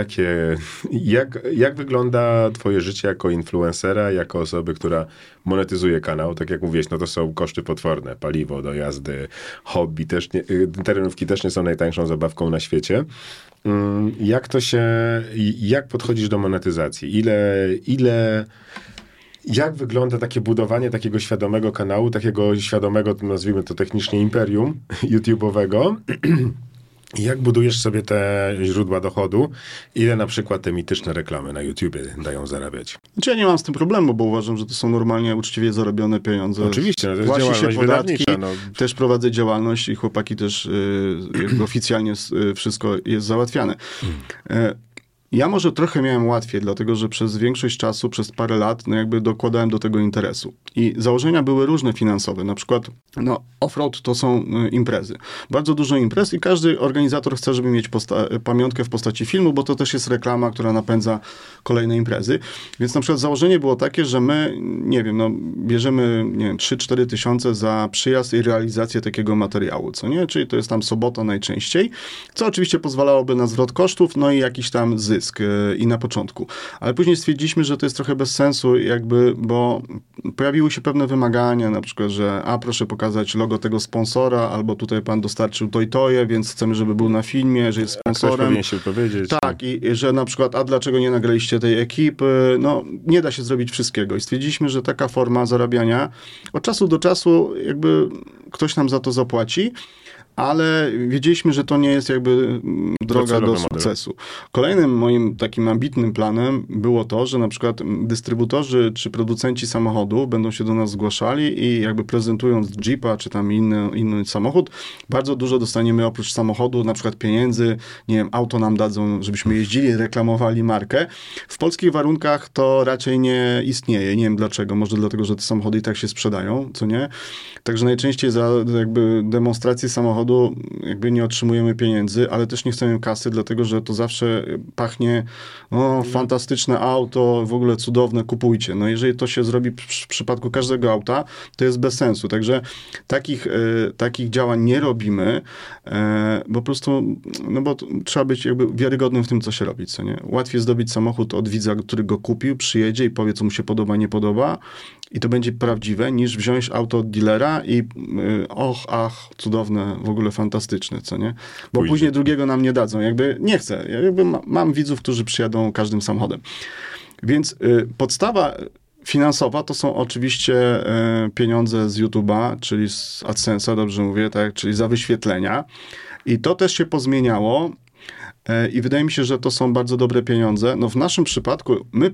[SPEAKER 2] Jak wygląda twoje życie jako influencera, jako osoby, która monetyzuje kanał? Tak jak mówiłeś, no to są koszty potworne. Paliwo, dojazdy, hobby. Terenówki też nie są najtańszą zabawką na świecie. Jak podchodzisz do monetyzacji? Jak wygląda takie budowanie takiego świadomego kanału, takiego świadomego, nazwijmy to technicznie, imperium YouTube'owego? Jak budujesz sobie te źródła dochodu? Ile na przykład te mityczne reklamy na YouTubie dają zarabiać?
[SPEAKER 1] Znaczy ja nie mam z tym problemu, bo uważam, że to są normalnie, uczciwie zarobione pieniądze.
[SPEAKER 2] Oczywiście, no to jest działalność wydawnicza. No.
[SPEAKER 1] Też prowadzę działalność i chłopaki też jakby oficjalnie wszystko jest załatwiane. Ja może trochę miałem łatwiej, dlatego że przez większość czasu, przez parę lat, no jakby dokładałem do tego interesu. I założenia były różne finansowe. Na przykład, off-road to są imprezy. Bardzo dużo imprez i każdy organizator chce, żeby mieć pamiątkę w postaci filmu, bo to też jest reklama, która napędza kolejne imprezy. Więc na przykład założenie było takie, że my, bierzemy, 3-4 tysiące za przyjazd i realizację takiego materiału, co nie? Czyli to jest tam sobota najczęściej, co oczywiście pozwalałoby na zwrot kosztów, no i jakiś tam zysk i na początku. Ale później stwierdziliśmy, że to jest trochę bez sensu, bo pojawiły się pewne wymagania, na przykład, że proszę pokazać logo tego sponsora, albo tutaj pan dostarczył toje, więc chcemy, żeby był na filmie, że jest sponsorem.
[SPEAKER 2] Ktoś powinien się powiedzieć.
[SPEAKER 1] Tak, i że na przykład, dlaczego nie nagraliście tej ekipy? No, nie da się zrobić wszystkiego. I stwierdziliśmy, że taka forma zarabiania od czasu do czasu jakby ktoś nam za to zapłaci, ale wiedzieliśmy, że to nie jest jakby droga do sukcesu. Kolejnym moim takim ambitnym planem było to, że na przykład dystrybutorzy czy producenci samochodu będą się do nas zgłaszali i jakby prezentując Jeepa czy tam inny samochód, bardzo dużo dostaniemy oprócz samochodu, na przykład pieniędzy, auto nam dadzą, żebyśmy jeździli, reklamowali markę. W polskich warunkach to raczej nie istnieje. Nie wiem dlaczego. Może dlatego, że te samochody i tak się sprzedają, co nie? Także najczęściej za jakby demonstrację samochodu jakby nie otrzymujemy pieniędzy, ale też nie chcemy kasy, dlatego że to zawsze pachnie fantastyczne auto, w ogóle cudowne, kupujcie. No jeżeli to się zrobi w przypadku każdego auta, to jest bez sensu. Także takich działań nie robimy, bo po prostu, bo trzeba być jakby wiarygodnym w tym, co się robi, co nie? Łatwiej zdobyć samochód od widza, który go kupił, przyjedzie i powie, co mu się podoba, nie podoba, i to będzie prawdziwe, niż wziąć auto od dealera i cudowne, w ogóle fantastyczne, co nie? Bo później drugiego nam nie dadzą. Jakby nie chcę. Ja jakby mam widzów, którzy przyjadą każdym samochodem. Więc podstawa finansowa to są oczywiście pieniądze z YouTube'a, czyli z AdSense'a, dobrze mówię, tak? Czyli za wyświetlenia. I to też się pozmieniało. I wydaje mi się, że to są bardzo dobre pieniądze. No w naszym przypadku my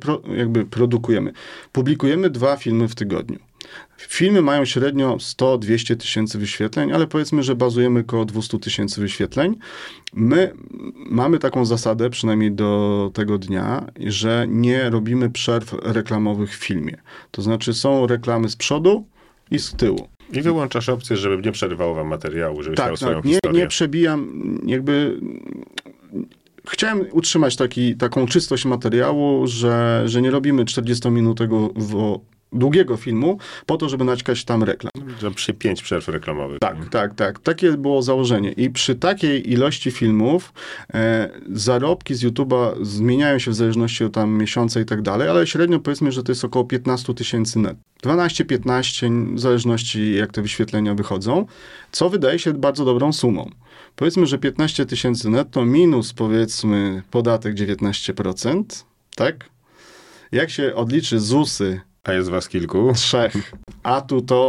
[SPEAKER 1] publikujemy 2 filmy w tygodniu. Filmy mają średnio 100-200 tysięcy wyświetleń, ale powiedzmy, że bazujemy około 200 tysięcy wyświetleń. My mamy taką zasadę, przynajmniej do tego dnia, że nie robimy przerw reklamowych w filmie. To znaczy są reklamy z przodu i z tyłu.
[SPEAKER 2] I wyłączasz opcję, żeby nie przerywało wam materiału, żeby miał swoją historię. Nie
[SPEAKER 1] przebijam, jakby... Chciałem utrzymać taką czystość materiału, że nie robimy 40-minutowego długiego filmu, po to, żeby naćkać tam reklam.
[SPEAKER 2] Przy 5 przerw reklamowych.
[SPEAKER 1] Tak. Takie było założenie. I przy takiej ilości filmów zarobki z YouTube'a zmieniają się w zależności od tam miesiąca i tak dalej, ale średnio powiedzmy, że to jest około 15 tysięcy net. 12-15, w zależności jak te wyświetlenia wychodzą, co wydaje się bardzo dobrą sumą. Powiedzmy, że 15 tysięcy netto minus, powiedzmy, podatek 19%, tak? Jak się odliczy ZUS-y,
[SPEAKER 2] a jest was kilku?
[SPEAKER 1] 3, a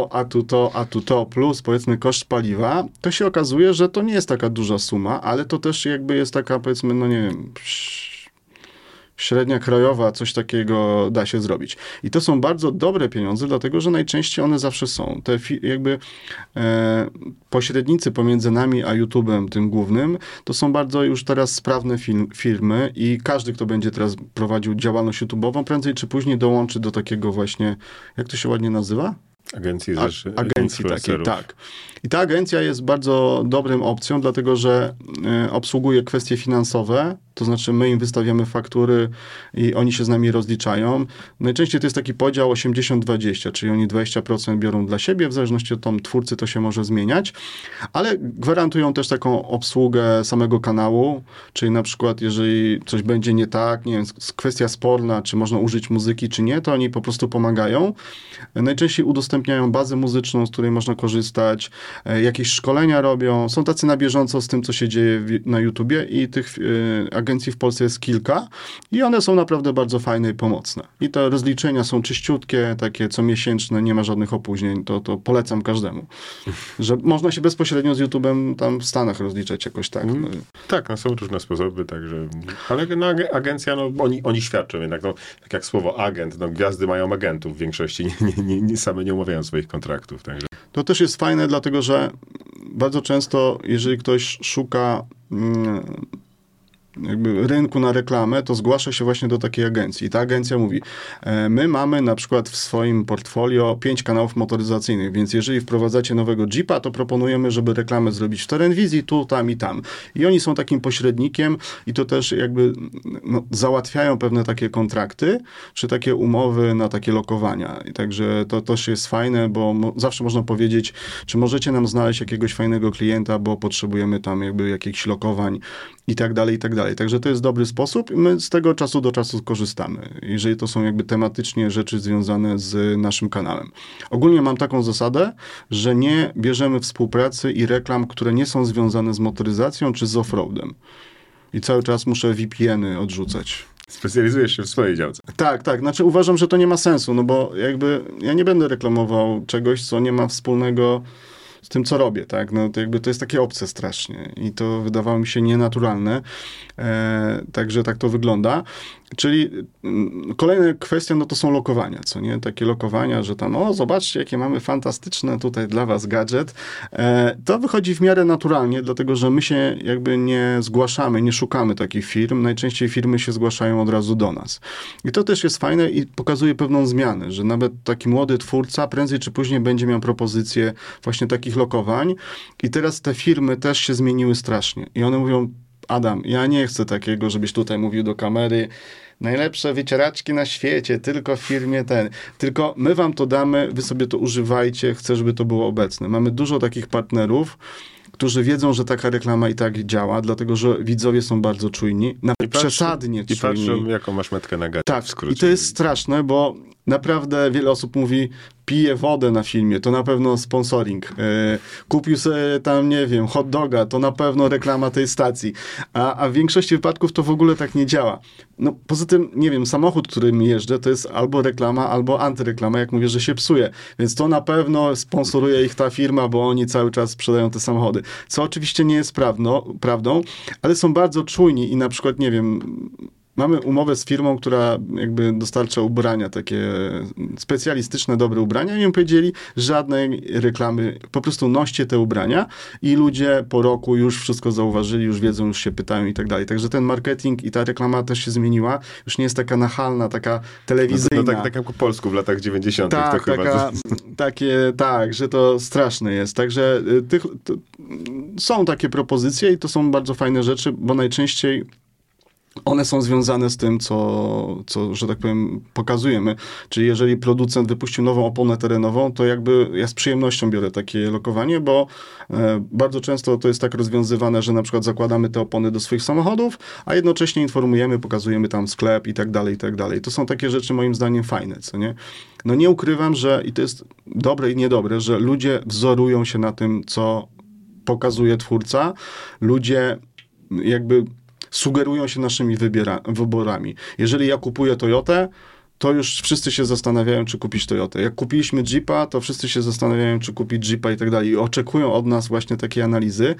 [SPEAKER 1] tu to, plus powiedzmy koszt paliwa, to się okazuje, że to nie jest taka duża suma, ale to też jakby jest taka, powiedzmy, no nie wiem, średnia krajowa, coś takiego da się zrobić. I to są bardzo dobre pieniądze, dlatego, że najczęściej one zawsze są. Te jakby pośrednicy pomiędzy nami a YouTube'em, tym głównym, to są bardzo już teraz sprawne firmy i każdy, kto będzie teraz prowadził działalność YouTube'ową, prędzej czy później dołączy do takiego właśnie, jak to się ładnie nazywa?
[SPEAKER 2] Agencji
[SPEAKER 1] takiej, tak. I ta agencja jest bardzo dobrą opcją, dlatego że obsługuje kwestie finansowe, to znaczy my im wystawiamy faktury i oni się z nami rozliczają. Najczęściej to jest taki podział 80-20, czyli oni 20% biorą dla siebie, w zależności od twórcy to się może zmieniać, ale gwarantują też taką obsługę samego kanału, czyli na przykład jeżeli coś będzie nie tak, nie wiem, kwestia sporna, czy można użyć muzyki, czy nie, to oni po prostu pomagają. Najczęściej udostępniają bazę muzyczną, z której można korzystać, jakieś szkolenia robią, są tacy na bieżąco z tym, co się dzieje na YouTubie i tych agencji w Polsce jest kilka i one są naprawdę bardzo fajne i pomocne. I te rozliczenia są czyściutkie, takie comiesięczne, nie ma żadnych opóźnień, to polecam każdemu. Że można się bezpośrednio z YouTubem tam w Stanach rozliczać jakoś tak.
[SPEAKER 2] Tak, no są różne sposoby, także... Ale no, agencja, no oni świadczą jednak, no, tak jak słowo agent, no gwiazdy mają agentów w większości, same nie umawiają swoich kontraktów, także...
[SPEAKER 1] To też jest fajne, dlatego że bardzo często, jeżeli ktoś szuka jakby rynku na reklamę, to zgłasza się właśnie do takiej agencji. I ta agencja mówi, my mamy na przykład w swoim portfolio 5 kanałów motoryzacyjnych, więc jeżeli wprowadzacie nowego Jeepa, to proponujemy, żeby reklamę zrobić w Terenwizji, tu, tam i tam. I oni są takim pośrednikiem i to też jakby załatwiają pewne takie kontrakty, czy takie umowy na takie lokowania. I także to też jest fajne, bo zawsze można powiedzieć, czy możecie nam znaleźć jakiegoś fajnego klienta, bo potrzebujemy tam jakby jakichś lokowań i tak dalej, i tak dalej. Także to jest dobry sposób i my z tego czasu do czasu korzystamy, jeżeli to są jakby tematycznie rzeczy związane z naszym kanałem. Ogólnie mam taką zasadę, że nie bierzemy współpracy i reklam, które nie są związane z motoryzacją czy z offroadem. I cały czas muszę VPN-y odrzucać.
[SPEAKER 2] Specjalizujesz się w swojej działce.
[SPEAKER 1] Tak. Znaczy uważam, że to nie ma sensu, no bo jakby ja nie będę reklamował czegoś, co nie ma wspólnego z tym, co robię, tak? No to jakby to jest takie obce strasznie i to wydawało mi się nienaturalne. Także tak to wygląda. Czyli kolejna kwestia, no to są lokowania, co nie? Takie lokowania, że tam, zobaczcie, jakie mamy fantastyczne tutaj dla was gadżet. To wychodzi w miarę naturalnie, dlatego, że my się jakby nie zgłaszamy, nie szukamy takich firm. Najczęściej firmy się zgłaszają od razu do nas. I to też jest fajne i pokazuje pewną zmianę, że nawet taki młody twórca prędzej czy później będzie miał propozycję właśnie takich lokowań. I teraz te firmy też się zmieniły strasznie. I one mówią, Adam, ja nie chcę takiego, żebyś tutaj mówił do kamery, najlepsze wycieraczki na świecie, tylko w firmie tylko my wam to damy, wy sobie to używajcie, chcę, żeby to było obecne. Mamy dużo takich partnerów, którzy wiedzą, że taka reklama i tak działa, dlatego, że widzowie są bardzo czujni, przesadnie czujni.
[SPEAKER 2] I patrzą, jaką masz metkę na gadżet.
[SPEAKER 1] Tak, i to jest straszne, bo naprawdę wiele osób mówi, pije wodę na filmie, to na pewno sponsoring. Kupił sobie tam, nie wiem, hot doga, to na pewno reklama tej stacji. A w większości wypadków to w ogóle tak nie działa. No poza tym, nie wiem, samochód, którym jeżdżę, to jest albo reklama, albo antyreklama, jak mówię, że się psuje. Więc to na pewno sponsoruje ich ta firma, bo oni cały czas sprzedają te samochody. Co oczywiście nie jest prawdą, ale są bardzo czujni i na przykład, nie wiem, mamy umowę z firmą, która jakby dostarcza ubrania, takie specjalistyczne, dobre ubrania i im powiedzieli, żadnej reklamy, po prostu noście te ubrania i ludzie po roku już wszystko zauważyli, już wiedzą, już się pytają i tak dalej. Także ten marketing i ta reklama też się zmieniła, już nie jest taka nachalna, taka telewizyjna.
[SPEAKER 2] No tak jak po polsku w latach 90.
[SPEAKER 1] Tak,
[SPEAKER 2] to chyba...
[SPEAKER 1] tak, że to straszne jest. Także są takie propozycje i to są bardzo fajne rzeczy, bo najczęściej one są związane z tym, co, że tak powiem, pokazujemy. Czyli jeżeli producent wypuścił nową oponę terenową, to jakby ja z przyjemnością biorę takie lokowanie, bo bardzo często to jest tak rozwiązywane, że na przykład zakładamy te opony do swoich samochodów, a jednocześnie informujemy, pokazujemy tam sklep i tak dalej, i tak dalej. To są takie rzeczy moim zdaniem fajne, co nie? No nie ukrywam, że i to jest dobre i niedobre, że ludzie wzorują się na tym, co pokazuje twórca. Ludzie jakby sugerują się naszymi wyborami. Jeżeli ja kupuję Toyotę, to już wszyscy się zastanawiają, czy kupić Toyotę. Jak kupiliśmy Jeepa, to wszyscy się zastanawiają, czy kupić Jeepa i tak dalej. I oczekują od nas właśnie takiej analizy.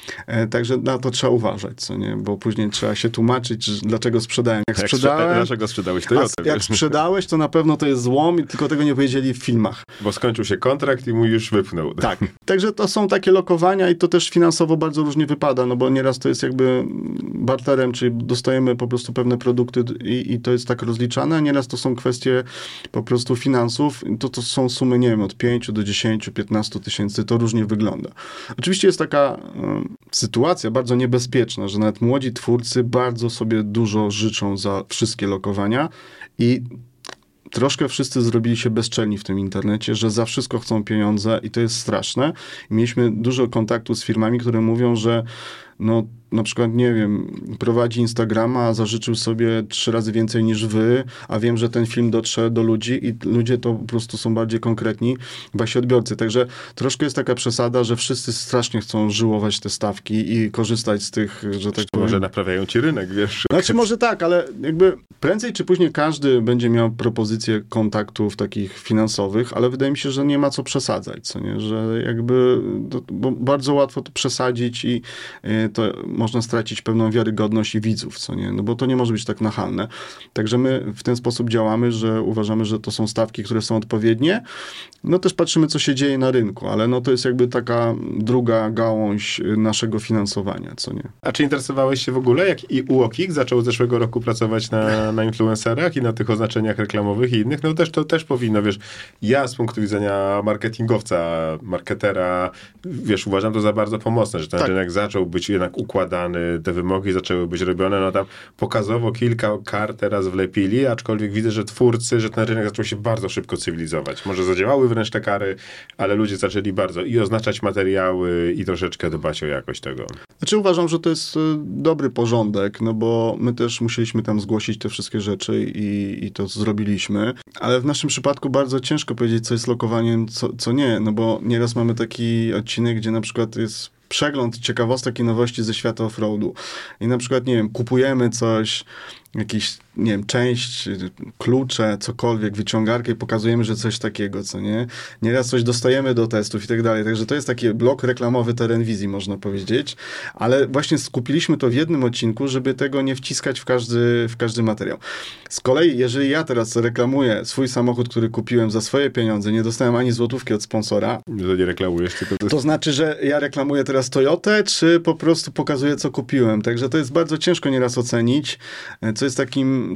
[SPEAKER 1] Także na to trzeba uważać, co nie? Bo później trzeba się tłumaczyć, dlaczego sprzedałem.
[SPEAKER 2] Dlaczego sprzedałeś Toyotę?
[SPEAKER 1] Jak sprzedałeś, to na pewno to jest złom, tylko tego nie powiedzieli w filmach.
[SPEAKER 2] Bo skończył się kontrakt i mu już wypchnął.
[SPEAKER 1] Tak. Także to są takie lokowania i to też finansowo bardzo różnie wypada, no bo nieraz to jest jakby barterem, czyli dostajemy po prostu pewne produkty i to jest tak rozliczane, a nieraz to są kwestie po prostu finansów, to są sumy, nie wiem, od 5 do 10, 15 tysięcy, to różnie wygląda. Oczywiście jest taka sytuacja bardzo niebezpieczna, że nawet młodzi twórcy bardzo sobie dużo życzą za wszystkie lokowania i troszkę wszyscy zrobili się bezczelni w tym internecie, że za wszystko chcą pieniądze i to jest straszne. I mieliśmy dużo kontaktu z firmami, które mówią, że no na przykład, nie wiem, prowadzi Instagrama, a zażyczył sobie 3 razy więcej niż wy, a wiem, że ten film dotrze do ludzi i ludzie to po prostu są bardziej konkretni, wasi odbiorcy. Także troszkę jest taka przesada, że wszyscy strasznie chcą żyłować te stawki i korzystać z tych, że tak powiem.
[SPEAKER 2] Może naprawiają ci rynek, wiesz.
[SPEAKER 1] Znaczy może tak, ale jakby prędzej czy później każdy będzie miał propozycje kontaktów takich finansowych, ale wydaje mi się, że nie ma co przesadzać, co nie? Że jakby bo bardzo łatwo to przesadzić i to można stracić pewną wiarygodność i widzów, co nie? No bo to nie może być tak nachalne. Także my w ten sposób działamy, że uważamy, że to są stawki, które są odpowiednie. No też patrzymy, co się dzieje na rynku, ale no to jest jakby taka druga gałąź naszego finansowania, co nie?
[SPEAKER 2] A czy interesowałeś się w ogóle, jak i UOKiK zaczął z zeszłego roku pracować na influencerach i na tych oznaczeniach reklamowych i innych? No to też powinno, wiesz, ja z punktu widzenia marketingowca, marketera, wiesz, uważam to za bardzo pomocne, że ten rynek zaczął być jednak układany, te wymogi zaczęły być robione, no tam pokazowo kilka kart teraz wlepili, aczkolwiek widzę, że twórcy, że ten rynek zaczął się bardzo szybko cywilizować. Może zadziałały wręcz te kary, ale ludzie zaczęli bardzo i oznaczać materiały i troszeczkę dbać o jakość tego.
[SPEAKER 1] Znaczy uważam, że to jest dobry porządek, no bo my też musieliśmy tam zgłosić te wszystkie rzeczy i to zrobiliśmy, ale w naszym przypadku bardzo ciężko powiedzieć, co jest lokowaniem, co nie, no bo nieraz mamy taki odcinek, gdzie na przykład jest przegląd ciekawostek i nowości ze świata offroadu. I na przykład, nie wiem, kupujemy coś, jakiś, nie wiem, część, klucze, cokolwiek, wyciągarkę i pokazujemy, że coś takiego, co nie? Nieraz coś dostajemy do testów i tak dalej. Także to jest taki blok reklamowy Terenwizji, można powiedzieć. Ale właśnie skupiliśmy to w jednym odcinku, żeby tego nie wciskać w każdy materiał. Z kolei, jeżeli ja teraz reklamuję swój samochód, który kupiłem za swoje pieniądze, nie dostałem ani złotówki od sponsora.
[SPEAKER 2] To nie reklamujesz, tylko
[SPEAKER 1] to znaczy, że ja reklamuję teraz Toyotę, czy po prostu pokazuję, co kupiłem. Także to jest bardzo ciężko nieraz ocenić, co jest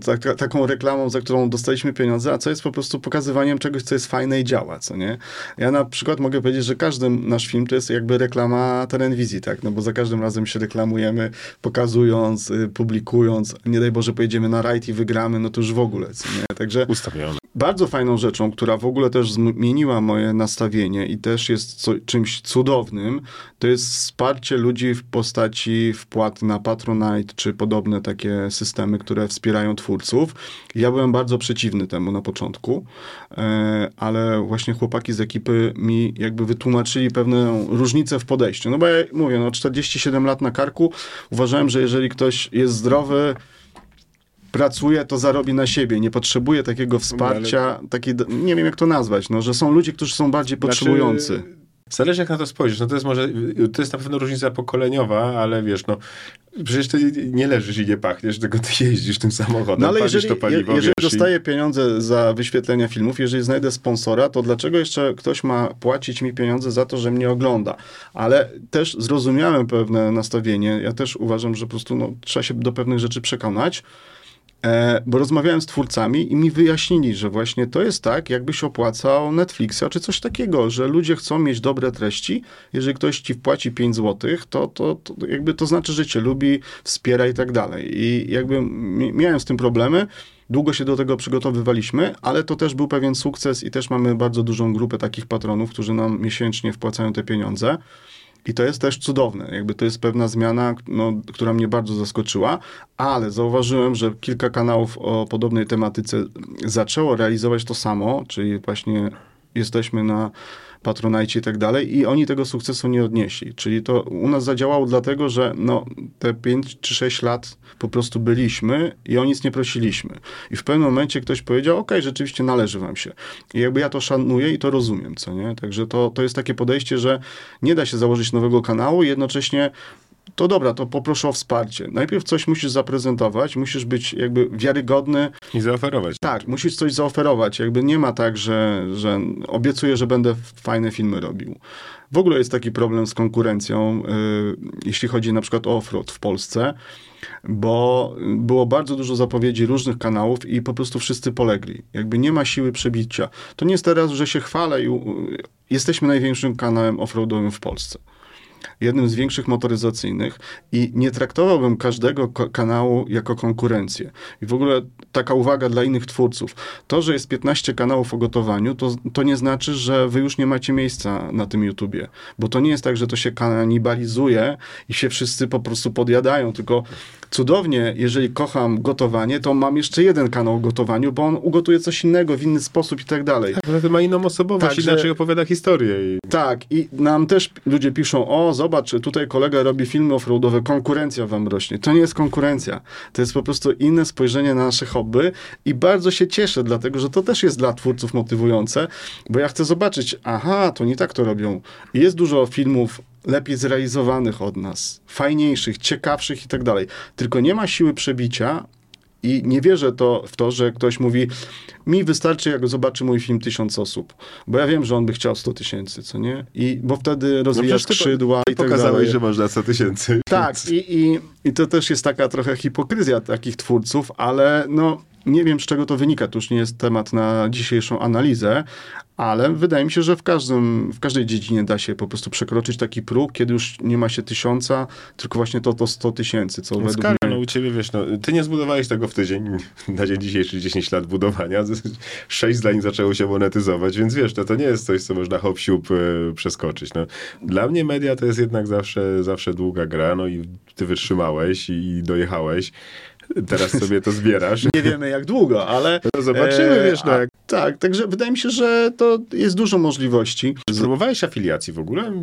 [SPEAKER 1] taką reklamą, za którą dostaliśmy pieniądze, a co jest po prostu pokazywaniem czegoś, co jest fajne i działa, co nie? Ja na przykład mogę powiedzieć, że każdy nasz film to jest jakby reklama Terenwizji, tak? No bo za każdym razem się reklamujemy, pokazując, publikując, nie daj Boże pojedziemy na rajd i wygramy, no to już w ogóle, co nie? Także
[SPEAKER 2] ustawione.
[SPEAKER 1] Bardzo fajną rzeczą, która w ogóle też zmieniła moje nastawienie i też jest czymś cudownym, to jest wsparcie ludzi w postaci wpłat na Patronite, czy podobne takie systemy, które wspierają twórców. Ja byłem bardzo przeciwny temu na początku, ale właśnie chłopaki z ekipy mi jakby wytłumaczyli pewną różnicę w podejściu. No bo ja mówię, 47 lat na karku, uważałem, że jeżeli ktoś jest zdrowy, pracuje, to zarobi na siebie. Nie potrzebuje takiego wsparcia, nie wiem jak to nazwać, że są ludzie, którzy są bardziej potrzebujący.
[SPEAKER 2] Zależy jak na to spojrzysz. No to jest na pewno różnica pokoleniowa, ale wiesz, przecież ty nie leżysz i nie pachniesz, tylko ty jeździsz tym samochodem,
[SPEAKER 1] ale
[SPEAKER 2] palisz to paliwo.
[SPEAKER 1] Jeżeli dostaję pieniądze za wyświetlenia filmów, jeżeli znajdę sponsora, to dlaczego jeszcze ktoś ma płacić mi pieniądze za to, że mnie ogląda? Ale też zrozumiałem pewne nastawienie. Ja też uważam, że po prostu trzeba się do pewnych rzeczy przekonać. Bo rozmawiałem z twórcami i mi wyjaśnili, że właśnie to jest tak, jakbyś opłacał Netflixa czy coś takiego, że ludzie chcą mieć dobre treści. Jeżeli ktoś ci wpłaci 5 zł, to jakby to znaczy, że cię lubi, wspiera i tak dalej. I jakby miałem z tym problemy. Długo się do tego przygotowywaliśmy, ale to też był pewien sukces i też mamy bardzo dużą grupę takich patronów, którzy nam miesięcznie wpłacają te pieniądze. I to jest też cudowne. Jakby to jest pewna zmiana, która mnie bardzo zaskoczyła, ale zauważyłem, że kilka kanałów o podobnej tematyce zaczęło realizować to samo, czyli właśnie jesteśmy na Patronite i tak dalej i oni tego sukcesu nie odnieśli. Czyli to u nas zadziałało dlatego, że te 5 czy 6 lat po prostu byliśmy i o nic nie prosiliśmy. I w pewnym momencie ktoś powiedział, okej, rzeczywiście należy wam się. I jakby ja to szanuję i to rozumiem, co nie? Także to jest takie podejście, że nie da się założyć nowego kanału i jednocześnie to dobra, to poproszę o wsparcie. Najpierw coś musisz zaprezentować, musisz być jakby wiarygodny.
[SPEAKER 2] I zaoferować.
[SPEAKER 1] Tak, musisz coś zaoferować. Jakby nie ma tak, że obiecuję, że będę fajne filmy robił. W ogóle jest taki problem z konkurencją, jeśli chodzi na przykład o offroad w Polsce, bo było bardzo dużo zapowiedzi różnych kanałów i po prostu wszyscy polegli. Jakby nie ma siły przebicia. To nie jest teraz, że się chwalę i jesteśmy największym kanałem offroadowym w Polsce. Jednym z większych motoryzacyjnych i nie traktowałbym każdego kanału jako konkurencję. I w ogóle taka uwaga dla innych twórców. To, że jest 15 kanałów o gotowaniu, to nie znaczy, że wy już nie macie miejsca na tym YouTubie. Bo to nie jest tak, że to się kanibalizuje i się wszyscy po prostu podjadają, tylko cudownie, jeżeli kocham gotowanie, to mam jeszcze jeden kanał o gotowaniu, bo on ugotuje coś innego w inny sposób i tak dalej.
[SPEAKER 2] Tak, to ma inną osobowość,
[SPEAKER 1] Także,
[SPEAKER 2] inaczej opowiada historię.
[SPEAKER 1] Tak, i nam też ludzie piszą, o zobacz, tutaj kolega robi filmy offroadowe, konkurencja wam rośnie. To nie jest konkurencja. To jest po prostu inne spojrzenie na nasze hobby i bardzo się cieszę, dlatego, że to też jest dla twórców motywujące, bo ja chcę zobaczyć, aha, to nie tak to robią. I jest dużo filmów lepiej zrealizowanych od nas, fajniejszych, ciekawszych i tak dalej. Tylko nie ma siły przebicia i nie wierzę w to, że ktoś mówi, mi wystarczy, jak zobaczy mój film 1000 osób. Bo ja wiem, że on by chciał 100 000, co nie? Bo wtedy rozwija skrzydła i tak dalej.
[SPEAKER 2] Pokazałeś, że można 100 000.
[SPEAKER 1] Tak, i to też jest taka trochę hipokryzja takich twórców, ale nie wiem, z czego to wynika. To już nie jest temat na dzisiejszą analizę, ale wydaje mi się, że w każdej dziedzinie da się po prostu przekroczyć taki próg, kiedy już nie ma się 1000, tylko właśnie to 100 000, co według mnie...
[SPEAKER 2] u ciebie, wiesz, ty nie zbudowałeś tego w tydzień, na dzień dzisiejszy 10 lat budowania, 6 zanim zaczęło się monetyzować, więc wiesz, to nie jest coś, co można hop-siup przeskoczyć. Dla mnie media to jest jednak zawsze długa gra, i ty wytrzymałeś i dojechałeś. Teraz sobie to zbierasz.
[SPEAKER 1] Nie wiemy jak długo, ale...
[SPEAKER 2] Zobaczymy, wiesz, jak...
[SPEAKER 1] Tak, także wydaje mi się, że to jest dużo możliwości.
[SPEAKER 2] Spróbowałeś afiliacji w ogóle?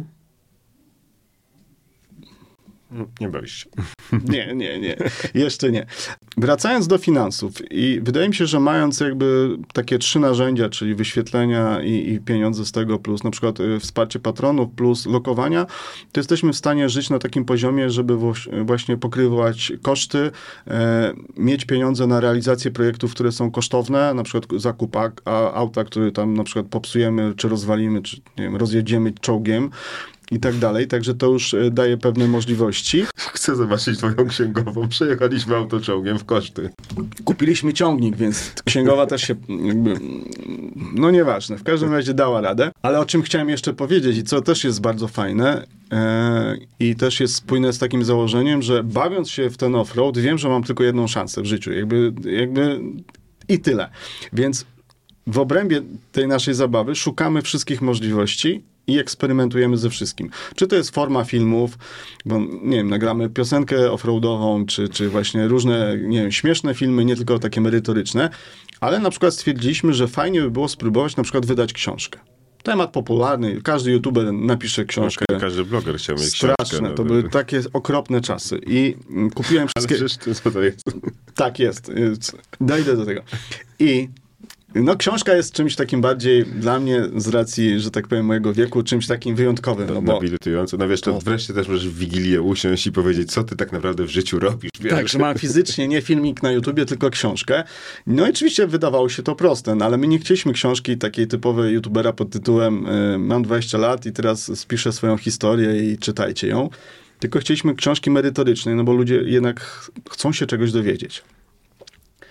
[SPEAKER 2] Nie bawisz się.
[SPEAKER 1] Nie. Jeszcze nie. Wracając do finansów i wydaje mi się, że mając jakby takie 3 narzędzia, czyli wyświetlenia i pieniądze z tego, plus na przykład wsparcie patronów, plus lokowania, to jesteśmy w stanie żyć na takim poziomie, żeby właśnie pokrywać koszty, mieć pieniądze na realizację projektów, które są kosztowne, na przykład zakup auta, który tam na przykład popsujemy, czy rozwalimy, czy nie wiem, rozjedziemy czołgiem, i tak dalej, także to już daje pewne możliwości.
[SPEAKER 2] Chcę zobaczyć twoją księgową. Przejechaliśmy autoczołgiem w koszty.
[SPEAKER 1] Kupiliśmy ciągnik, więc księgowa też się jakby, nieważne, w każdym razie dała radę. Ale o czym chciałem jeszcze powiedzieć i co też jest bardzo fajne i też jest spójne z takim założeniem, że bawiąc się w ten offroad, wiem, że mam tylko jedną szansę w życiu. Jakby i tyle. Więc w obrębie tej naszej zabawy szukamy wszystkich możliwości i eksperymentujemy ze wszystkim. Czy to jest forma filmów, bo nie wiem, nagramy piosenkę offroadową, czy właśnie różne, nie wiem, śmieszne filmy, nie tylko takie merytoryczne, ale na przykład stwierdziliśmy, że fajnie by było spróbować na przykład wydać książkę. Temat popularny, każdy youtuber napisze książkę.
[SPEAKER 2] Każdy bloger chciał mieć książkę.
[SPEAKER 1] Straszne, to były takie okropne czasy. I kupiłem wszystkie...
[SPEAKER 2] Ale przecież co to jest?
[SPEAKER 1] Tak jest. Dojdę do tego. I książka jest czymś takim bardziej dla mnie, z racji, że tak powiem, mojego wieku, czymś takim wyjątkowym.
[SPEAKER 2] Nobilitujące. Wiesz, to wreszcie też możesz w Wigilię usiąść i powiedzieć, co ty tak naprawdę w życiu robisz. Wiesz?
[SPEAKER 1] Tak, że mam fizycznie nie filmik na YouTubie, tylko książkę. I oczywiście wydawało się to proste, ale my nie chcieliśmy książki takiej typowej youtubera pod tytułem mam 20 lat i teraz spiszę swoją historię i czytajcie ją. Tylko chcieliśmy książki merytorycznej, bo ludzie jednak chcą się czegoś dowiedzieć.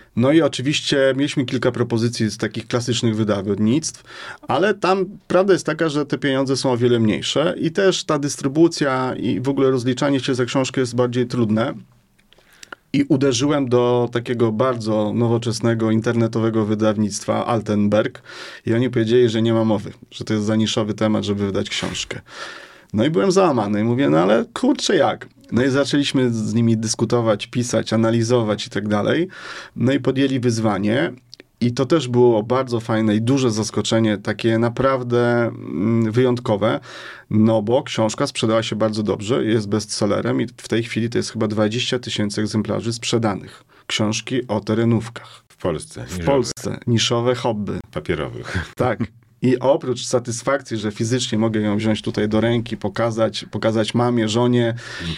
[SPEAKER 1] No i oczywiście mieliśmy kilka propozycji z takich klasycznych wydawnictw, ale tam prawda jest taka, że te pieniądze są o wiele mniejsze i też ta dystrybucja i w ogóle rozliczanie się za książkę jest bardziej trudne. I uderzyłem do takiego bardzo nowoczesnego, internetowego wydawnictwa Altenberg i oni powiedzieli, że nie ma mowy, że to jest za niszowy temat, żeby wydać książkę. No i byłem załamany i mówię, no ale kurczę jak? No i zaczęliśmy z nimi dyskutować, pisać, analizować i tak dalej. No i podjęli wyzwanie. I to też było bardzo fajne i duże zaskoczenie, takie naprawdę wyjątkowe, no bo książka sprzedała się bardzo dobrze, jest bestsellerem i w tej chwili to jest chyba 20 000 egzemplarzy sprzedanych. Książki o terenówkach.
[SPEAKER 2] W Polsce.
[SPEAKER 1] W Polsce. Niszowe hobby.
[SPEAKER 2] Papierowych.
[SPEAKER 1] Tak. I oprócz satysfakcji, że fizycznie mogę ją wziąć tutaj do ręki, pokazać mamie, żonie,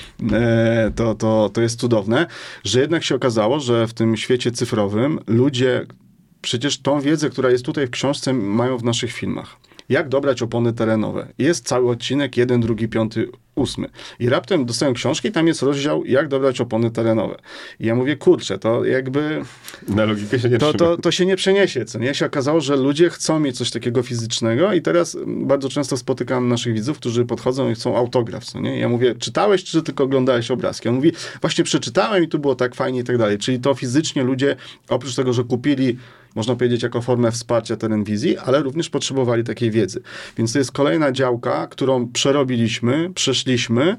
[SPEAKER 1] to jest cudowne, że jednak się okazało, że w tym świecie cyfrowym ludzie przecież tą wiedzę, która jest tutaj w książce, mają w naszych filmach. Jak dobrać opony terenowe. Jest cały odcinek, 1, 2, 5, 8. I raptem dostałem książkę i tam jest rozdział, jak dobrać opony terenowe. I ja mówię, kurczę, to jakby...
[SPEAKER 2] Na logikę się nie trzyma.
[SPEAKER 1] To się nie przeniesie, co nie? Się okazało, że ludzie chcą mieć coś takiego fizycznego i teraz bardzo często spotykam naszych widzów, którzy podchodzą i chcą autograf, co nie? I ja mówię, czytałeś, czy tylko oglądałeś obrazki? On mówi, właśnie przeczytałem i tu było tak fajnie i tak dalej. Czyli to fizycznie ludzie, oprócz tego, że kupili, można powiedzieć, jako formę wsparcia terenwizji, ale również potrzebowali takiej wiedzy. Więc to jest kolejna działka, którą przerobiliśmy, przeszliśmy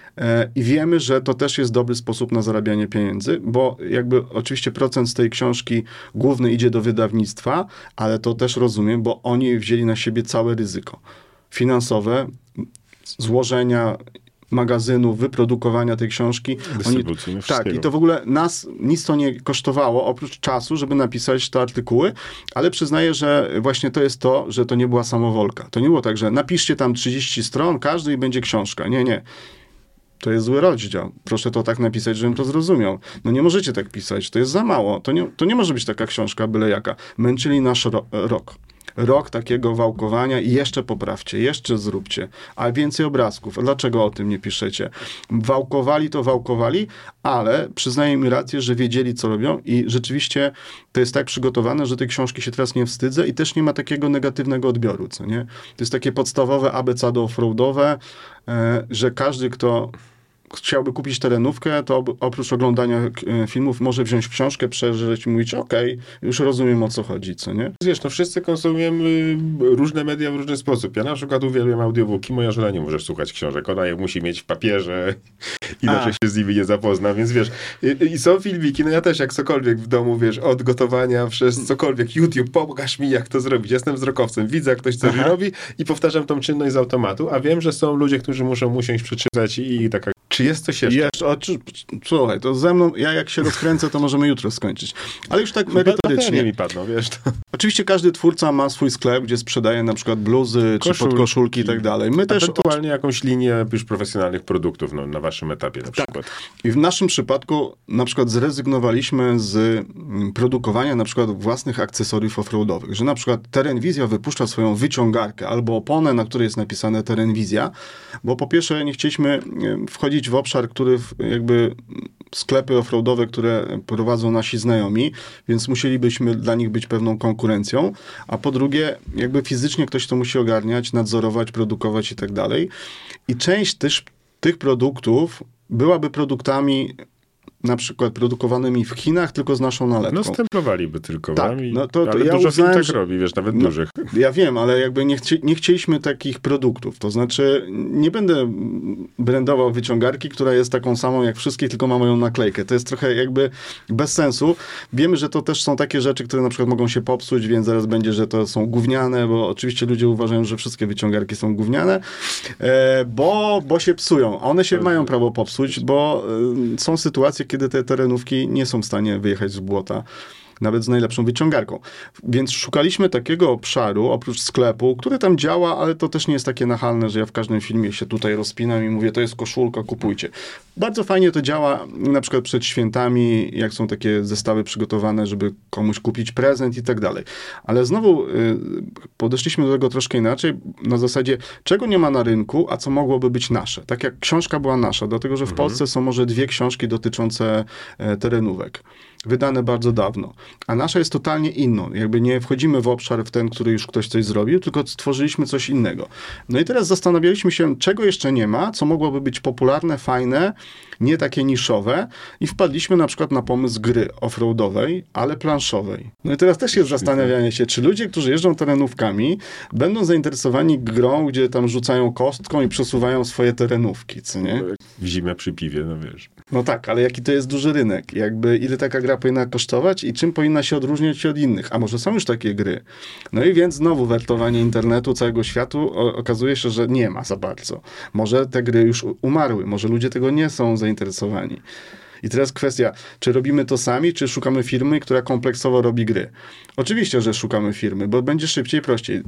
[SPEAKER 1] i wiemy, że to też jest dobry sposób na zarabianie pieniędzy, bo jakby oczywiście procent z tej książki główny idzie do wydawnictwa, ale to też rozumiem, bo oni wzięli na siebie całe ryzyko finansowe, złożenia magazynu, wyprodukowania tej książki.
[SPEAKER 2] Dystrybucji,
[SPEAKER 1] tak, i to w ogóle nas nic to nie kosztowało, oprócz czasu, żeby napisać te artykuły, ale przyznaję, że właśnie to jest to, że to nie była samowolka. To nie było tak, że napiszcie tam 30 stron, każdy i będzie książka. Nie. To jest zły rozdział. Proszę to tak napisać, żebym to zrozumiał. No nie możecie tak pisać, to jest za mało. To nie może być taka książka byle jaka. Męczyli nasz rok. Rok takiego wałkowania i jeszcze poprawcie, jeszcze zróbcie, a więcej obrazków. Dlaczego o tym nie piszecie? Wałkowali, ale przyznaję mi rację, że wiedzieli, co robią i rzeczywiście to jest tak przygotowane, że tej książki się teraz nie wstydzę i też nie ma takiego negatywnego odbioru, co nie? To jest takie podstawowe abecado offroadowe, że każdy, kto chciałby kupić terenówkę, to oprócz oglądania filmów może wziąć książkę, przeżyć i mówić, okej, już rozumiem, o co chodzi, co nie?
[SPEAKER 2] Wiesz, no wszyscy konsumujemy różne media w różny sposób. Ja na przykład uwielbiam audiobooki, moja żona nie może słuchać książek, ona je musi mieć w papierze, inaczej się z nimi nie zapozna, więc wiesz, i są filmiki, no ja też jak cokolwiek w domu, wiesz, od gotowania przez cokolwiek, YouTube, pokaż mi, jak to zrobić. Jestem wzrokowcem, widzę, jak ktoś coś robi i powtarzam tą czynność z automatu, a wiem, że są ludzie, którzy muszą usiąść, przeczytać i taka... Czy jest coś jeszcze?
[SPEAKER 1] Słuchaj, to ze mną, ja jak się rozkręcę, to możemy jutro skończyć. Ale już tak merytorycznie.
[SPEAKER 2] mi padną, wiesz. To...
[SPEAKER 1] Oczywiście każdy twórca ma swój sklep, gdzie sprzedaje na przykład bluzy, czy podkoszulki i tak dalej. My też
[SPEAKER 2] ewentualnie jakąś linię już profesjonalnych produktów na waszym etapie na przykład.
[SPEAKER 1] Tak. I w naszym przypadku na przykład zrezygnowaliśmy z produkowania na przykład własnych akcesoriów offroadowych, że na przykład Terenwizja wypuszcza swoją wyciągarkę albo oponę, na której jest napisane Terenwizja, bo po pierwsze nie chcieliśmy wchodzić w obszar, który jakby sklepy offroadowe, które prowadzą nasi znajomi, więc musielibyśmy dla nich być pewną konkurencją, a po drugie jakby fizycznie ktoś to musi ogarniać, nadzorować, produkować i tak dalej. I część też tych produktów byłaby produktami na przykład produkowanymi w Chinach, tylko z naszą nalepką.
[SPEAKER 2] No stemplowaliby tylko
[SPEAKER 1] tak,
[SPEAKER 2] wam.
[SPEAKER 1] Ale
[SPEAKER 2] ja dużo firm tak robi, wiesz, nawet dużych.
[SPEAKER 1] Ja wiem, ale jakby nie chcieliśmy takich produktów. To znaczy nie będę brandował wyciągarki, która jest taką samą jak wszystkie, tylko ma moją naklejkę. To jest trochę jakby bez sensu. Wiemy, że to też są takie rzeczy, które na przykład mogą się popsuć, więc zaraz będzie, że to są gówniane, bo oczywiście ludzie uważają, że wszystkie wyciągarki są gówniane, bo się psują. A one się mają prawo popsuć, bo są sytuacje, kiedy te terenówki nie są w stanie wyjechać z błota, nawet z najlepszą wyciągarką. Więc szukaliśmy takiego obszaru, oprócz sklepu, który tam działa, ale to też nie jest takie nachalne, że ja w każdym filmie się tutaj rozpinam i mówię, to jest koszulka, kupujcie. Bardzo fajnie to działa, na przykład przed świętami, jak są takie zestawy przygotowane, żeby komuś kupić prezent i tak dalej. Ale znowu podeszliśmy do tego troszkę inaczej, na zasadzie, czego nie ma na rynku, a co mogłoby być nasze. Tak jak książka była nasza, dlatego, że w Polsce są może 2 książki dotyczące terenówek. wydane bardzo dawno. A nasza jest totalnie inną. Jakby nie wchodzimy w obszar w ten, który już ktoś coś zrobił, tylko stworzyliśmy coś innego. No i teraz zastanawialiśmy się, czego jeszcze nie ma, co mogłoby być popularne, fajne, nie takie niszowe i wpadliśmy na przykład na pomysł gry offroadowej, ale planszowej. No i teraz też jest zastanawianie się, czy ludzie, którzy jeżdżą terenówkami, będą zainteresowani grą, gdzie tam rzucają kostką i przesuwają swoje terenówki, co nie?
[SPEAKER 2] W zimę przy piwie, no wiesz.
[SPEAKER 1] No tak, ale jaki to jest duży rynek? Jakby ile taka gra powinna kosztować i czym powinna się odróżniać od innych? A może są już takie gry? No i więc znowu wertowanie internetu, całego światu okazuje się, że nie ma za bardzo. Może te gry już umarły, może ludzie tego nie są zainteresowani. I teraz kwestia, czy robimy to sami, czy szukamy firmy, która kompleksowo robi gry. Oczywiście, że szukamy firmy, bo będzie szybciej, prościej.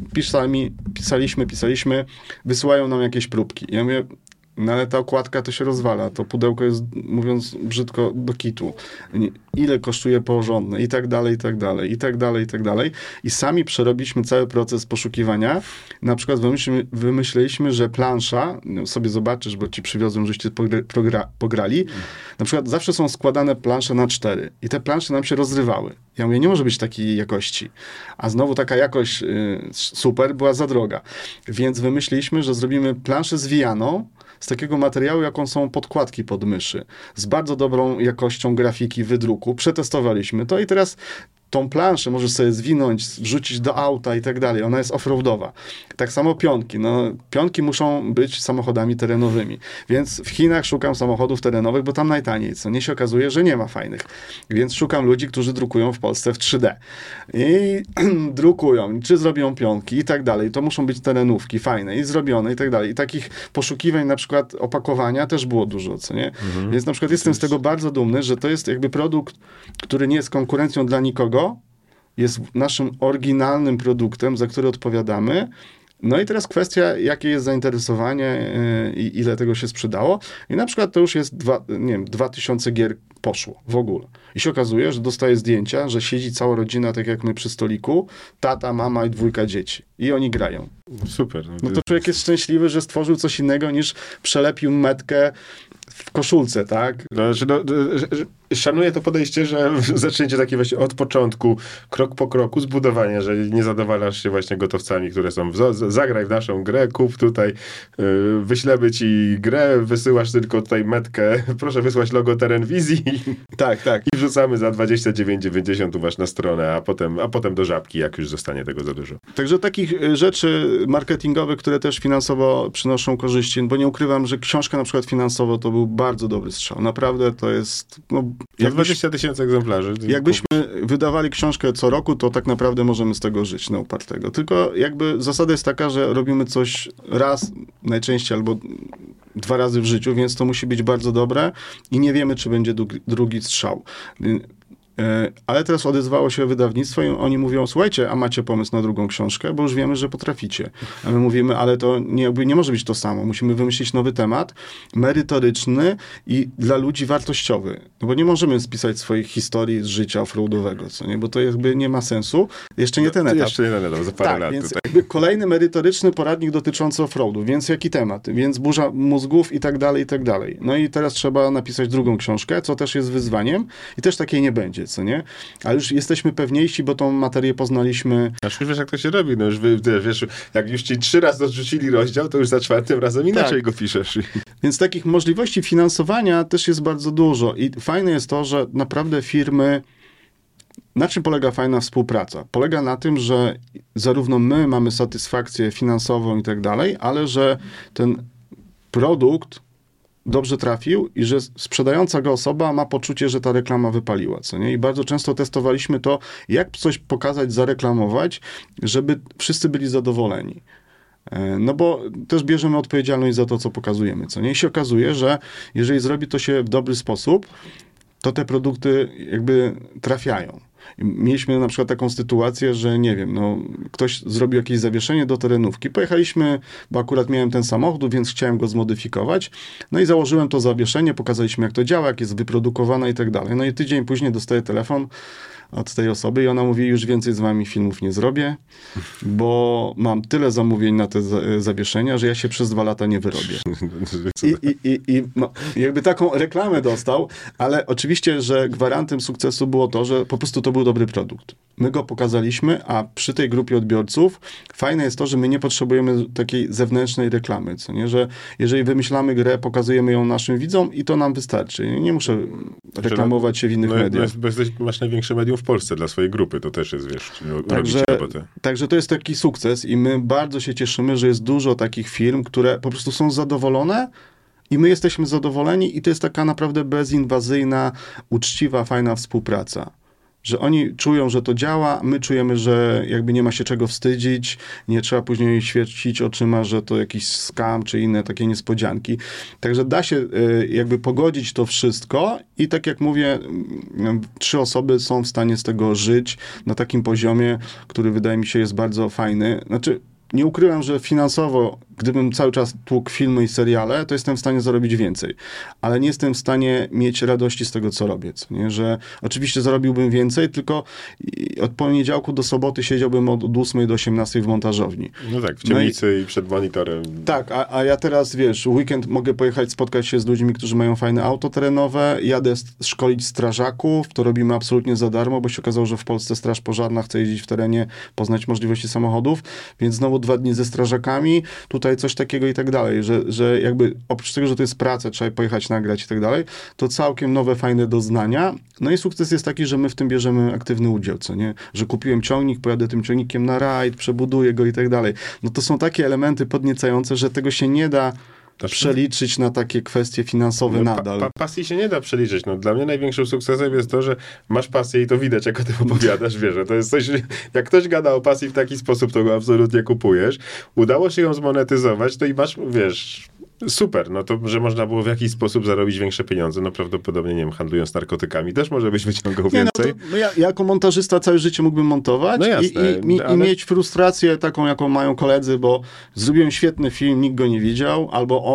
[SPEAKER 1] Pisaliśmy, wysyłają nam jakieś próbki. Ja mówię, no ale ta okładka to się rozwala, to pudełko jest, mówiąc brzydko, do kitu. Ile kosztuje porządne i tak dalej, i tak dalej, i tak dalej, i tak dalej. I sami przerobiliśmy cały proces poszukiwania. Na przykład wymyśleliśmy, że plansza, sobie zobaczysz, bo ci przywiozłem, żeście pograli, na przykład zawsze są składane plansze na 4 i te plansze nam się rozrywały. Ja mówię, nie może być takiej jakości. A znowu taka jakość super była za droga. Więc wymyśliliśmy, że zrobimy planszę zwijaną, z takiego materiału, jaką są podkładki pod myszy. Z bardzo dobrą jakością grafiki, wydruku. Przetestowaliśmy to i teraz tą planszę możesz sobie zwinąć, wrzucić do auta i tak dalej. Ona jest offroadowa. Tak samo pionki. No, pionki muszą być samochodami terenowymi. Więc w Chinach szukam samochodów terenowych, bo tam najtaniej. Co nie się okazuje, że nie ma fajnych. Więc szukam ludzi, którzy drukują w Polsce w 3D. I drukują, czy zrobią pionki i tak dalej. To muszą być terenówki fajne i zrobione i tak dalej. I takich poszukiwań, na przykład opakowania też było dużo, co nie? Więc na przykład jestem z tego bardzo dumny, że to jest jakby produkt, który nie jest konkurencją dla nikogo, jest naszym oryginalnym produktem, za który odpowiadamy. No i teraz kwestia, jakie jest zainteresowanie i ile tego się sprzedało. I na przykład to już jest 2000 gier poszło w ogóle. I się okazuje, że dostaje zdjęcia, że siedzi cała rodzina, tak jak my przy stoliku, tata, mama i 2 dzieci. I oni grają.
[SPEAKER 2] Super.
[SPEAKER 1] No to człowiek jest szczęśliwy, że stworzył coś innego niż przelepił metkę w koszulce, tak?
[SPEAKER 2] Szanuję to podejście, że zaczniecie takie właśnie od początku, krok po kroku zbudowania, że nie zadowalasz się właśnie gotowcami, które są zagraj w naszą grę, kup tutaj, wyślemy ci grę, wysyłasz tylko tutaj metkę, proszę wysłać logo Terenwizji.
[SPEAKER 1] Tak.
[SPEAKER 2] I wrzucamy za 29,90 u was na stronę, a potem do Żabki, jak już zostanie tego za dużo.
[SPEAKER 1] Także takich rzeczy marketingowych, które też finansowo przynoszą korzyści, bo nie ukrywam, że książka na przykład finansowo to był bardzo dobry strzał. Naprawdę to jest... No,
[SPEAKER 2] 20 000 egzemplarzy.
[SPEAKER 1] Jakbyśmy wydawali książkę co roku, to tak naprawdę możemy z tego żyć na upartego. Tylko jakby zasada jest taka, że robimy coś raz, najczęściej albo 2 razy w życiu, więc to musi być bardzo dobre i nie wiemy, czy będzie drugi strzał. Ale teraz odezwało się wydawnictwo i oni mówią, słuchajcie, a macie pomysł na drugą książkę, bo już wiemy, że potraficie. A my mówimy, ale to nie może być to samo. Musimy wymyślić nowy temat, merytoryczny i dla ludzi wartościowy. No bo nie możemy spisać swoich historii z życia offroadowego, co nie? Bo to jakby nie ma sensu. Jeszcze nie ten etap.
[SPEAKER 2] Jeszcze nie ten etap, za parę lat
[SPEAKER 1] więc
[SPEAKER 2] tutaj.
[SPEAKER 1] jakby kolejny merytoryczny poradnik dotyczący offroadu. Więc jaki temat? Więc burza mózgów i tak dalej, i tak dalej. No i teraz trzeba napisać drugą książkę, co też jest wyzwaniem i też takiej nie będzie, co nie? Ale już jesteśmy pewniejsi, bo tą materię poznaliśmy.
[SPEAKER 2] Aż już wiesz, jak to się robi. No już wiesz, jak już ci 3 razy odrzucili rozdział, to już za 4 razem inaczej go piszesz.
[SPEAKER 1] Więc takich możliwości finansowania też jest bardzo dużo. I fajne jest to, że naprawdę firmy... Na czym polega fajna współpraca? Polega na tym, że zarówno my mamy satysfakcję finansową i tak dalej, ale że ten produkt dobrze trafił i że sprzedająca go osoba ma poczucie, że ta reklama wypaliła, co nie? I bardzo często testowaliśmy to, jak coś pokazać, zareklamować, żeby wszyscy byli zadowoleni. No bo też bierzemy odpowiedzialność za to, co pokazujemy, co nie? I się okazuje, że jeżeli zrobi to się w dobry sposób, to te produkty jakby trafiają. Mieliśmy na przykład taką sytuację, że nie wiem, no ktoś zrobił jakieś zawieszenie do terenówki. Pojechaliśmy, bo akurat miałem ten samochód, więc chciałem go zmodyfikować. No i założyłem to zawieszenie, pokazaliśmy jak to działa, jak jest wyprodukowane i tak dalej. No i tydzień później dostaję telefon od tej osoby i ona mówi, już więcej z wami filmów nie zrobię, bo mam tyle zamówień na te zawieszenia, że ja się przez 2 lata nie wyrobię. I jakby taką reklamę dostał, ale oczywiście, że gwarantem sukcesu było to, że po prostu to był dobry produkt. My go pokazaliśmy, a przy tej grupie odbiorców fajne jest to, że my nie potrzebujemy takiej zewnętrznej reklamy, co nie? Że jeżeli wymyślamy grę, pokazujemy ją naszym widzom i to nam wystarczy. Nie muszę reklamować się w innych mediach.
[SPEAKER 2] Bo masz największe medium w Polsce dla swojej grupy, to też jest, wiesz,
[SPEAKER 1] Także to jest taki sukces i my bardzo się cieszymy, że jest dużo takich firm, które po prostu są zadowolone i my jesteśmy zadowoleni i to jest taka naprawdę bezinwazyjna, uczciwa, fajna współpraca. Że oni czują, że to działa, my czujemy, że jakby nie ma się czego wstydzić, nie trzeba później świecić oczyma, że to jakiś scam, czy inne takie niespodzianki. Także da się jakby pogodzić to wszystko i tak jak mówię, 3 osoby są w stanie z tego żyć na takim poziomie, który wydaje mi się jest bardzo fajny. Znaczy, nie ukrywam, że finansowo, gdybym cały czas tłukł filmy i seriale, to jestem w stanie zarobić więcej. Ale nie jestem w stanie mieć radości z tego, co robię. Co nie? Że oczywiście zarobiłbym więcej, tylko od poniedziałku do soboty siedziałbym od 8 do 18 w montażowni.
[SPEAKER 2] No tak, w ciemnicy i przed monitorem.
[SPEAKER 1] Tak, a ja teraz, wiesz, weekend mogę pojechać, spotkać się z ludźmi, którzy mają fajne auto terenowe, jadę szkolić strażaków, to robimy absolutnie za darmo, bo się okazało, że w Polsce Straż Pożarna chce jeździć w terenie, poznać możliwości samochodów, więc znowu 2 dni ze strażakami, tutaj coś takiego i tak dalej, że jakby oprócz tego, że to jest praca, trzeba pojechać nagrać i tak dalej, to całkiem nowe, fajne doznania. No i sukces jest taki, że my w tym bierzemy aktywny udział, co nie? Że kupiłem ciągnik, pojadę tym ciągnikiem na rajd, przebuduję go i tak dalej. No to są takie elementy podniecające, że tego się nie da przeliczyć na takie kwestie finansowe nadal.
[SPEAKER 2] Pasji się nie da przeliczyć. No, dla mnie największym sukcesem jest to, że masz pasję i to widać, jak o tym opowiadasz, wiesz, że to jest coś, jak ktoś gada o pasji w taki sposób, to go absolutnie kupujesz. Udało się ją zmonetyzować, to i masz, wiesz, super, no to, że można było w jakiś sposób zarobić większe pieniądze, no prawdopodobnie, nie wiem, handlując narkotykami, też może byś wyciągał więcej.
[SPEAKER 1] Ja jako montażysta całe życie mógłbym montować
[SPEAKER 2] no jasne,
[SPEAKER 1] i mieć frustrację taką, jaką mają koledzy, bo zrobiłem świetny film, nikt go nie widział, albo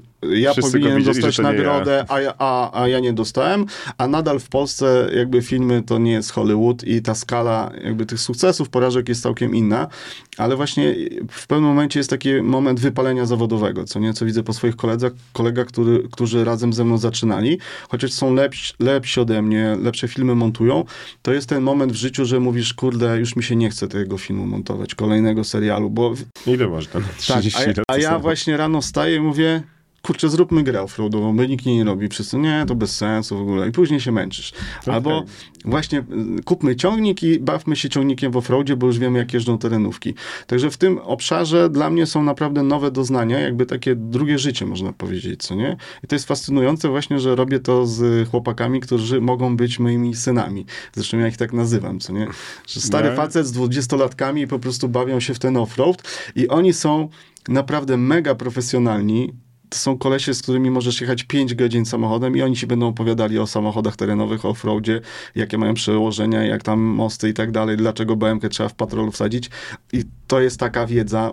[SPEAKER 1] ja
[SPEAKER 2] wszyscy
[SPEAKER 1] powinienem
[SPEAKER 2] widzieli,
[SPEAKER 1] dostać nagrodę, a ja nie dostałem, a nadal w Polsce jakby filmy to nie jest Hollywood i ta skala jakby tych sukcesów, porażek jest całkiem inna, ale właśnie w pewnym momencie jest taki moment wypalenia zawodowego, co widzę po swoich kolegach, którzy razem ze mną zaczynali, chociaż są lepsi ode mnie, lepsze filmy montują, to jest ten moment w życiu, że mówisz, kurde, już mi się nie chce tego filmu montować, kolejnego serialu, bo...
[SPEAKER 2] Ile można? 30 lat.
[SPEAKER 1] A ja właśnie rano wstaję i mówię, kurczę, zróbmy grę offroadową, bo nikt nie robi. Wszyscy, nie, to bez sensu w ogóle. I później się męczysz. Okay. Albo właśnie kupmy ciągnik i bawmy się ciągnikiem w offroadzie, bo już wiemy, jak jeżdżą terenówki. Także w tym obszarze dla mnie są naprawdę nowe doznania, jakby takie drugie życie, można powiedzieć, co nie? I to jest fascynujące właśnie, że robię to z chłopakami, którzy mogą być moimi synami. Zresztą ja ich tak nazywam, co nie? Że stary facet z 20-latkami po prostu bawią się w ten offroad i oni są naprawdę mega profesjonalni. To są kolesie, z którymi możesz jechać 5 godzin samochodem i oni ci będą opowiadali o samochodach terenowych, o offroadzie, jakie mają przełożenia, jak tam mosty i tak dalej, dlaczego BM-kę trzeba w patrolu wsadzić. I to jest taka wiedza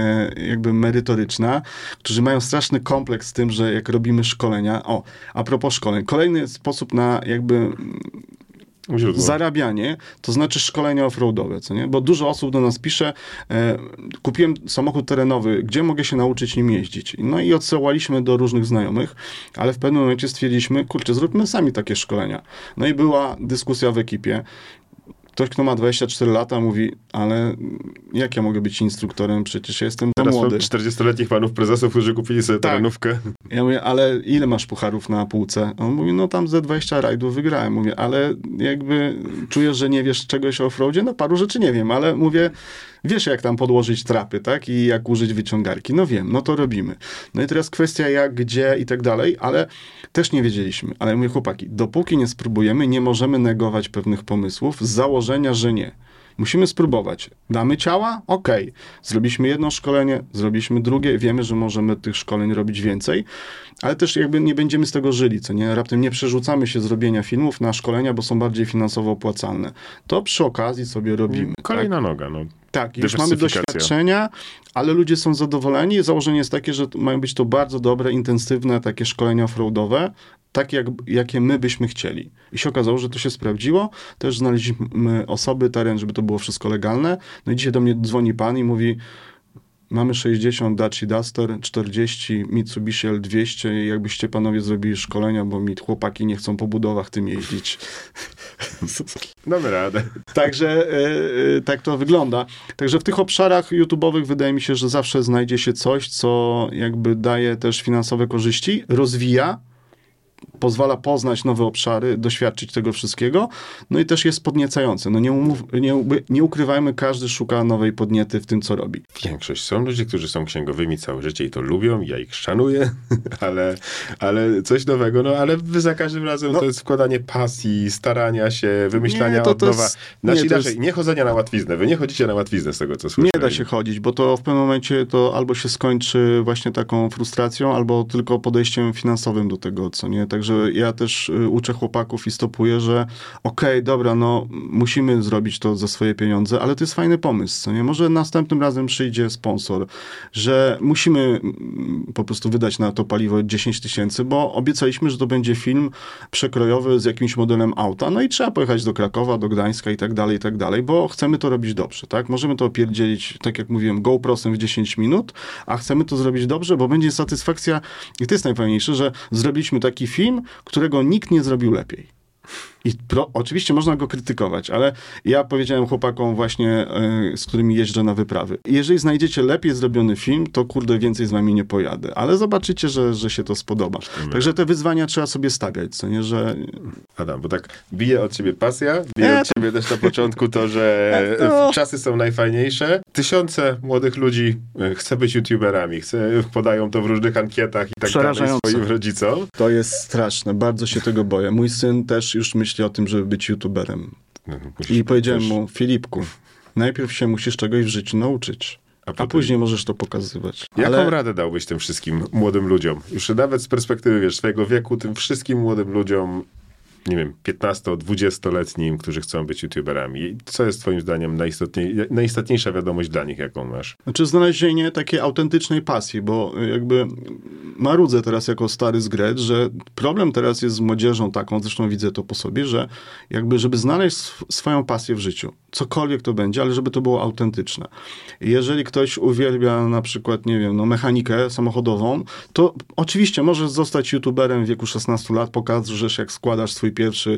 [SPEAKER 1] jakby merytoryczna, którzy mają straszny kompleks z tym, że jak robimy szkolenia... a propos szkoleń. Kolejny sposób na jakby... zarabianie, to znaczy szkolenia offroadowe, co nie? Bo dużo osób do nas pisze, kupiłem samochód terenowy, gdzie mogę się nauczyć nim jeździć? No i odsyłaliśmy do różnych znajomych, ale w pewnym momencie stwierdziliśmy, kurczę, zróbmy sami takie szkolenia. No i była dyskusja w ekipie. Ktoś, kto ma 24 lata, mówi, ale jak ja mogę być instruktorem? Przecież ja jestem za młody.
[SPEAKER 2] 40-letnich panów prezesów, którzy kupili sobie terenówkę.
[SPEAKER 1] Ja mówię, ale ile masz pucharów na półce? On mówi, no tam ze 20 rajdów wygrałem. Mówię, ale jakby czujesz, że nie wiesz czegoś o offroadzie? No paru rzeczy nie wiem, ale mówię, wiesz jak tam podłożyć trapy, tak? I jak użyć wyciągarki. No wiem, no to robimy. No i teraz kwestia jak, gdzie i tak dalej, ale też nie wiedzieliśmy. Ale mówię, chłopaki, dopóki nie spróbujemy, nie możemy negować pewnych pomysłów z założenia, że nie. Musimy spróbować. Damy ciała? Okej. Zrobiliśmy jedno szkolenie, zrobiliśmy drugie, wiemy, że możemy tych szkoleń robić więcej, ale też jakby nie będziemy z tego żyli, co nie? Raptem nie przerzucamy się z robienia filmów na szkolenia, bo są bardziej finansowo opłacalne. To przy okazji sobie robimy.
[SPEAKER 2] Kolejna noga, no.
[SPEAKER 1] Tak, już mamy doświadczenia, ale ludzie są zadowoleni. Założenie jest takie, że mają być to bardzo dobre, intensywne takie szkolenia offroadowe, takie, jakie my byśmy chcieli. I się okazało, że to się sprawdziło. Też znaleźliśmy osoby, teren, żeby to było wszystko legalne. No i dzisiaj do mnie dzwoni pan i mówi, mamy 60 Dacia Duster, 40 Mitsubishi L200 i jakbyście panowie zrobili szkolenia, bo mi chłopaki nie chcą po budowach tym jeździć.
[SPEAKER 2] Damy radę.
[SPEAKER 1] Także tak to wygląda. Także w tych obszarach YouTube'owych wydaje mi się, że zawsze znajdzie się coś, co jakby daje też finansowe korzyści, rozwija, pozwala poznać nowe obszary, doświadczyć tego wszystkiego, no i też jest podniecające. No nie ukrywajmy, każdy szuka nowej podniety w tym, co robi.
[SPEAKER 2] Większość. Są ludzie, którzy są księgowymi całe życie i to lubią, ja ich szanuję, ale coś nowego, no ale wy za każdym razem to jest wkładanie pasji, starania się, wymyślania od nowa. Nie chodzenia na łatwiznę. Wy nie chodzicie na łatwiznę z tego, co słyszę.
[SPEAKER 1] Nie da się chodzić, bo to w pewnym momencie to albo się skończy właśnie taką frustracją, albo tylko podejściem finansowym do tego, co nie. Także ja też uczę chłopaków i stopuję, że okej, dobra, no musimy zrobić to za swoje pieniądze, ale to jest fajny pomysł, co nie? Może następnym razem przyjdzie sponsor, że musimy po prostu wydać na to paliwo 10 000, bo obiecaliśmy, że to będzie film przekrojowy z jakimś modelem auta, no i trzeba pojechać do Krakowa, do Gdańska i tak dalej, bo chcemy to robić dobrze, tak? Możemy to opierdzielić, tak jak mówiłem, GoProsem w 10 minut, a chcemy to zrobić dobrze, bo będzie satysfakcja i to jest najfajniejsze, że zrobiliśmy taki film, którego nikt nie zrobił lepiej. I oczywiście można go krytykować, ale ja powiedziałem chłopakom właśnie, z którymi jeżdżę na wyprawy. Jeżeli znajdziecie lepiej zrobiony film, to kurde, więcej z wami nie pojadę. Ale zobaczycie, że się to spodoba. Także te wyzwania trzeba sobie stawiać, co nie, że...
[SPEAKER 2] Adam, bo tak bije od ciebie pasja, bije od ciebie też na początku to, że czasy są najfajniejsze. Tysiące młodych ludzi chce być youtuberami, podają to w różnych ankietach i tak dalej swoim rodzicom.
[SPEAKER 1] To jest straszne, bardzo się tego boję. Mój syn też już myśli o tym, żeby być youtuberem. I powiedziałem mu, Filipku, najpierw się musisz czegoś w życiu nauczyć, a później możesz to pokazywać.
[SPEAKER 2] Jaką radę dałbyś tym wszystkim młodym ludziom? Już nawet z perspektywy, swojego wieku, tym wszystkim młodym ludziom, nie wiem, 15-20-letnim, którzy chcą być youtuberami. Co jest twoim zdaniem najistotniejsza wiadomość dla nich, jaką masz?
[SPEAKER 1] Znaczy znalezienie takiej autentycznej pasji, bo jakby marudzę teraz jako stary zgret, że problem teraz jest z młodzieżą taką, zresztą widzę to po sobie, że jakby, żeby znaleźć swoją pasję w życiu, cokolwiek to będzie, ale żeby to było autentyczne. Jeżeli ktoś uwielbia na przykład, nie wiem, mechanikę samochodową, to oczywiście możesz zostać youtuberem w wieku 16 lat, pokażesz, jak składasz swój pierwszy,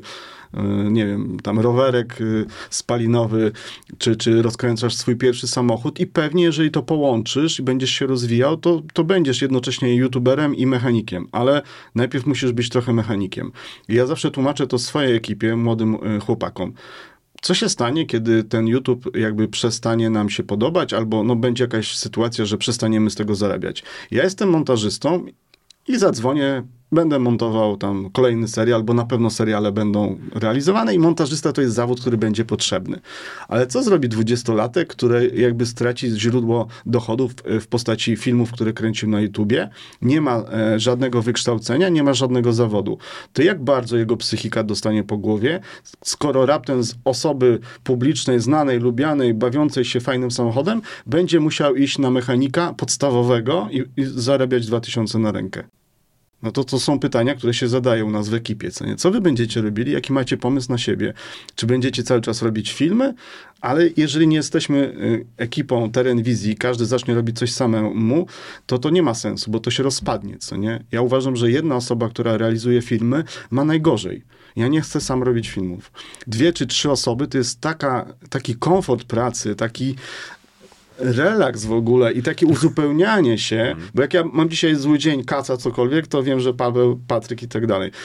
[SPEAKER 1] nie wiem, tam rowerek spalinowy, czy rozkręcasz swój pierwszy samochód i pewnie, jeżeli to połączysz i będziesz się rozwijał, to będziesz jednocześnie youtuberem i mechanikiem, ale najpierw musisz być trochę mechanikiem. I ja zawsze tłumaczę to swojej ekipie, młodym chłopakom. Co się stanie, kiedy ten YouTube jakby przestanie nam się podobać, albo będzie jakaś sytuacja, że przestaniemy z tego zarabiać? Ja jestem montażystą i zadzwonię, będę montował tam kolejny serial, bo na pewno seriale będą realizowane i montażysta to jest zawód, który będzie potrzebny. Ale co zrobi 20-latek, który jakby straci źródło dochodów w postaci filmów, które kręcił na YouTubie? Nie ma żadnego wykształcenia, nie ma żadnego zawodu. To jak bardzo jego psychika dostanie po głowie, skoro raptem z osoby publicznej, znanej, lubianej, bawiącej się fajnym samochodem, będzie musiał iść na mechanika podstawowego i zarabiać 2000 na rękę. No to są pytania, które się zadają u nas w ekipie. Co wy będziecie robili? Jaki macie pomysł na siebie? Czy będziecie cały czas robić filmy? Ale jeżeli nie jesteśmy ekipą Teren Wizji, każdy zacznie robić coś samemu, to nie ma sensu, bo to się rozpadnie, co nie? Ja uważam, że jedna osoba, która realizuje filmy, ma najgorzej. Ja nie chcę sam robić filmów. 2 czy 3 osoby to jest taki komfort pracy, taki relaks w ogóle i takie uzupełnianie się, bo jak ja mam dzisiaj zły dzień, kaca, cokolwiek, to wiem, że Paweł, Patryk i tak dalej.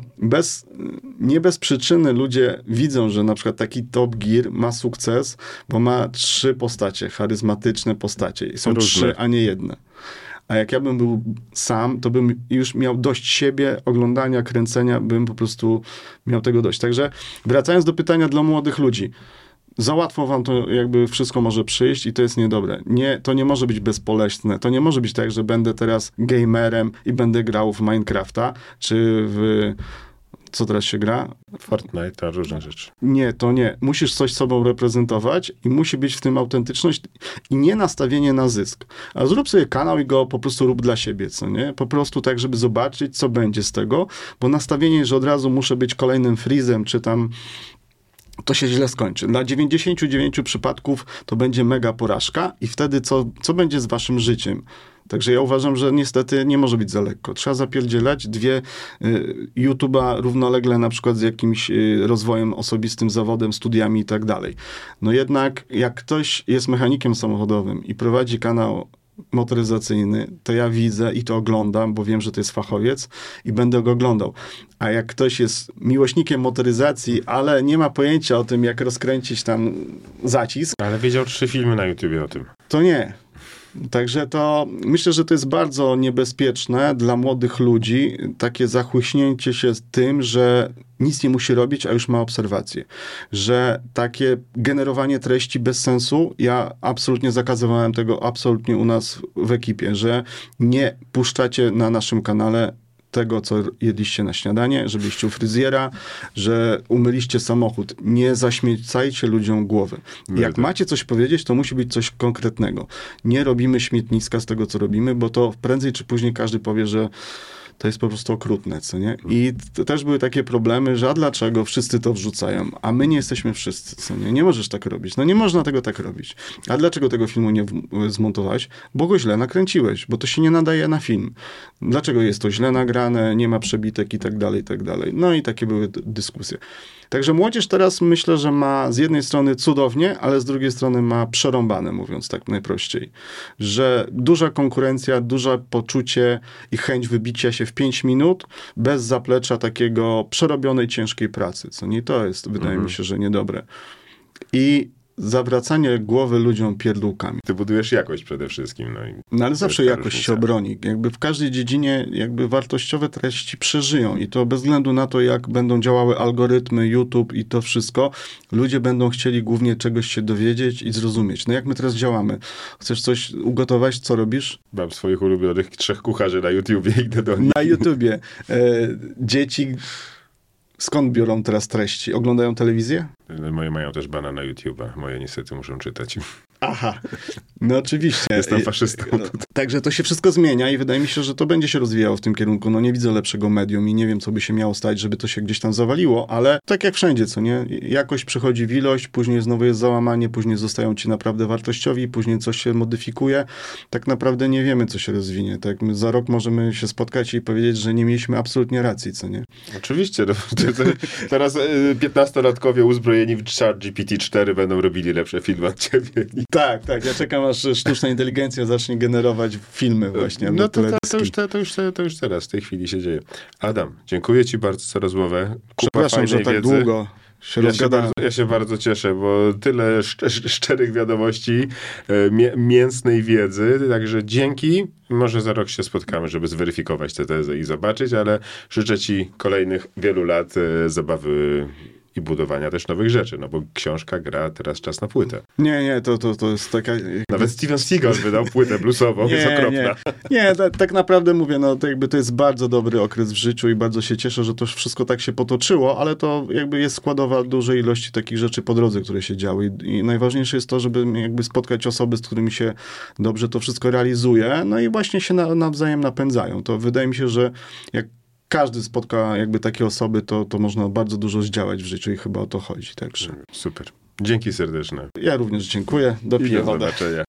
[SPEAKER 1] Nie bez przyczyny ludzie widzą, że na przykład taki Top Gear ma sukces, bo ma 3 postacie, charyzmatyczne postacie. I są różne. 3, a nie jedne. A jak ja bym był sam, to bym już miał dość siebie, oglądania, kręcenia, bym po prostu miał tego dość. Także wracając do pytania dla młodych ludzi. Za łatwo wam to jakby wszystko może przyjść i to jest niedobre. To nie może być bezboleśne. To nie może być tak, że będę teraz gamerem i będę grał w Minecrafta, czy w co teraz się gra?
[SPEAKER 2] Fortnite, a różne rzeczy.
[SPEAKER 1] Nie, to nie. Musisz coś sobą reprezentować i musi być w tym autentyczność i nie nastawienie na zysk. A zrób sobie kanał i go po prostu rób dla siebie, co nie? Po prostu tak, żeby zobaczyć, co będzie z tego, bo nastawienie, że od razu muszę być kolejnym Freezem, czy tam to się źle skończy. Dla 99 przypadków to będzie mega porażka i wtedy co będzie z waszym życiem? Także ja uważam, że niestety nie może być za lekko. Trzeba zapierdzielać YouTube'a równolegle na przykład z jakimś rozwojem osobistym, zawodem, studiami i tak dalej. No jednak jak ktoś jest mechanikiem samochodowym i prowadzi kanał motoryzacyjny, to ja widzę i to oglądam, bo wiem, że to jest fachowiec i będę go oglądał. A jak ktoś jest miłośnikiem motoryzacji, ale nie ma pojęcia o tym, jak rozkręcić tam zacisk.
[SPEAKER 2] Ale wiedział 3 filmy na YouTubie o tym.
[SPEAKER 1] To nie. Także to myślę, że to jest bardzo niebezpieczne dla młodych ludzi, takie zachłyśnięcie się tym, że nic nie musi robić, a już ma obserwacje. Że takie generowanie treści bez sensu, ja absolutnie zakazywałem tego absolutnie u nas w ekipie, że nie puszczacie na naszym kanale tego, co jedliście na śniadanie, że byliście u fryzjera, że umyliście samochód. Nie zaśmiecajcie ludziom głowy. Jak macie coś powiedzieć, to musi być coś konkretnego. Nie robimy śmietniska z tego, co robimy, bo to prędzej czy później każdy powie, że to jest po prostu okrutne, co nie? I też były takie problemy, że a dlaczego wszyscy to wrzucają, a my nie jesteśmy wszyscy, co nie? Nie możesz tak robić. No nie można tego tak robić. A dlaczego tego filmu nie zmontowałeś? Bo go źle nakręciłeś, bo to się nie nadaje na film. Dlaczego jest to źle nagrane, nie ma przebitek i tak dalej, i tak dalej. No i takie były dyskusje. Także młodzież teraz myślę, że ma z jednej strony cudownie, ale z drugiej strony ma przerąbane, mówiąc tak najprościej. Że duża konkurencja, duże poczucie i chęć wybicia się w 5 minut bez zaplecza takiego przerobionej, ciężkiej pracy. Co nie, to jest, wydaje mi się, że niedobre. I zawracanie głowy ludziom pierdółkami.
[SPEAKER 2] Ty budujesz jakość przede wszystkim.
[SPEAKER 1] No ale zawsze jakość się obroni. Jakby w każdej dziedzinie jakby wartościowe treści przeżyją i to bez względu na to, jak będą działały algorytmy, YouTube i to wszystko, ludzie będą chcieli głównie czegoś się dowiedzieć i zrozumieć. No jak my teraz działamy? Chcesz coś ugotować? Co robisz?
[SPEAKER 2] Mam swoich ulubionych 3 kucharzy na YouTubie, idę do nich.
[SPEAKER 1] Na YouTubie. Dzieci skąd biorą teraz treści? Oglądają telewizję?
[SPEAKER 2] Moje mają też bana na YouTube'a. Moje niestety muszą czytać.
[SPEAKER 1] Aha, no oczywiście.
[SPEAKER 2] Jestem faszystą.
[SPEAKER 1] Także to się wszystko zmienia i wydaje mi się, że to będzie się rozwijało w tym kierunku. No nie widzę lepszego medium i nie wiem, co by się miało stać, żeby to się gdzieś tam zawaliło, ale tak jak wszędzie, co nie? Jakoś przychodzi w ilość, później znowu jest załamanie, później zostają ci naprawdę wartościowi, później coś się modyfikuje. Tak naprawdę nie wiemy, co się rozwinie. Tak, my za rok możemy się spotkać i powiedzieć, że nie mieliśmy absolutnie racji, co nie?
[SPEAKER 2] Oczywiście. No, teraz 15-latkowie uzbrojeni w ChatGPT-4 będą robili lepsze filmy od ciebie.
[SPEAKER 1] Tak. Ja czekam, aż sztuczna inteligencja zacznie generować filmy właśnie.
[SPEAKER 2] No to już teraz, w tej chwili się dzieje. Adam, dziękuję ci bardzo za rozmowę.
[SPEAKER 1] Przepraszam, że tak
[SPEAKER 2] wiedzy.
[SPEAKER 1] Długo się rozgadałem.
[SPEAKER 2] Ja się bardzo cieszę, bo tyle szczerych wiadomości, mięsnej wiedzy, także dzięki. Może za rok się spotkamy, żeby zweryfikować tę tezę i zobaczyć, ale życzę ci kolejnych wielu lat zabawy i budowania też nowych rzeczy, no bo książka, gra, teraz czas na płytę.
[SPEAKER 1] Nie, to jest taka...
[SPEAKER 2] Nawet Steven Seagal wydał płytę bluesową, jest okropna.
[SPEAKER 1] Nie, tak naprawdę mówię, no to jakby to jest bardzo dobry okres w życiu i bardzo się cieszę, że to wszystko tak się potoczyło, ale to jakby jest składowa dużej ilości takich rzeczy po drodze, które się działy i najważniejsze jest to, żeby jakby spotkać osoby, z którymi się dobrze to wszystko realizuje, no i właśnie się nawzajem napędzają. To wydaje mi się, że jak każdy spotka jakby takie osoby, to można bardzo dużo zdziałać w życiu i chyba o to chodzi. Także.
[SPEAKER 2] Super. Dzięki serdeczne.
[SPEAKER 1] Ja również dziękuję. Dopiję wodę.
[SPEAKER 2] Do zobaczenia.